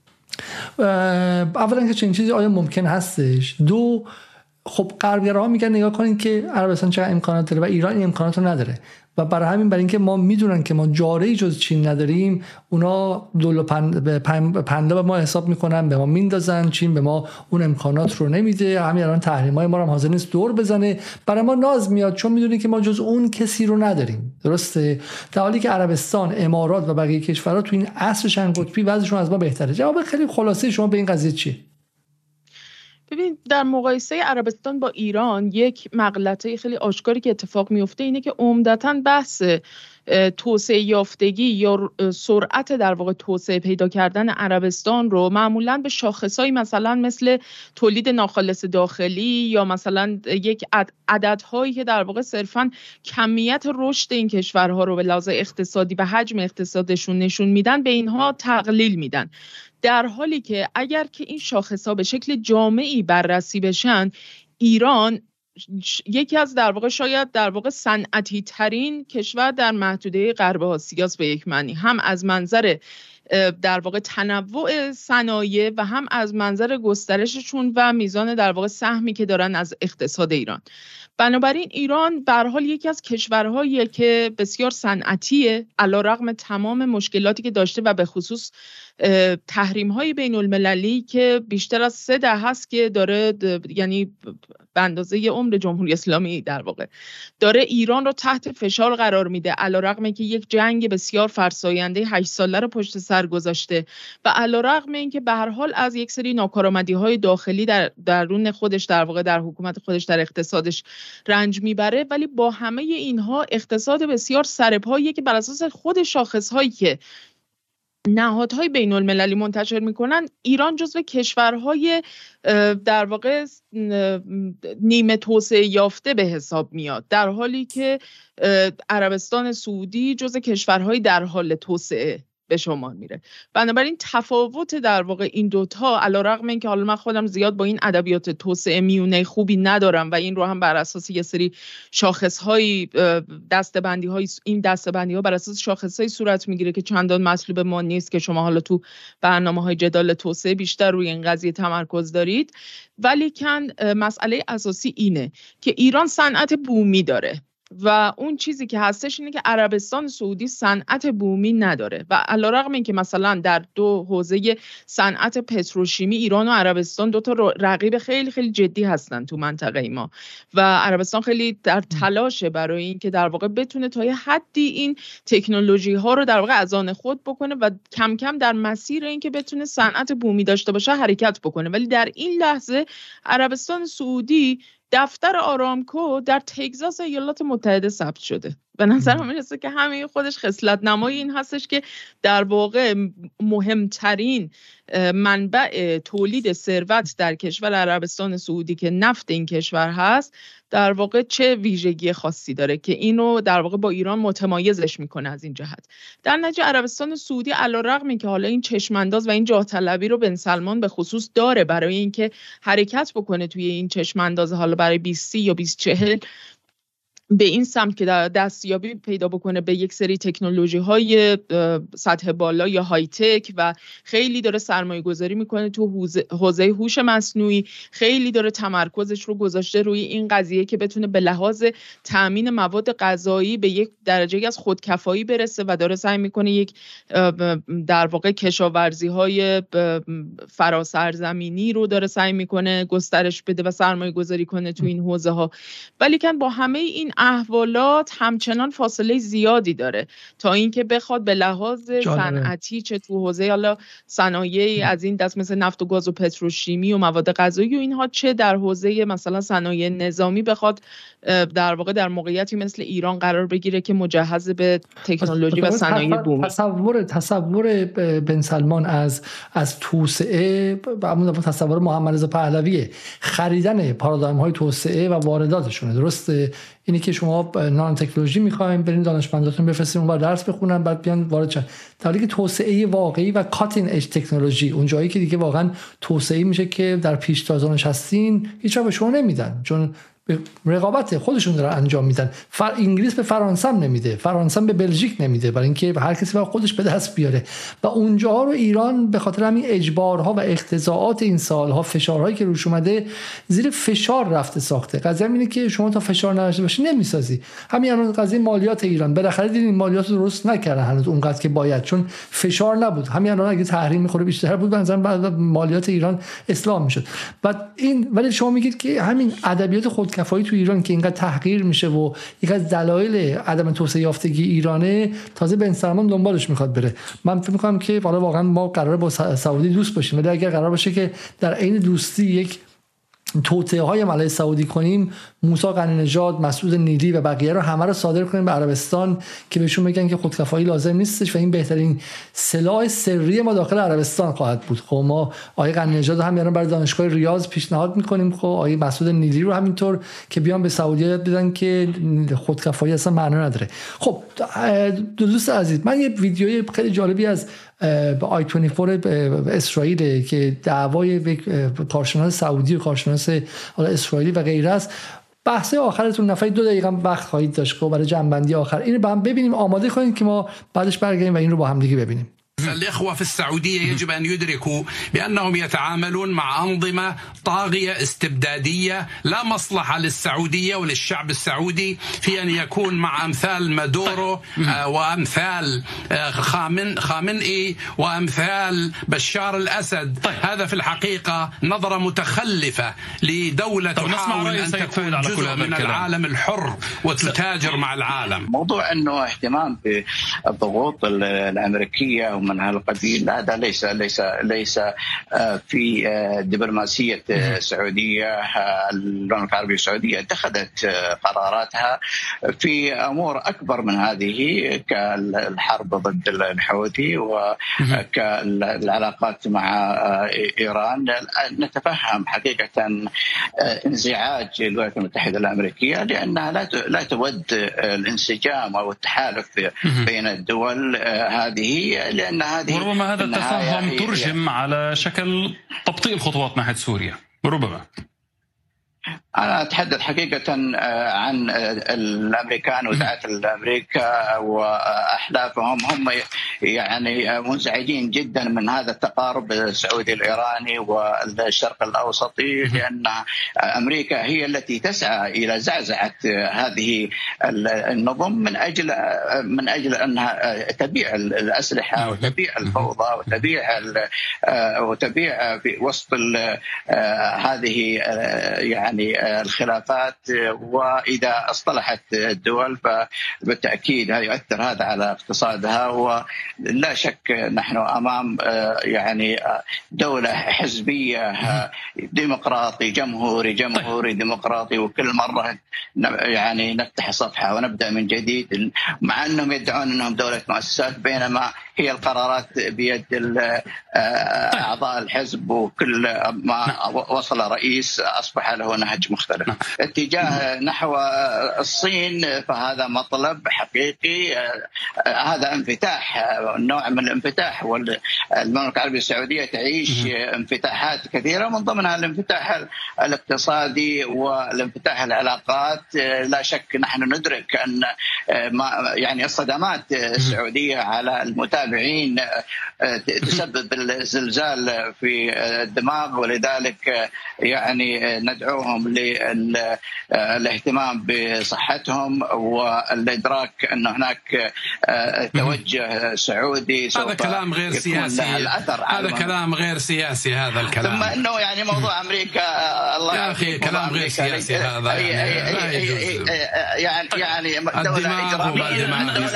اولا که چنین چیزی آیا ممکن هستش؟ دو، خب غربگراها میگن نگاه کنید که عربستان چقدر امکانات داره و ایران این امکانات رو نداره و برای همین، برای اینکه ما میدونن که ما جاره‌ای جز چین نداریم، اونا دل و پنده به ما حساب میکنن، به ما میندازن. چین به ما اون امکانات رو نمیده، همین الان تحریم‌های ما رو هم حاضر نیست دور بزنه، برای ما ناز میاد چون میدونی که ما جز اون کسی رو نداریم، درسته؟ در حالی که عربستان، امارات و بقیه کشورها تو این عصر چند قطبی وضعشون از ما بهتره. جواب خیلی خلاصه شما به این قضیه چیه؟ ببین، در مقایسه عربستان با ایران یک مغلطه خیلی آشکاری که اتفاق میفته اینه که عمدتاً بحث توسعه یافتگی یا سرعت در واقع توسعه پیدا کردن عربستان رو معمولاً به شاخصایی مثلا مثل تولید ناخالص داخلی یا مثلا یک عددهایی که در واقع صرفاً کمیت رشد این کشورها رو به لحاظ اقتصادی و حجم اقتصادشون نشون میدن، به اینها تقلیل میدن. در حالی که اگر که این شاخص‌ها به شکل جامعی بررسی بشن، ایران یکی از در واقع شاید در واقع صنعتی ترین کشور در محدوده غرب آسیاست به یک معنی، هم از منظر در واقع تنوع صنایع و هم از منظر گسترششون و میزان در واقع سهمی که دارن از اقتصاد ایران. بنابراین ایران به هر حال یکی از کشورهاییه که بسیار صنعتیه، علیرغم تمام مشکلاتی که داشته و به خصوص تحریم‌های بین‌المللی که بیشتر از 3 دهه هست که داره، یعنی به اندازه عمر جمهوری اسلامی در واقع داره ایران رو تحت فشار قرار میده، علیرغم که یک جنگ بسیار فرساینده 8 ساله رو پشت سر گذاشته و علیرغم اینکه به هر حال از یک سری ناکارآمدی‌های داخلی در درون خودش در واقع در حکومت خودش در اقتصادش رنج میبره، ولی با همه اینها اقتصاد بسیار سرپاییه که بر اساس خود شاخص‌هایی که نهادهای بین المللی منتشر میکنن ایران جزو کشورهای در واقع نیمه توسعه یافته به حساب میاد، در حالی که عربستان سعودی جزو کشورهای در حال توسعه به شما میره. بنابراین تفاوت در واقع این دوتا، علیرغم اینکه حالا من خودم زیاد با این ادبیات توسعه میونه خوبی ندارم و این رو هم بر اساس یه سری شاخص‌های دسته‌بندی‌های این دسته‌بندی‌ها بر اساس شاخص‌های صورت میگیره که چندان مطلوب ما نیست که شما حالا تو برنامه‌های جدال توسعه بیشتر روی این قضیه تمرکز دارید، ولی مسئله اساسی اینه که ایران صنعت بومی داره و اون چیزی که هستش اینه که عربستان سعودی صنعت بومی نداره و علیرغم اینکه مثلا در 2 حوزه صنعت پتروشیمی ایران و عربستان 2 تا رقیب خیلی خیلی جدی هستن تو منطقه ما و عربستان خیلی در تلاشه برای اینکه در واقع بتونه تا یه حدی این تکنولوژی ها رو در واقع از آن خود بکنه و کم کم در مسیر اینکه بتونه صنعت بومی داشته باشه حرکت بکنه. ولی در این لحظه عربستان سعودی دفتر آرامکو در تگزاس ایالات متحده ثبت شده. به نظر من میرسه که همه خودش خصلت نمای این هستش که در واقع مهمترین منبع تولید ثروت در کشور عربستان سعودی که نفت این کشور هست در واقع چه ویژگی خاصی داره که اینو در واقع با ایران متمایزش میکنه از این جهت. در نتیجه عربستان سعودی علیرغم اینکه حالا این چشمانداز و این جاه طلبی رو بن سلمان به خصوص داره برای اینکه حرکت بکنه توی این چشمانداز حالا برای 2030 یا 2040 به این سمت که دستیابی پیدا بکنه به یک سری تکنولوژی های سطح بالا یا های تک و خیلی داره سرمایه گذاری میکنه تو حوزه هوش مصنوعی، خیلی داره تمرکزش رو گذاشته روی این قضیه که بتونه به لحاظ تامین مواد غذایی به یک درجه از خودکفایی برسه و داره سعی میکنه یک در واقع کشاورزی های فراسرزمینی رو داره سعی میکنه گسترش بده و سرمایه گذاری کنه تو این حوزه ها. ولی کن با همه این احوالات همچنان فاصله زیادی داره تا اینکه بخواد به لحاظ صنعتی چه تو حوزه حالا صنایعی از این دست مثل نفت و گاز و پتروشیمی و مواد غذایی و اینها، چه در حوزه مثلا صنایع نظامی بخواد در واقع در موقعیتی مثل ایران قرار بگیره که مجهز به تکنولوژی و صنایع بومی. تصور بن سلمان از توسعه و همون تصور محمد رضا پهلویه، خریدن پارادایم های توسعه و وارداتشونه. درسته اینی که شما نان تکنولوژی می‌خواید برین دانشمنداتون بفرستین اونور درس بخونن بعد بیان وارد شن، در حالی که توسعه واقعی و کاتین اج تکنولوژی اون جایی که دیگه واقعا توسعه میشه که در پیشتازانش هستین هیچ به شما نمیدن، چون رقابت خودشون دارن انجام میدن. انگلیس به فرانسه هم نمیده، فرانسه به بلژیک نمیده، برای اینکه هر کسی باید خودش به دست بیاره و اونجاها رو ایران به خاطر همین اجبارها و اقتضاعات این سالها، فشارهایی که روش اومده، زیر فشار رفته ساخته. قضیه اینه که شما تا فشار نداشته باشی نمیسازی. همین الان قضیه مالیات ایران، بالاخره دیدین مالیات درست نکردن هنوز اونقدر که باید، چون فشار نبود. همین الان اگه تحریم میخوره بیشتر بود مثلا بعد مالیات ایران اصلاح میشد. ولی شما میگید که همین ادبیات خودکفایی تو ایران که اینقدر تحقیر میشه و یک از دلایل عدم توسعه یافتگی ایرانه، تازه بن سلمان دنبالش میخواد بره. من فکر میکنم که واقعا ما قراره با سعودی دوست باشیم، ولی اگر قرار باشه که در عین دوستی یک توطئه های ملای سعودی کنیم، موسی قنی نژاد، مسعود نیلی و بقیه رو همه رو صادر کنیم به عربستان که بهشون بگن که خودکفایی لازم نیستش و این بهترین سلاح سری ما داخل عربستان خواهد بود. خب ما آقای قنی نژاد هم میارن برای دانشگاه ریاض پیشنهاد میکنیم، خب آقای مسعود نیلی رو همینطور که بیان به سعودی یاد بدن که خودکفایی اصلا معنا نداره. خب دوست عزیز، من یه ویدیوی خیلی جالبی از I24 اسرائیل که دعوای کارشناس سعودی و کارشناس اسرائیلی و غیره است بحث آخرتون نفر 2 دقیقه وقت خواهید داشت که برای جنبندی آخر اینو با هم ببینیم، آماده کنید که ما بعدش برگردیم و این رو با هم دیگه ببینیم. الإخوة في السعودية يجب أن يدركوا بأنهم يتعاملون مع أنظمة طاغية استبدادية لا مصلحة للسعودية وللشعب السعودي في أن يكون مع أمثال مادورو وأمثال خامنئي وأمثال بشار الأسد. هذا في الحقيقة نظرة متخلفة لدولة تحاول أن تكون جزء من العالم الحر وتتاجر مع العالم. موضوع أنه اهتمام بالضغوط الأمريكية من هالقبيل هذا ليس في دبلوماسية السعودية. المملكة العربية السعودية اتخذت قراراتها في أمور أكبر من هذه كالحرب ضد الحوثي وكالعلاقات مع إيران. نتفهم حقيقة انزعاج الولايات المتحدة الأمريكية لأنها لا تود الانسجام أو التحالف بين الدول هذه، لأن وربما هذا التفاهم ترجم على شكل تبطيء الخطوات ناحية سوريا. ربما أنا أتحدث حقيقة عن الأمريكان وزعاة الأمريكا وأحلافهم، هم يعني منزعجين جدا من هذا التقارب السعودي الإيراني والشرق الأوسطي، لأن أمريكا هي التي تسعى إلى زعزعة هذه النظم من أجل أنها تبيع الأسلحة وتبيع الفوضى وتبيع في وسط هذه يعني الخلافات. وإذا اصطلحت الدول فبالتأكيد يؤثر هذا على اقتصادها، ولا شك نحن أمام يعني دولة حزبية ديمقراطي جمهوري ديمقراطي، وكل مرة يعني نفتح صفحة ونبدأ من جديد، مع أنهم يدعون أنهم دولة مؤسسات بينما هي القرارات بيد أعضاء الحزب، وكل ما وصل رئيس أصبح له نهج مختلف. اتجاه نحو الصين فهذا مطلب حقيقي، هذا انفتاح، نوع من الانفتاح، والمملكة العربية السعودية تعيش انفتاحات كثيرة من ضمنها الانفتاح الاقتصادي والانفتاح العلاقات. لا شك نحن ندرك أن يعني الصدمات السعودية على المتابعين تسبب الزلزال في الدماغ، ولذلك يعني ندعوهم للاهتمام بصحتهم والإدراك أن هناك توجه سعودي. هذا كلام غير سياسي، هذا كلام غير سياسي هذا الكلام. ثم أنه يعني موضوع أمريكا الله يا أخي كلام غير سياسي هذا، يعني دولة إجرامية،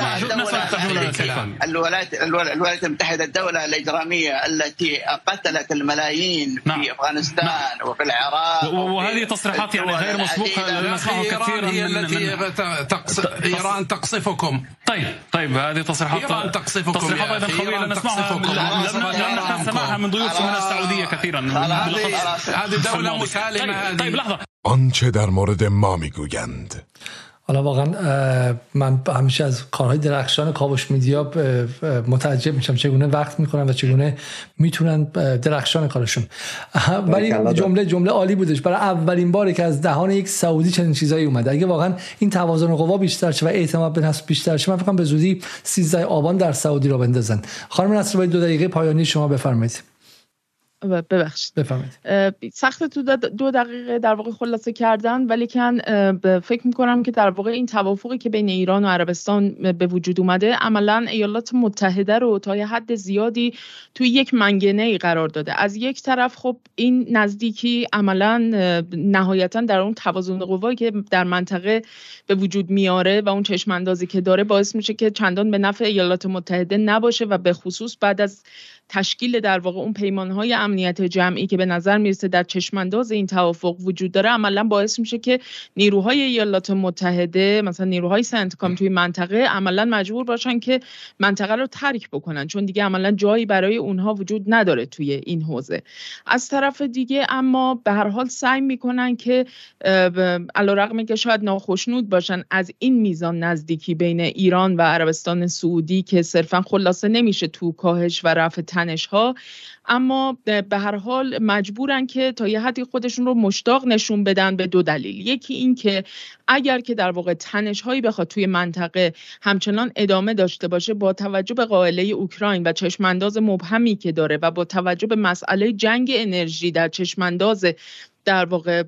الولايات المتحدة الدولة الإجرامية التي قتلت الملايين في أفغانستان وفي العراق، وهذه تصريحات يعني غير مسبوقة نسمعها كثيرا هي التي إيران تقصفكم. طيب هذه تصريحات أيضا قوية نسمعها لم نسمعها من ضيوف من السعودية كثيرا. هذه دولة مسالمة. طيب لحظة، آنچه در مورد ما میگویند. حالا واقعا من همیشه از کارهای درخشان کاوش میدیا متعجب میشم، چگونه وقت میکنن و چگونه میتونن درخشان کارشون. ولی جمله عالی بودش، برای اولین باری که از دهان یک سعودی چنین چیزایی اومده. اگه واقعا این توازن قوا بیشتر شه و اعتماد به نفس بیشتر شه، من فکر کنم به زودی 13 آبان در سعودی را بندازن. خانم نصرآبادی 2 دقیقه پایانی شما بفرمایید. ببخشید بفرمایید. سخت تو 2 دقیقه در واقع خلاصه کردن، ولی فکر میکنم که در واقع این توافقی که بین ایران و عربستان به وجود اومده عملا ایالات متحده رو تا یه حد زیادی توی یک منگنه‌ای قرار داده. از یک طرف خب این نزدیکی عملا نهایتا در اون توازن قوایی که در منطقه به وجود میاره و اون چشم اندازی که داره باعث میشه که چندان به نفع ایالات متحده نباشه و به خصوص بعد از تشکیل در واقع اون پیمانهای امنیت جمعی که به نظر میرسه در چشمانداز این توافق وجود داره، عملا باعث میشه که نیروهای ایالات متحده، مثلا نیروهای سنتکام توی منطقه، عملا مجبور باشن که منطقه رو ترک بکنن، چون دیگه عملا جایی برای اونها وجود نداره توی این حوزه. از طرف دیگه اما به هر حال سعی میکنن که علیرغم اینکه شاید ناخشنود باشن از این میزان نزدیکی بین ایران و عربستان سعودی که صرفا خلاصه نمیشه تو کاهش و رفع تنش‌ها، اما به هر حال مجبورن که تا یه حدی خودشون رو مشتاق نشون بدن به دو دلیل. یکی این که اگر که در واقع تنش‌هایی بخواد توی منطقه همچنان ادامه داشته باشه، با توجه به قائله اوکراین و چشمانداز مبهمی که داره و با توجه به مسئله جنگ انرژی در چشمانداز در واقع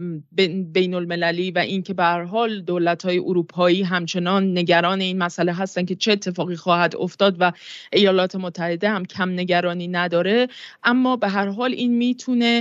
بین المللی و این که به هر حال دولت‌های اروپایی همچنان نگران این مسئله هستن که چه اتفاقی خواهد افتاد و ایالات متحده هم کم نگرانی نداره، اما به هر حال این میتونه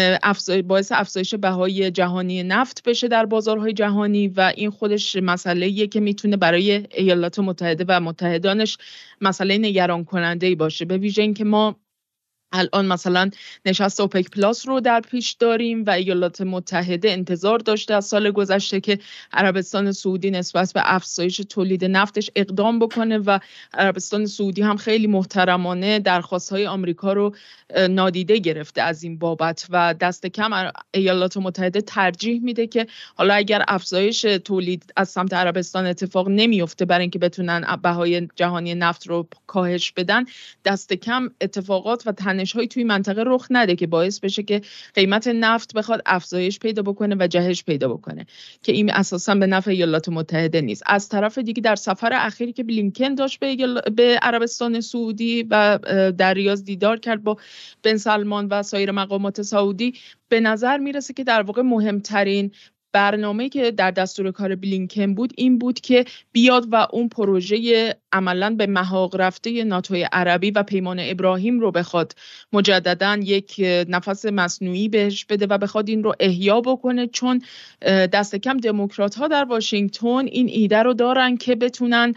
باعث افزایش بهای جهانی نفت بشه در بازارهای جهانی و این خودش مسئله‌ایه که میتونه برای ایالات متحده و متحدانش مسئله نگران کننده‌ای باشه. به ویژه اینکه ما الان مثلا نشست اوپک پلاس رو در پیش داریم و ایالات متحده انتظار داشته از سال گذشته که عربستان سعودی نسبت به افزایش تولید نفتش اقدام بکنه و عربستان سعودی هم خیلی محترمانه درخواست‌های آمریکا رو نادیده گرفته از این بابت و دست کم ایالات متحده ترجیح میده که حالا اگر افزایش تولید از سمت عربستان اتفاق نمیفته برای اینکه بتونن بهای جهانی نفت رو کاهش بدن، دست کم اتفاقات و تنش‌های توی منطقه رخ نده که باعث بشه که قیمت نفت بخواد افزایش پیدا بکنه و جهش پیدا بکنه که این اساساً به نفع ایالات متحده نیست. از طرف دیگه در سفر اخیری که بلینکن داشت به عربستان سعودی و در ریاض دیدار کرد با بن سلمان و سایر مقامات سعودی، به نظر میرسه که در واقع مهمترین برنامه‌ای که در دستور کار بلینکن بود این بود که بیاد و اون پروژه عملاً به محاق رفته ناتوی عربی و پیمان ابراهیم رو بخواد مجدداً یک نفس مصنوعی بهش بده و بخواد این رو احیا بکنه، چون دست کم دموکرات‌ها در واشنگتن این ایده رو دارن که بتونن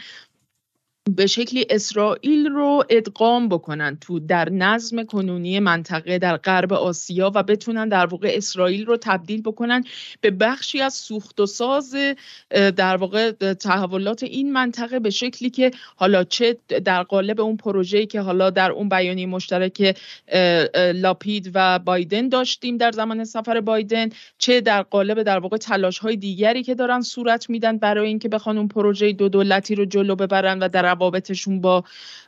به شکلی اسرائیل رو ادغام بکنن تو در نظم کنونی منطقه در غرب آسیا و بتونن در واقع اسرائیل رو تبدیل بکنن به بخشی از سوخت و ساز در واقع تحولات این منطقه، به شکلی که حالا چه در قالب اون پروژه‌ای که حالا در اون بیانیه مشترک لاپید و بایدن داشتیم در زمان سفر بایدن، چه در قالب در واقع تلاش‌های دیگری که دارن صورت میدن برای اینکه بخوان اون پروژه دو دولتی رو جلو ببرن و در روابطشون با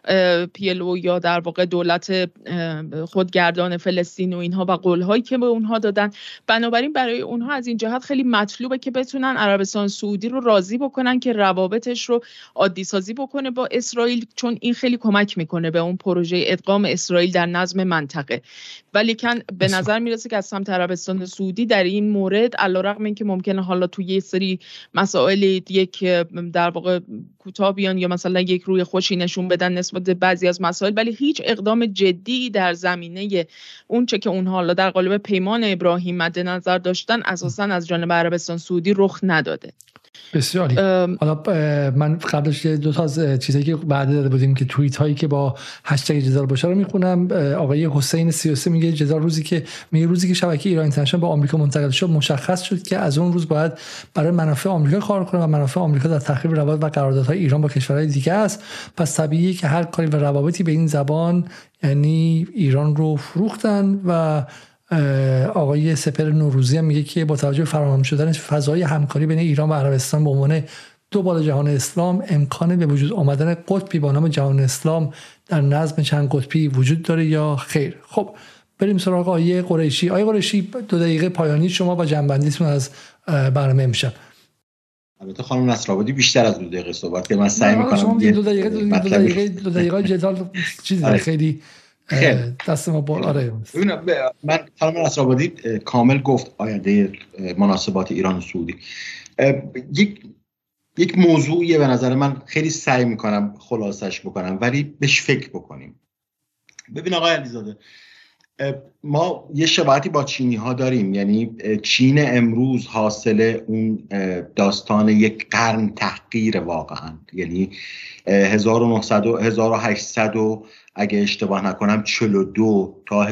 PLO یا در واقع دولت خودگردان فلسطین و اینها و قول‌هایی که به اونها دادن. بنابراین برای اونها از این جهت خیلی مطلوبه که بتونن عربستان سعودی رو راضی بکنن که روابطش رو عادی سازی بکنه با اسرائیل، چون این خیلی کمک میکنه به اون پروژه ادغام اسرائیل در نظم منطقه. ولیکن به نظر میرسه که از سمت عربستان سعودی در این مورد علیرغم اینکه ممکنه حالا تو یه سری مسائل یک در واقع کوتاه بیان یا مثلا یک روی خوشی نشون بدن نسبت به بعضی از مسائل، ولی هیچ اقدام جدی در زمینه اون چه که اونها حالا در قالب پیمان ابراهیم مد نظر داشتن اساسا از جانب عربستان سعودی رخ نداده. بسیاری. حالا من قبلش دو تا از چیزایی که بعد داده بودیم که توییت هایی که با هشتگ جدال باشه رو میخونم. آقای حسین 33 میگه جدال روزی که شبکه ایران اینترنشنال با آمریکا منتقل شد مشخص شد که از اون روز باید برای منافع آمریکا کار کنه و منافع آمریکا در تخریب روابط و قراردادهای ایران با کشورهای دیگه است. پس طبیعیه که هر کاری و روابطی به این زبان یعنی ایران رو فروختن. و آقای سپر نوروزی هم میگه که با توجه به فراهم شدن فضای همکاری بین ایران و عربستان به عنوان دو بال جهان اسلام، امکان به وجود آمدن قطبی با نام جهان اسلام در نظم چند قطبی وجود داره یا خیر؟ خب بریم سراغ آقای قریشی. آقای قریشی 2 دقیقه پایانی شما و جنبندیتون از برنامه امشب. البته خانم نصرآبادی بیشتر از 2 دقیقه صحبت که من سعی می‌کنم 2 دقیقه جدال چیزی خیلی دست ما بال. آره من خانم نصرآبادی کامل گفت آینده مناسبات ایران و سعودی. یک موضوعیه به نظر من خیلی سعی میکنم خلاصش بکنم ولی بهش فکر بکنیم. ببین آقای علیزاده، ما یه شباهتی با چینی ها داریم، یعنی چین امروز حاصل اون داستان یک قرن تحقیر واقعا، یعنی 1800 اگه اشتباه نکنم 42 تا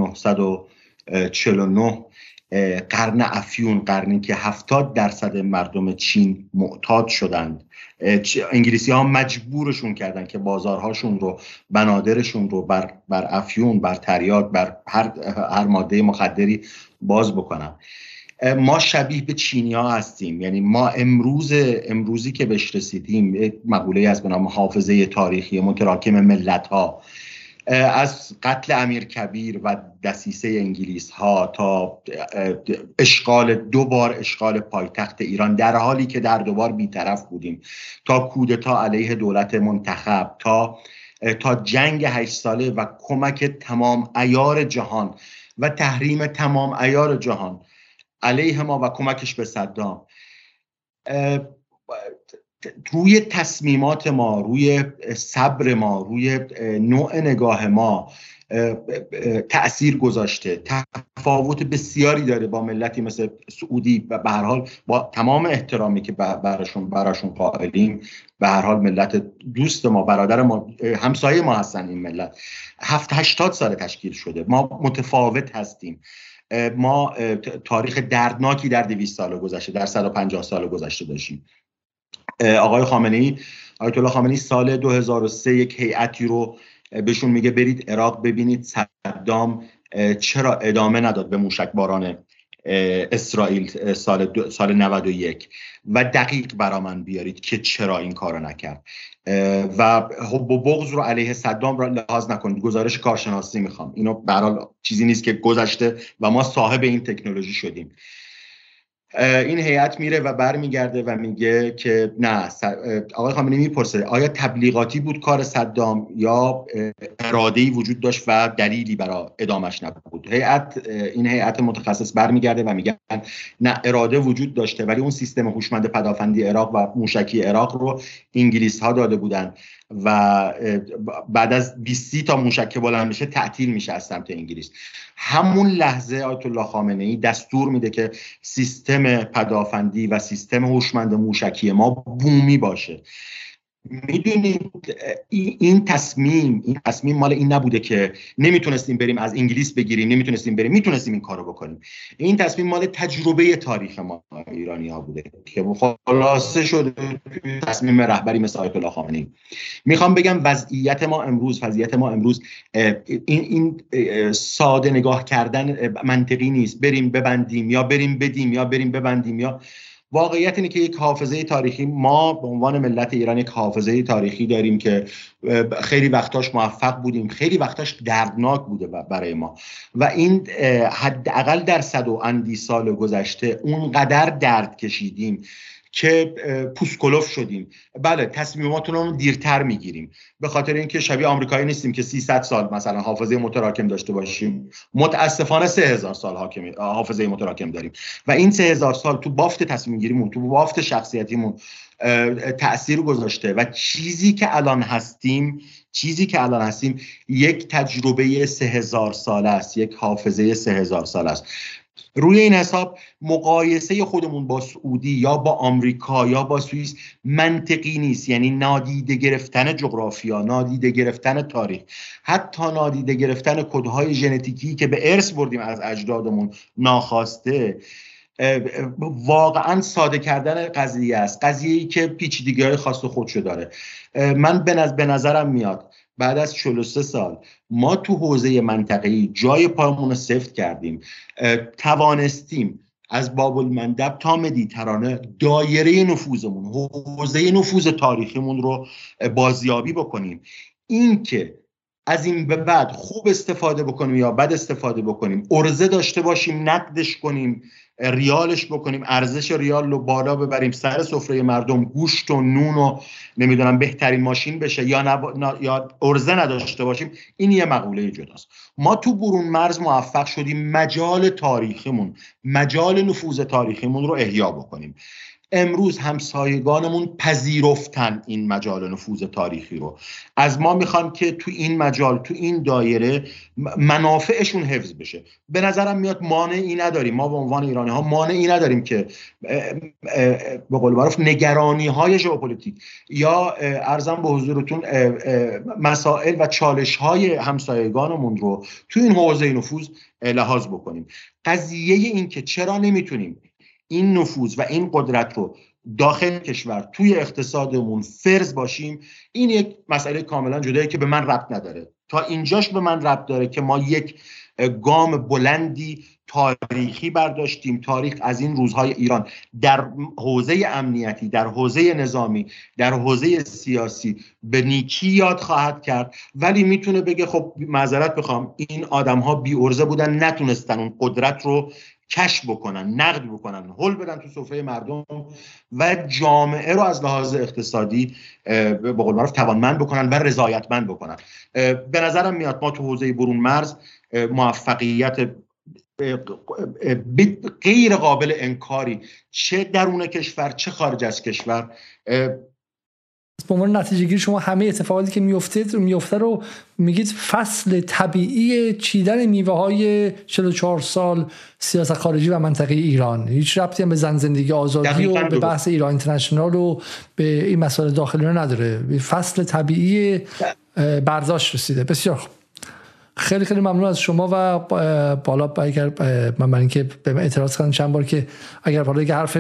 1949 قرن افیون، قرنی که 70% مردم چین معتاد شدند. انگلیسی ها مجبورشون کردن که بازارهاشون رو، بنادرشون رو بر افیون، بر تریاک، بر هر ماده مخدری باز بکنن. ما شبیه به چینی ها هستیم، یعنی ما امروزی که بهش رسیدیم، یک مقوله از به نام حافظه تاریخی متراکم ملت ها، از قتل امیرکبیر و دسیسه انگلیس ها تا دو بار اشغال پایتخت ایران در حالی که در 2 بار بی‌طرف بودیم، تا کودتا علیه دولت منتخب، تا جنگ 8 ساله و کمک تمام عیار جهان و تحریم تمام عیار جهان علیه ما و کمکش به صدام، روی تصمیمات ما، روی صبر ما، روی نوع نگاه ما تأثیر گذاشته. تفاوت بسیاری داره با ملتی مثل سعودی و به هر حال با تمام احترامی که براشون قائلیم، به هر حال ملت دوست ما، برادر ما، همسایه ما هستن. این ملت 70-80 سال تشکیل شده. ما متفاوت هستیم. ما تاریخ دردناکی در 200 سال گذشته، در 150 سال گذشته داشتیم. آیت الله خامنه‌ای سال 2003 یک هیئتی رو بهشون میگه برید عراق ببینید صدام چرا ادامه نداد به موشک باران اسرائیل سال 91 و دقیق برا من بیارید که چرا این کارو نکرد و حب و بغض رو علیه صدام را لحاظ نکنید. گزارش کارشناسی میخوام. اینو به هر حال چیزی نیست که گذشته و ما صاحب این تکنولوژی شدیم. این هیئت میره و برمیگرده و میگه که نه، آقای خامنه‌ای میپرسه آیا تبلیغاتی بود کار صدام یا اراده‌ای وجود داشت و دلیلی برای ادامش نبود. این هیئت متخصص برمیگرده و میگن نه، اراده وجود داشته ولی اون سیستم هوشمند پدافندی عراق و موشکی عراق رو انگلیس ها داده بودن و بعد از 20 تا موشک بلند میشه تعطیل میشه از سمت انگلیس. همون لحظه آیت الله خامنه‌ای دستور میده که سیستم پدافندی و سیستم هوشمند موشکی ما بومی باشه. میدونید این تصمیم مال این نبوده که نمیتونستیم بریم از انگلیس بگیریم، میتونستیم این کارو بکنیم. این تصمیم مال تجربه تاریخ ما ایرانی‌ها بوده که خلاصه شده تصمیم رهبری مثل آیت الله خامنه‌ای. میخوام بگم وضعیت ما امروز این ساده نگاه کردن منطقی نیست. بریم ببندیم یا بریم بدیم یا بریم ببندیم یا واقعیت اینه که یک حافظه تاریخی، ما به عنوان ملت ایران یک حافظه تاریخی داریم که خیلی وقتاش موفق بودیم، خیلی وقتاش دردناک بوده برای ما و این حداقل در 100 و اندی سال گذشته اونقدر درد کشیدیم که پوسکلوف شدیم. بله، تصمیماتون رو دیرتر میگیریم به خاطر اینکه شبیه آمریکایی نیستیم که 300 سال مثلا حافظه متراکم داشته باشیم. متاسفانه 3000 سال حافظه متراکم داریم و این 3000 سال تو بافت تصمیم گیریمون، تو بافت شخصیتیمون تأثیر گذاشته و چیزی که الان هستیم یک تجربه 3000 ساله است، یک حافظه 3000 ساله است. روی این حساب مقایسه خودمون با سعودی یا با آمریکا یا با سوئیس منطقی نیست. یعنی نادیده گرفتن جغرافیا، نادیده گرفتن تاریخ، حتی نادیده گرفتن کدهای ژنتیکی که به ارث بردیم از اجدادمون ناخواسته، واقعا ساده کردن قضیه است. قضیه‌ای که پیچیدگی‌های خاص خودشو داره. من به نظرم میاد بعد از 43 سال ما تو حوزه منطقه‌ای جای پامون رو سفت کردیم، توانستیم از باب المندب تا مدیترانه دایره نفوذمون، حوزه نفوذ تاریخیمون رو بازیابی بکنیم. این که از این به بعد خوب استفاده بکنیم یا بد استفاده بکنیم، عرضه داشته باشیم، نقدش کنیم، ریالش بکنیم، ارزش ریال رو بالا ببریم، سر سفره مردم گوشت و نون و نمیدونم بهترین ماشین بشه یا عرضه نداشته باشیم، این یه مقوله جداست. ما تو برون مرز موفق شدیم مجال تاریخیمون، مجال نفوذ تاریخیمون رو احیا بکنیم. امروز همسایگانمون پذیرفتن این مجال نفوذ تاریخی رو. از ما میخوان که تو این مجال، تو این دایره منافعشون حفظ بشه. به نظرم میاد مانعی نداریم، ما به عنوان ایرانی ها مانعی نداریم که به قول معروف نگرانی های ژئوپلیتیک یا عرضم به حضورتون مسائل و چالش های همسایگانمون رو تو این حوزه نفوذ لحاظ بکنیم. قضیه این که چرا نمیتونیم این نفوذ و این قدرت رو داخل کشور توی اقتصادمون فرض باشیم، این یک مسئله کاملا جدایی که به من ربط نداره. تا اینجاش به من ربط داره که ما یک گام بلندی تاریخی برداشتیم. تاریخ از این روزهای ایران در حوزه امنیتی، در حوزه نظامی، در حوزه سیاسی به نیکی یاد خواهد کرد، ولی میتونه بگه خب معذرت بخوام این آدم‌ها بی عرضه بودن، نتونستن اون قدرت رو کشف بکنن، نقد بکنن، هل بدن تو سفره مردم و جامعه رو از لحاظ اقتصادی به قول معروف توانمند بکنن و رضایتمند بکنن. به نظرم میاد ما تو حوزه برون مرز موفقیت غیر قابل انکاری چه درون کشور چه خارج از کشور به عنوان نتیجه گیری شما همه اتفاقاتی که میفته رو میگید فصل طبیعی چیدن میوه های 44 سال سیاست خارجی و منطقه ایران، هیچ ربطی هم به زن زندگی آزادی و به بحث ایران اینترنشنال و به این مسائل داخلی نداره. فصل طبیعی برداشت رسیده. بسیار خوب، خیلی خیلی ممنون از شما و بالا اگر من اینکه به اعتراض کردم چند بار که اگر بالا دیگه حرف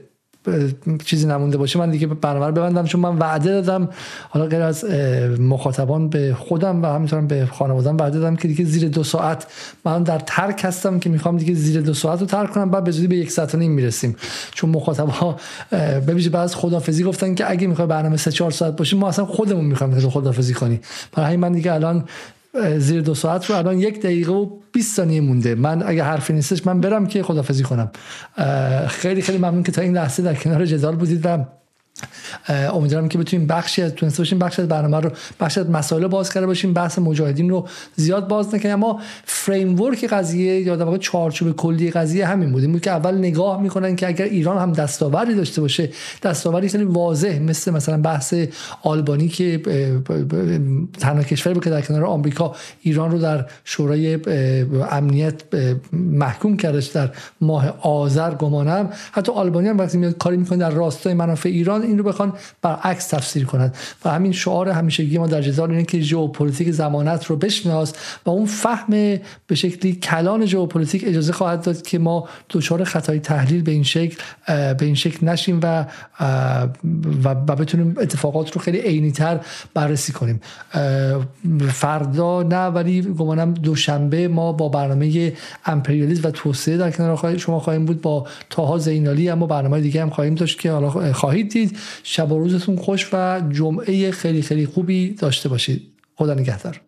چیزی نمونده باشه من دیگه برنامه رو ببندم، چون من وعده دادم حالا غیر از مخاطبان به خودم و همینطورم به خانواده‌ام وعده دادم که دیگه زیر 2 ساعت من در ترک هستم که میخوام دیگه زیر 2 ساعت رو ترک کنم، بعد به زودی به 1 ساعت و نیم میرسیم، چون مخاطبا به ویژه بعد از خدافظی گفتن که اگه میخوای برنامه 3-4 ساعت باشه ما اصلا خودمون میخوایم که خدافظی کنی. برای همین من دیگه الان زیر 2 ساعت رو الان 1 دقیقه و 20 ثانیه مونده. من اگه حرفی نیستش من برم که خداحافظی کنم. خیلی خیلی ممنون که تا این لحظه در کنار جدال بودید و امیدوارم که بتونیم بخشی از برنامه رو بخشی از مسائل باز کرده باشیم، بحث مجاهدین رو زیاد باز نکنیم، اما فریم ورک قضیه یا در واقع چارچوب کلی قضیه همین بود که اول نگاه میکنن که اگر ایران هم دستاوردی داشته باشه، دستاوردی خیلی واضح مثلا بحث آلبانی که تنها کشوری بود که در کنار آمریکا ایران رو در شورای امنیت محکوم کردش در ماه آذر گمانم، حتی آلبانی هم وقتی میاد کاری میکنه در راستای منافع ایران این رو بخوان برعکس تفسیر کنند. و همین شعار همیشگی ما در جدال اینه که ژئوپلیتیک ضمانت رو بشناس و اون فهم به شکلی کلان ژئوپلیتیک اجازه خواهد داد که ما دچار خطای تحلیل به این شکل نشیم و بتونیم اتفاقات رو خیلی عینی‌تر بررسی کنیم. فردا نه ولی گمانم دوشنبه ما با برنامه امپریالیسم و توسعه در کنار شما خواهیم بود با طاها زینالی، اما برنامه دیگه هم خواهیم داشت که حالا خواهید دید. شب و روزتون خوش و جمعه خیلی خیلی خوبی داشته باشید. خدا نگهدار.